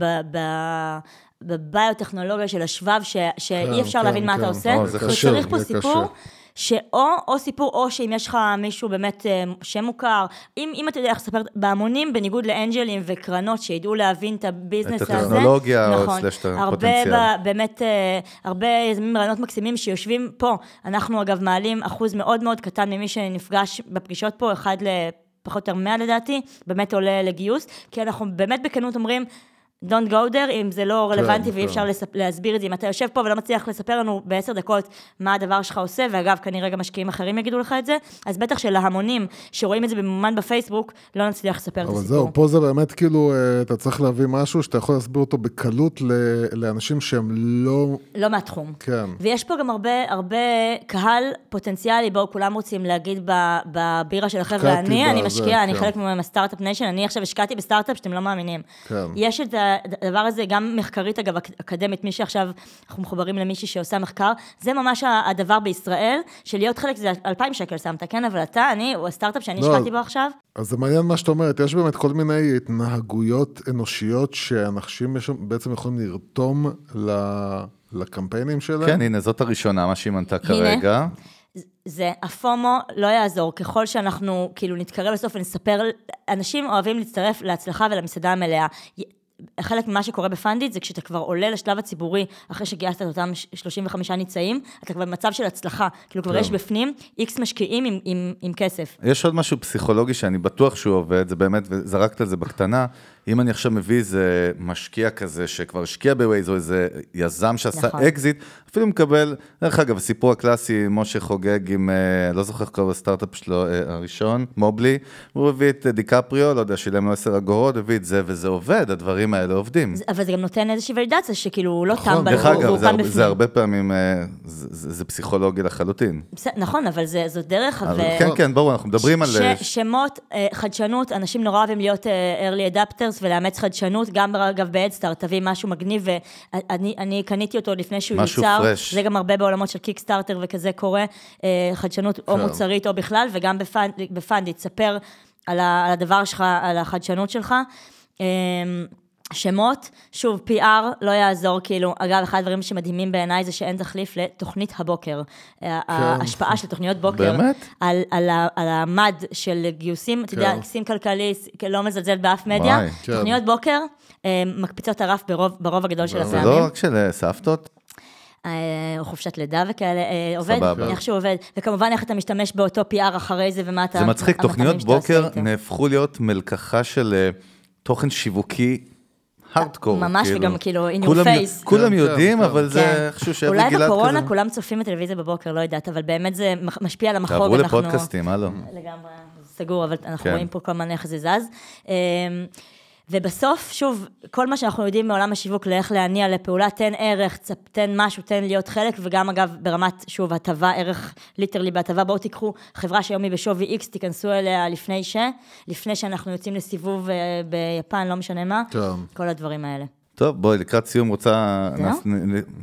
בביוטכנולוגיה של השבב, שאי אפשר להבין מה אתה עושה, הוא צריך פה סיפור, שאו, או סיפור, או שאם יש לך מישהו באמת שמוכר, אם, אם אתה יודע איך לספר בהמונים, בניגוד לאנג'לים וקרנות שידעו להבין את הביזנס הזה, את הטכנולוגיה, נכון, או סלש את הרבה הפוטנציאל. באמת, הרבה יזמים רעיונות מקסימים שיושבים פה, אנחנו אגב מעלים אחוז מאוד מאוד קטן ממי שנפגש בפגישות פה, אחד לפחות או מאה לדעתי, באמת עולה לגיוס, כי אנחנו באמת בכנות אומרים, don't go there, אם זה לא רלוונטי ואי אפשר להסביר את זה, אם אתה יושב פה ולא מצליח לספר לנו בעשר דקות מה הדבר שלך עושה, ואגב, כנראה גם משקיעים אחרים יגידו לך את זה, אז בטח שלהמונים שרואים את זה במומן בפייסבוק, לא נצליח לספר את הסיפור. אבל זהו, פה זה באמת כאילו, אתה צריך להביא משהו שאתה יכול להסביר אותו בקלות לאנשים שהם לא... לא מהתחום. כן. ויש פה גם הרבה, הרבה קהל פוטנציאלי, בואו כולם רוצים להגיד בבירה של החבר'ה, אני, אני משקיע, אני חלק מהסטארט-אפ ניישן, אני עכשיו השקעתי בסטארט-אפ שאתם לא מאמינים. יש את הדבר הזה, גם מחקרית אגב, אקדמית, מי שעכשיו אנחנו מחוברים למישהי שעושה מחקר, זה ממש הדבר בישראל, של להיות חלק, זה אלפיים שקל שמת, כן? אבל אתה, אני, הוא הסטארט-אפ שאני השקעתי בו עכשיו. אז זה מעניין מה שאת אומרת, יש באמת כל מיני התנהגויות אנושיות, שאנשים בעצם יכולים לרתום לקמפיינים שלהם. כן, הנה, זאת הראשונה, מה שהיא מנתה כרגע. זה, הפומו לא יעזור, ככל שאנחנו כאילו נתקרב לסוף ונספר, אנשים אוהבים להצטרף להצלחה ולמסעדה המלאה. חלק ממה שקורה בפנדיט זה כשאתה כבר עולה לשלב הציבורי, אחרי שגייסת את אותם שלושים וחמישה ניצאים, אתה כבר במצב של הצלחה, כאילו כבר יש בפנים איקס משקיעים עם, עם, עם כסף. יש עוד משהו פסיכולוגי שאני בטוח שהוא עובד, זה באמת, וזרקת על זה בקטנה, אם אני עכשיו מביא איזה משקיע כזה, שכבר השקיע בווייז, או איזה יזם שעשה נכון. אקזיט, אפילו מקבל, דרך אגב, הסיפור הקלאסי, משה חוגג עם, לא זוכר כל הסטארט-אפ שלו הראשון, מובלי, הוא הביא את דיקפריו, לא יודע, שילם לו עשר אגורות, הביא את זה, וזה עובד, הדברים האלה עובדים. אבל זה גם נותן איזושהי ולידציה, שכאילו לא טמבל, דרך אגב, זה, זה הרבה פעמים, זה, זה, זה פסיכולוגי לחלוטין. נכון, אבל זה, זו דרך, אבל כן, כן, ברור, אנחנו מדברים על... שמות, חדשנות, אנשים נורא אוהבים להיות early adapters ולאמץ חדשנות, גם אגב ב-Headstart, תביא משהו מגניב, ואני אני קניתי אותו לפני שהוא יוצר, זה גם הרבה בעולמות של קיקסטארטר וכזה קורה, חדשנות או מוצרית או בכלל, וגם בפנדיט, תספר על הדבר שלך, על החדשנות שלך, שמות, שוב, פי אר לא יעזור, כאילו, אגב, אחד הדברים שמדהימים בעיניי זה שאין תחליף לתוכנית הבוקר. ההשפעה של תוכניות בוקר, על, על, על המד של גיוסים, אתה יודע, גיוסים כלכלי, לא מזלזל באף מדיה, תוכניות בוקר, מקפיצות הרף ברוב, ברוב הגדול של הפעמים. זה לא רק של סבתות? או חופשת לידה וכאלה, עובד, איך שהוא עובד, וכמובן איך אתה משתמש באותו פי אר אחרי זה, ומה אתה... זה מצחיק, תוכניות בוקר נהפכו להיות מלקחה של תוכן שיווקי, הארדקור. ממש, וגם כאילו, in your face. כולם יודעים, אבל זה איכשהו שאבי גלעד כזה. אולי בקורונה כולם צופים בטלוויזיה בבוקר, לא יודעת, אבל באמת זה משפיע על המחוג. תעברו לפודקאסטים, הלו. לגמרי, סגור, אבל אנחנו רואים פה כל מיני איך זה זז. ובסוף, שוב, כל מה שאנחנו יודעים מעולם השיווק, לאיך להניע לפעולה, תן ערך, תן משהו, תן להיות חלק, וגם אגב, ברמת, שוב, הטבה, ערך ליטרלי בהטבה, בואו תיקחו חברה שהיום היא בשווי X, תיכנסו אליה לפני ש, לפני שאנחנו יוצאים לסיבוב ביפן, לא משנה מה, כל הדברים האלה. טוב, בואי, לקראת סיום רוצה...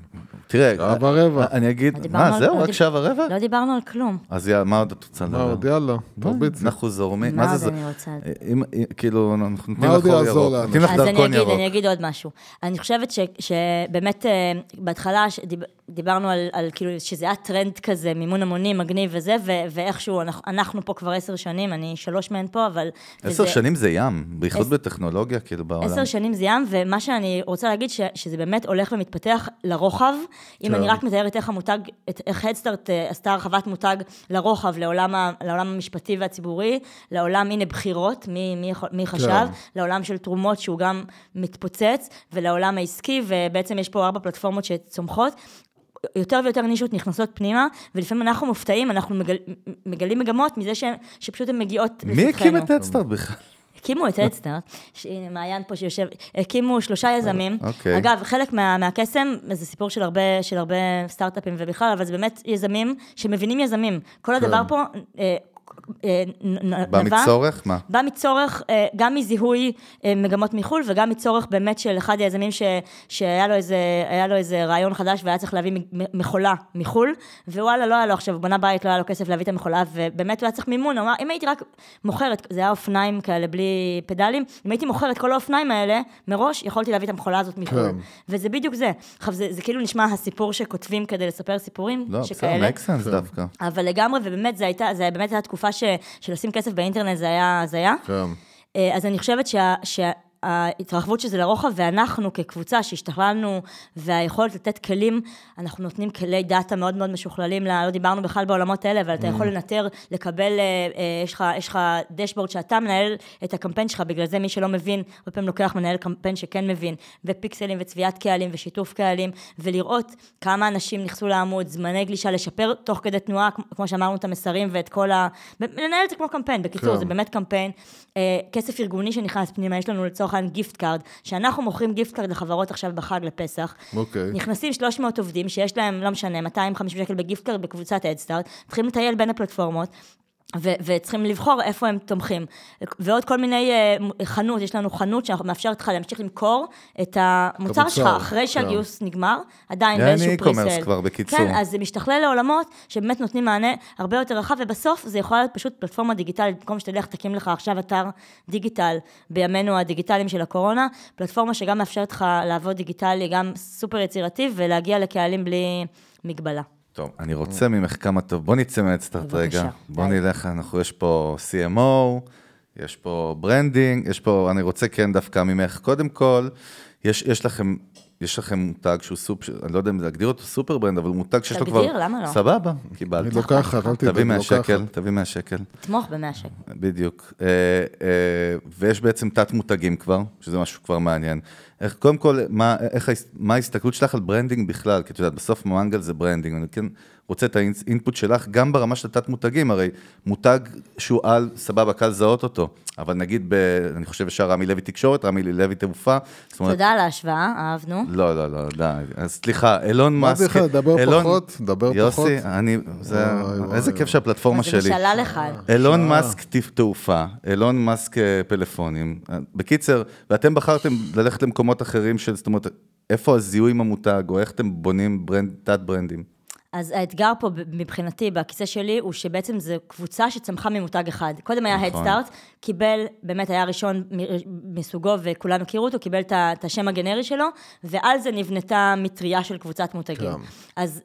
תראה, שעה ורבע. אני אגיד, דיברנו מה, על- זהו, לא רק דיב- שעה ורבע? לא דיברנו על כלום. אז יאללה, מה עוד את רוצה מה לדבר? עוד, יאללה, תרביצי. אנחנו זורמים, מה מה עוד זה? אני רוצה? אם- אם- כאילו, אנחנו נותנים מה לך עוד אור יעזור ירוק. לאנשים? נותנים לך אז אני דרכון אגיד, ירוק. אני אגיד עוד משהו. אני חושבת ש, שבאמת, אה, בהתחלה דיב, דיברנו על, על כאילו שזה היה טרנד כזה, מימון המוני, מגניב וזה, ו, ואיכשהו אנחנו, אנחנו פה כבר עשר שנים, אני שלוש מהן פה, אבל... עשר וזה- שנים זה ים, בייחוד עש- בטכנולוגיה, כאילו בעולם. עשר שנים זה ים, ומה שאני רוצה להגיד, ש, שזה באמת הולך ומתפתח לרוחב. אם אני רק מתארת איך המותג, את, איך הדסטארט עשתה הרחבת מותג לרוחב, לעולם, ה, לעולם המשפטי והציבורי, לעולם, הנה, בחירות, מי, מי, יכול- מי חשב, לעולם של תרומות, שהוא גם מתפוצץ, ולעולם העסקי, ובעצם יש פה ארבע פלטפורמות שצומחות. יותר ויותר נישות נכנסות פנימה, ולפעמים אנחנו מופתעים, אנחנו מגל, מגלים מגמות מזה ש, שפשוט הן מגיעות לפתחנו. מי הקים את הדסטארט בכלל? הקימו את הדסטארט, מעיין פה שיושב, הקימו שלושה יזמים. אוקיי. אגב, חלק מה, מהקסם, זה סיפור של הרבה, של הרבה סטארט-אפים ובכלל, אבל זה באמת יזמים שמבינים יזמים. כל הדבר פה אה, אה, נ- בא נבע- מצורך? מה? בא מצורך, אה, גם מזיהוי אה, מגמות מחול, וגם מצורך באמת של אחד היזמים ש, שהיה לו איזה, היה לו איזה רעיון חדש, והיה צריך להביא מ- מכולה מחול, ווואלה, לא היה לו עכשיו, הוא בנה בית, לא היה לו כסף להביא את המכולה, ובאמת הוא היה צריך מימון, הוא אמר, אם הייתי רק מוכרת, זה היה אופניים כאלה בלי פדלים, אם הייתי מוכרת כל האופניים האלה, מראש יכולתי להביא את המכולה הזאת מחול. כן. וזה בדיוק זה. עכשיו, זה, זה כאילו נשמע הסיפור שכותבים כדי לספר סיפורים לא, בסדר, שכאלה. make sense דווקא. אבל לגמרי, ובאמת זה הייתה, זה באמת הייתה תקופה ש, שלשים כסף באינטרנט זה היה הזיה. כן. אה, אז אני חושבת שה, שההתרחבות שזה לרוחב, ואנחנו כקבוצה שהשתכללנו, והיכולת לתת כלים, אנחנו נותנים כלי דאטה מאוד מאוד משוכללים, לא דיברנו בכלל בעולמות האלה, אבל אתה יכול לנטר, לקבל, אה, אה, יש לך, יש לך דשבורד שאתה מנהל את הקמפיין שלך, בגלל זה מי שלא מבין, הרבה פעמים לוקח מנהל קמפיין שכן מבין, ופיקסלים וצביעת קהלים ושיתוף קהלים, ולראות כמה אנשים נכנסו לעמוד, זמני גלישה, לשפר תוך כדי תנועה, כמו שאמרנו את המסרים ואת כל ה... לנהל את זה כמו קמפיין, בקיצור, כן. זה באמת קמפיין, אה, כסף ארגוני שנכנס פנימה, יש לנו לצורך העניין גיפט קארד, שאנחנו מוכרים גיפט קארד לחברות עכשיו בחג לפסח, אוקיי. נכנסים שלוש מאות עובדים, שיש להם, לא משנה, מאתיים וחמישים שקל בגיפט קארד בקבוצת הדסטארט, צריכים לטייל בין הפלטפורמות, ו- וצריכים לבחור איפה הם תומכים. ועוד כל מיני uh, חנות, יש לנו חנות שאנחנו מאפשרת לך להמשיך למכור את המוצר שלך, אחרי שהגיוס נגמר, עדיין יעני באיזשהו e-commerce פריסל. כבר, בקיצור. כן, אז זה משתכלל לעולמות שבאמת נותנים מענה הרבה יותר רחב, ובסוף זה יכול להיות פשוט פלטפורמה דיגיטלית, במקום שתלך, תקים לך עכשיו אתר דיגיטל, בימינו הדיגיטליים של הקורונה, פלטפורמה שגם מאפשרת לך לעבוד דיגיטלי, גם סופר יצירתי, ולהגיע לקהלים בלי מגבלה. טוב, אני רוצה ממך כמה טוב. בוא נצא מהדסטארט רגע. בוא נלך, אנחנו, יש פה סי אם או, יש פה ברנדינג, יש פה, אני רוצה כן דווקא ממך. קודם כל, יש, יש לכם, יש לכם מותג שהוא סופר, אני לא יודע אם להגדיר אותו סופר ברנד, אבל הוא מותג שיש לו כבר... תגדיר, למה לא? סבבה, קיבלת. אני לוקחת, אל תדאג, תביא מאה לוקחת. שקל, תביא מאה שקל. תמוך במאה שקל. בדיוק. אה, אה, ויש בעצם תת מותגים כבר, שזה משהו כבר מעניין. איך, קודם כל, מה, איך, ההס- מה ההסתכלות שלך על ברנדינג בכלל? כי את יודעת, בסוף מנגל זה ברנדינג. אני כן רוצה את האינפוט שלך, גם ברמה של תת מותגים, הרי מותג שהוא על, סבבה, קל לזהות אותו. אבל נגיד, ב, אני חושב ישר רמי לוי תקשורת, רמי לוי תעופה. זאת אומרת, תודה על ההשוואה, אהבנו. לא, לא, לא, די. אז סליחה, אילון מה מאסק... בכלל, דבר אילון- פחות, דבר יוסי, פחות. אני, זה, וואי, וואי, איזה וואי. כיף שהפלטפורמה זה שלי. משאלה לך. אילון מאסק טיפ תעופה, אילון מאסק אה, פלאפונים. אה, בקיצר, ואתם בחרתם ללכת למקומות אחרים של, זאת אומרת, איפה הזיהוי עם המותג, או איך אתם בונים ברנד, תת ברנדים? אז האתגר פה מבחינתי, בכיסא שלי, הוא שבעצם זו קבוצה שצמחה ממותג אחד. קודם היה נכון. הדסטארט, קיבל, באמת היה ראשון מ- מסוגו, וכולם הכירו אותו, קיבל את ה- את השם הגנרי שלו, ועל זה נבנתה מטריה של קבוצת מותגים. כן. אז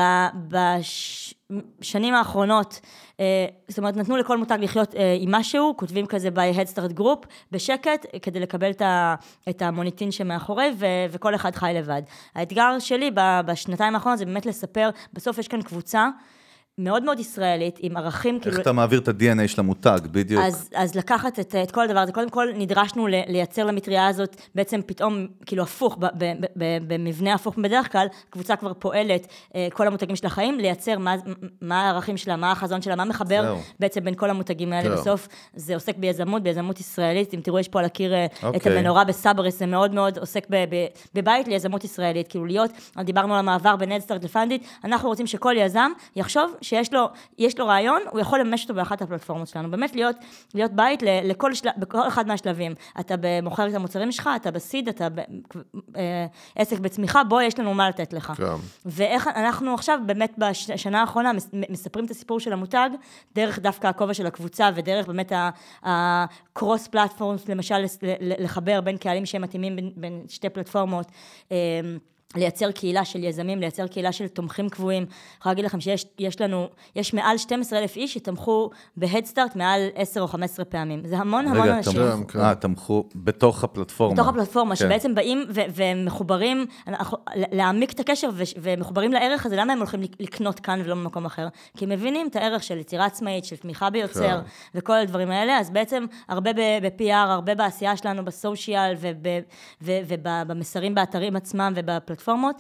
בשנים האחרונות, אה, זאת אומרת, נתנו לכל מותג לחיות אה, עם משהו, כותבים כזה by Head Start Group, בשקט, כדי לקבל את ה- את המוניטין שמאחורי, ו- וכל אחד חי לבד. האתגר שלי ב- בשנתיים האחרונות זה באמת לספר, בסוף יש כאן קבוצה מאוד מאוד ישראלית, עם ערכים איך כאילו... אתה מעביר את ה-די אן איי של המותג, בדיוק. אז, אז לקחת את, את כל הדבר הזה, קודם כל נדרשנו ל- לייצר למטריה הזאת, בעצם פתאום, כאילו הפוך, ב- ב- ב- במבנה הפוך בדרך כלל, קבוצה כבר פועלת, אה, כל המותגים של החיים, לייצר מה, מה הערכים שלה, מה החזון שלה, מה מחבר זהו. בעצם בין כל המותגים האלה. כן. בסוף זה עוסק ביזמות, ביזמות ישראלית, אם תראו, יש פה על הקיר אה, את אוקיי. המנורה בסברס, זה מאוד מאוד עוסק ב- ב- בבית ליזמות ישראלית, כאילו להיות, דיברנו על המעבר בין הדסטארט לפנדיט, אנחנו רוצים שכל יזם יחשוב שיש לו, יש לו רעיון, הוא יכול לממש אותו באחת הפלטפורמות שלנו. באמת להיות, להיות בית לכל של, בכל אחד מהשלבים. אתה מוכר את המוצרים שלך, אתה בסיד, אתה בעסק בצמיחה, בוא, יש לנו מה לתת לך. כן. ואיך אנחנו עכשיו, באמת בשנה האחרונה, מספרים את הסיפור של המותג, דרך דווקא הכובע של הקבוצה, ודרך באמת הקרוס פלטפורמס, למשל, לחבר בין קהלים שהם מתאימים בין, בין שתי פלטפורמות, לייצר קהילה של יזמים, לייצר קהילה של תומכים קבועים. אני יכולה להגיד לכם שיש יש לנו, יש מעל שנים עשר אלף איש שתמכו בהדסטארט מעל עשר או חמש עשרה פעמים. זה המון המון רגע, אנשים. רגע, תמכו, אה, תמכו בתוך הפלטפורמה. בתוך הפלטפורמה, כן. שבעצם באים ו- ומחוברים, להעמיק את הקשר ו- ומחוברים לערך הזה, למה הם הולכים לקנות כאן ולא במקום אחר? כי הם מבינים את הערך של יצירה עצמאית, של תמיכה ביוצר, כן. וכל הדברים האלה, אז בעצם הרבה ב-פי אר, הרבה בעשייה שלנו בסושיאל ובמסרים באתרים עצמם ובפלטפורמה, פלטפורמות,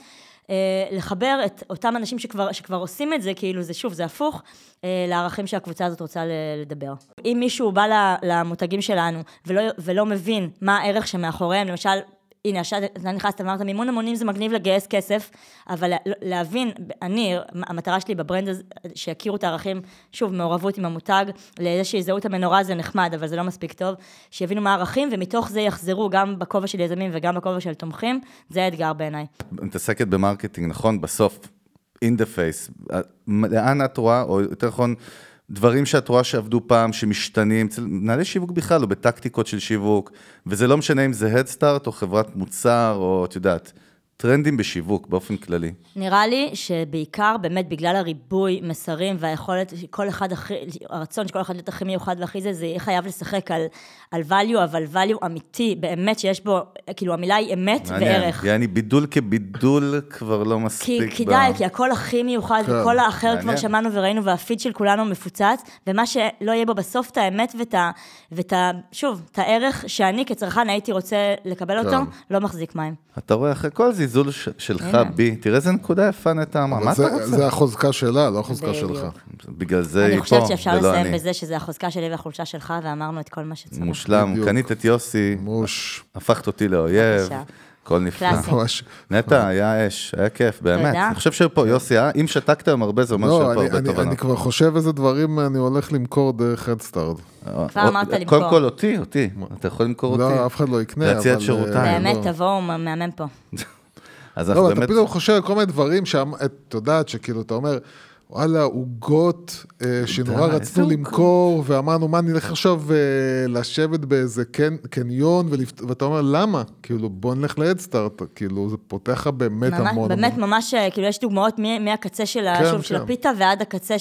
לחבר את אותם אנשים שכבר, שכבר עושים את זה, כאילו זה שוב, זה הפוך, לערכים שהקבוצה הזאת רוצה לדבר. אם מישהו בא למותגים שלנו ולא, ולא מבין מה הערך שמאחוריהם, למשל, הנה, אתה נכנסת, אמרת, מימון המונים זה מגניב לגייס כסף, אבל להבין, אני, המטרה שלי בברנד הזה, שיכירו את הערכים, שוב, מעורבות עם המותג, לאיזה שיזהו את המנורה זה נחמד, אבל זה לא מספיק טוב, שיבינו מה הערכים, ומתוך זה יחזרו גם בכובע של יזמים וגם בכובע של תומכים, זה האתגר בעיניי. מתעסקת במרקטינג, נכון? בסוף, in the face, לאן את רואה, או יותר נכון, דברים שאת רואה שעבדו פעם, שמשתנים, נעלי שיווק בכלל, או בטקטיקות של שיווק, וזה לא משנה אם זה הדסטארט, או חברת מוצר, או את יודעת, טרנדים בשיווק, באופן כללי. נראה לי שבעיקר, באמת, בגלל הריבוי מסרים, והיכולת, כל אחד הכי, הרצון שכל אחד להיות הכי מיוחד והכי זה, זה יהיה חייב לשחק על, על value, אבל value אמיתי, באמת שיש בו, כאילו, המילה היא אמת וערך. יעני, בידול כבידול כבר לא מספיק. כי כדאי, כי הכל הכי מיוחד, וכל האחר כבר שמענו וראינו, והפיד של כולנו מפוצץ, ומה שלא יהיה בו בסוף את האמת ואת ה, שוב, את הערך שאני כצרכן הייתי רוצה לקבל אותו, לא מחזיק מים. אתה רואה אחרי כל זיזול שלך בי, תראה איזה נקודה יפה נתה אמרה, מה אתה רוצה? זה החוזקה שלה, לא החוזקה שלך. בגלל זה היא פה, אני חושבת שאפשר לסיים בזה שזה החוזקה שלי והחולשה שלך, ואמרנו את כל מה שצריך. מושלם, קנית את יוסי, הפכת אותי לאויב, הכל נפלא. נטע, היה אש, היה כיף, באמת. אני חושב שפה, יוסי, אם שתקת עם הרבה, זה אומר שפה הרבה תובנות. אני כבר חושב איזה דברים אני הולך למכור דרך הדסטארט. כבר אמרת למכור. קודם כל אותי, אותי. אתה יכול למכור אותי. לא, אף אחד לא יקנה. להציע את שירותיים. באמת, תבואו, מאמן פה. לא, אתה פתאום חושב על כל מיני דברים שאת יודעת שכאילו אתה אומר, וואלה, עוגות שנורא רצנו למכור, ואמרנו, מה, נלך עכשיו לשבת באיזה קניון, ואתה אומר, למה? כאילו, בוא נלך להדסטארט, כאילו, זה פותח לך באמת המון. באמת, ממש, כאילו, יש דוגמאות מהקצה של הפיתה, ועד הקצה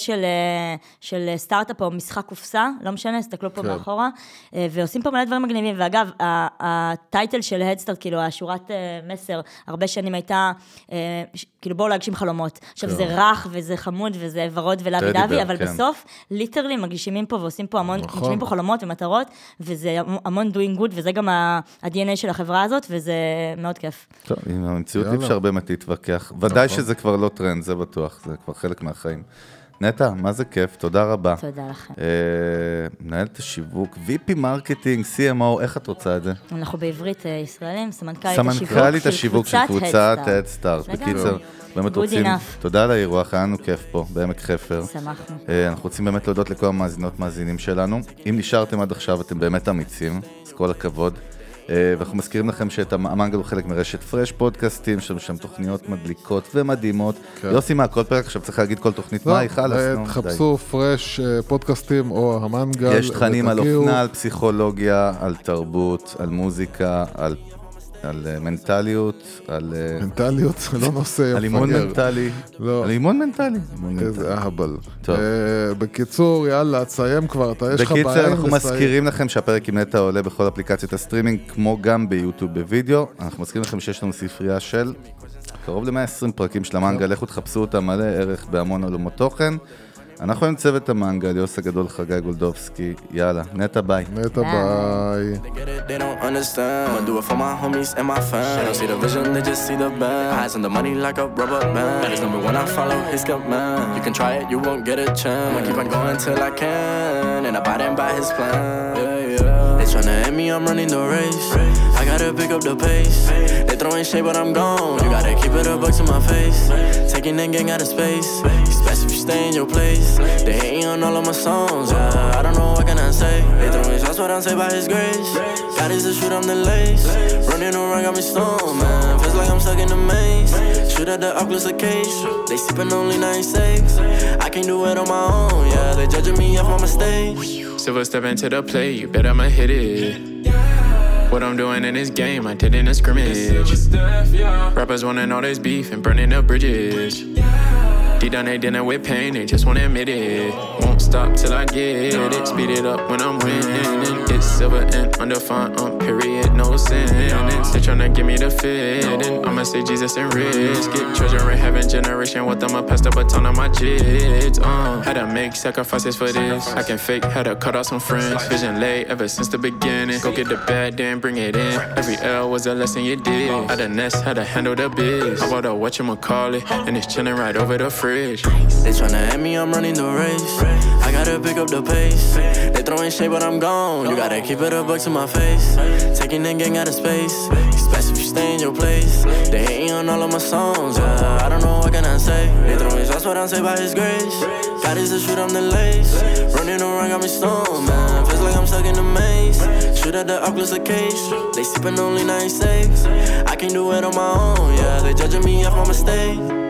של סטארט-אפ, או משחק קופסה, לא משנה, הסתכלו פה מאחורה, ועושים פה מלא דברים מגניבים, ואגב, הטייטל של הדסטארט, כאילו, השורת מסר, הרבה שנים הייתה, כאילו, בואו להגשים חלומות. עכשיו, זה רך וזה חמוד, וזה ורוד ולאבי דאבי, אבל בסוף, ליטרלי, מגשימים פה ועושים פה המון, מגשימים פה חלומות ומטרות, וזה המון doing good, וזה גם ה-די אן איי של החברה הזאת, וזה מאוד כיף. טוב, עם המציאות אי אפשר באמת להתווכח. ודאי שזה כבר לא טרנד, זה בטוח, זה כבר חלק מהחיים. נטע, מה זה כיף, תודה רבה. תודה לכם. מנהלת השיווק, וי פי מרקטינג, סי אם או, איך את רוצה את זה? אנחנו בעברית ישראלים, סמנכ"לית השיווק של קבוצת הדסטארט. בקיצר, באמת רוצים, תודה על האירוח, היה לנו כיף פה, בעמק חפר. שמחנו. אנחנו רוצים באמת להודות לכל המאזינות מאזינים שלנו. אם נשארתם עד עכשיו, אתם באמת אמיצים, אז כל הכבוד. ואנחנו מזכירים לכם שאת המנגל הוא חלק מרשת פרש פודקאסטים, יש לנו שם תוכניות מדליקות ומדהימות. יוסי, מה, כל פרק עכשיו צריך להגיד כל תוכנית, מה היא חלס? תחפשו פרש פודקאסטים או המנגל. יש תכנים על אופנה, על פסיכולוגיה, על תרבות, על מוזיקה, על על מנטליות, על... מנטליות? זה לא נושא על אימון מנטלי. על אימון מנטלי. איזה אהבל. בקיצור, יאללה, תסיים כבר, אתה יש לך בעיה. בקיצור, אנחנו מזכירים לכם שהפרק עם נטע עולה בכל אפליקציות הסטרימינג, כמו גם ביוטיוב בווידאו. אנחנו מזכירים לכם שיש לנו ספרייה של קרוב ל-מאה ועשרים פרקים של המנגל, לכו תחפשו אותה מלא ערך בהמון עולמות תוכן. אנחנו עם צוות המנגל, יוס הגדול, חגי גולדובסקי, יאללה, נטע ביי. נטע ביי. They don't understand. I'ma do it for my homies and my fans. They don't see the vision, they just see the band. Eyes on the money like a rubber band. That is number one, I follow his command. You can try it, you won't get a chance. I'ma keep on going till I can, and abiding by his plan. Yeah, yeah. They tryna hit me, I'm running the race. I gotta pick up the pace. They throwing shade, but I'm gone. You gotta keep it up. bucks in my face. Taking that gang out of space. Especially if you stay in your place. They hating on all of my songs, yeah. I don't know what can I say. They throw me shots, what I'm say by his grace. God is the shoot, I'm the lace. Running around got me stoned, man. Feels like I'm stuck in the maze. Shoot at the Oculus case. They sippin' only ninety-six. I can't do it on my own, yeah. They judging me off my mistakes. Silver step into the play, you bet I'ma hit it. What I'm doing in this game, I did in a scrimmage. Rappers wanting all this beef and burning up bridges. Deep down they dinner with pain, they just wanna admit it. Won't stop till I get it. Speed it up when I'm winning. It's silver and undefined, um, period, no sentence. They tryna give me the fitting. I'ma say Jesus and risk it. Treasure in heaven, generation with them, I pass the baton on my jids. Uh, had to make sacrifices for this. I can fake, had to cut out some friends. Vision late ever since the beginning. Go get the bad, then bring it in. Every L was a lesson you did. Had to nest, had to handle the biz. I bought a whatchamacallit, and it's chilling right over the fridge. They tryna at me, I'm running the race. I gotta pick up the pace. They throwing shade, but I'm gone. You gotta keep it a buck to my face. Taking that gang out of space. Especially if you stay in your place. They hating on all of my songs, yeah. I don't know what can I say. They throwing shots, what I'm say by his grace. God is the shoot, I'm the lace. Running around got me stoned, man. Feels like I'm stuck in the maze. Shoot at the Oculus case. They sippin' only ninety-six. I can't do it on my own, yeah. They judging me off my mistake.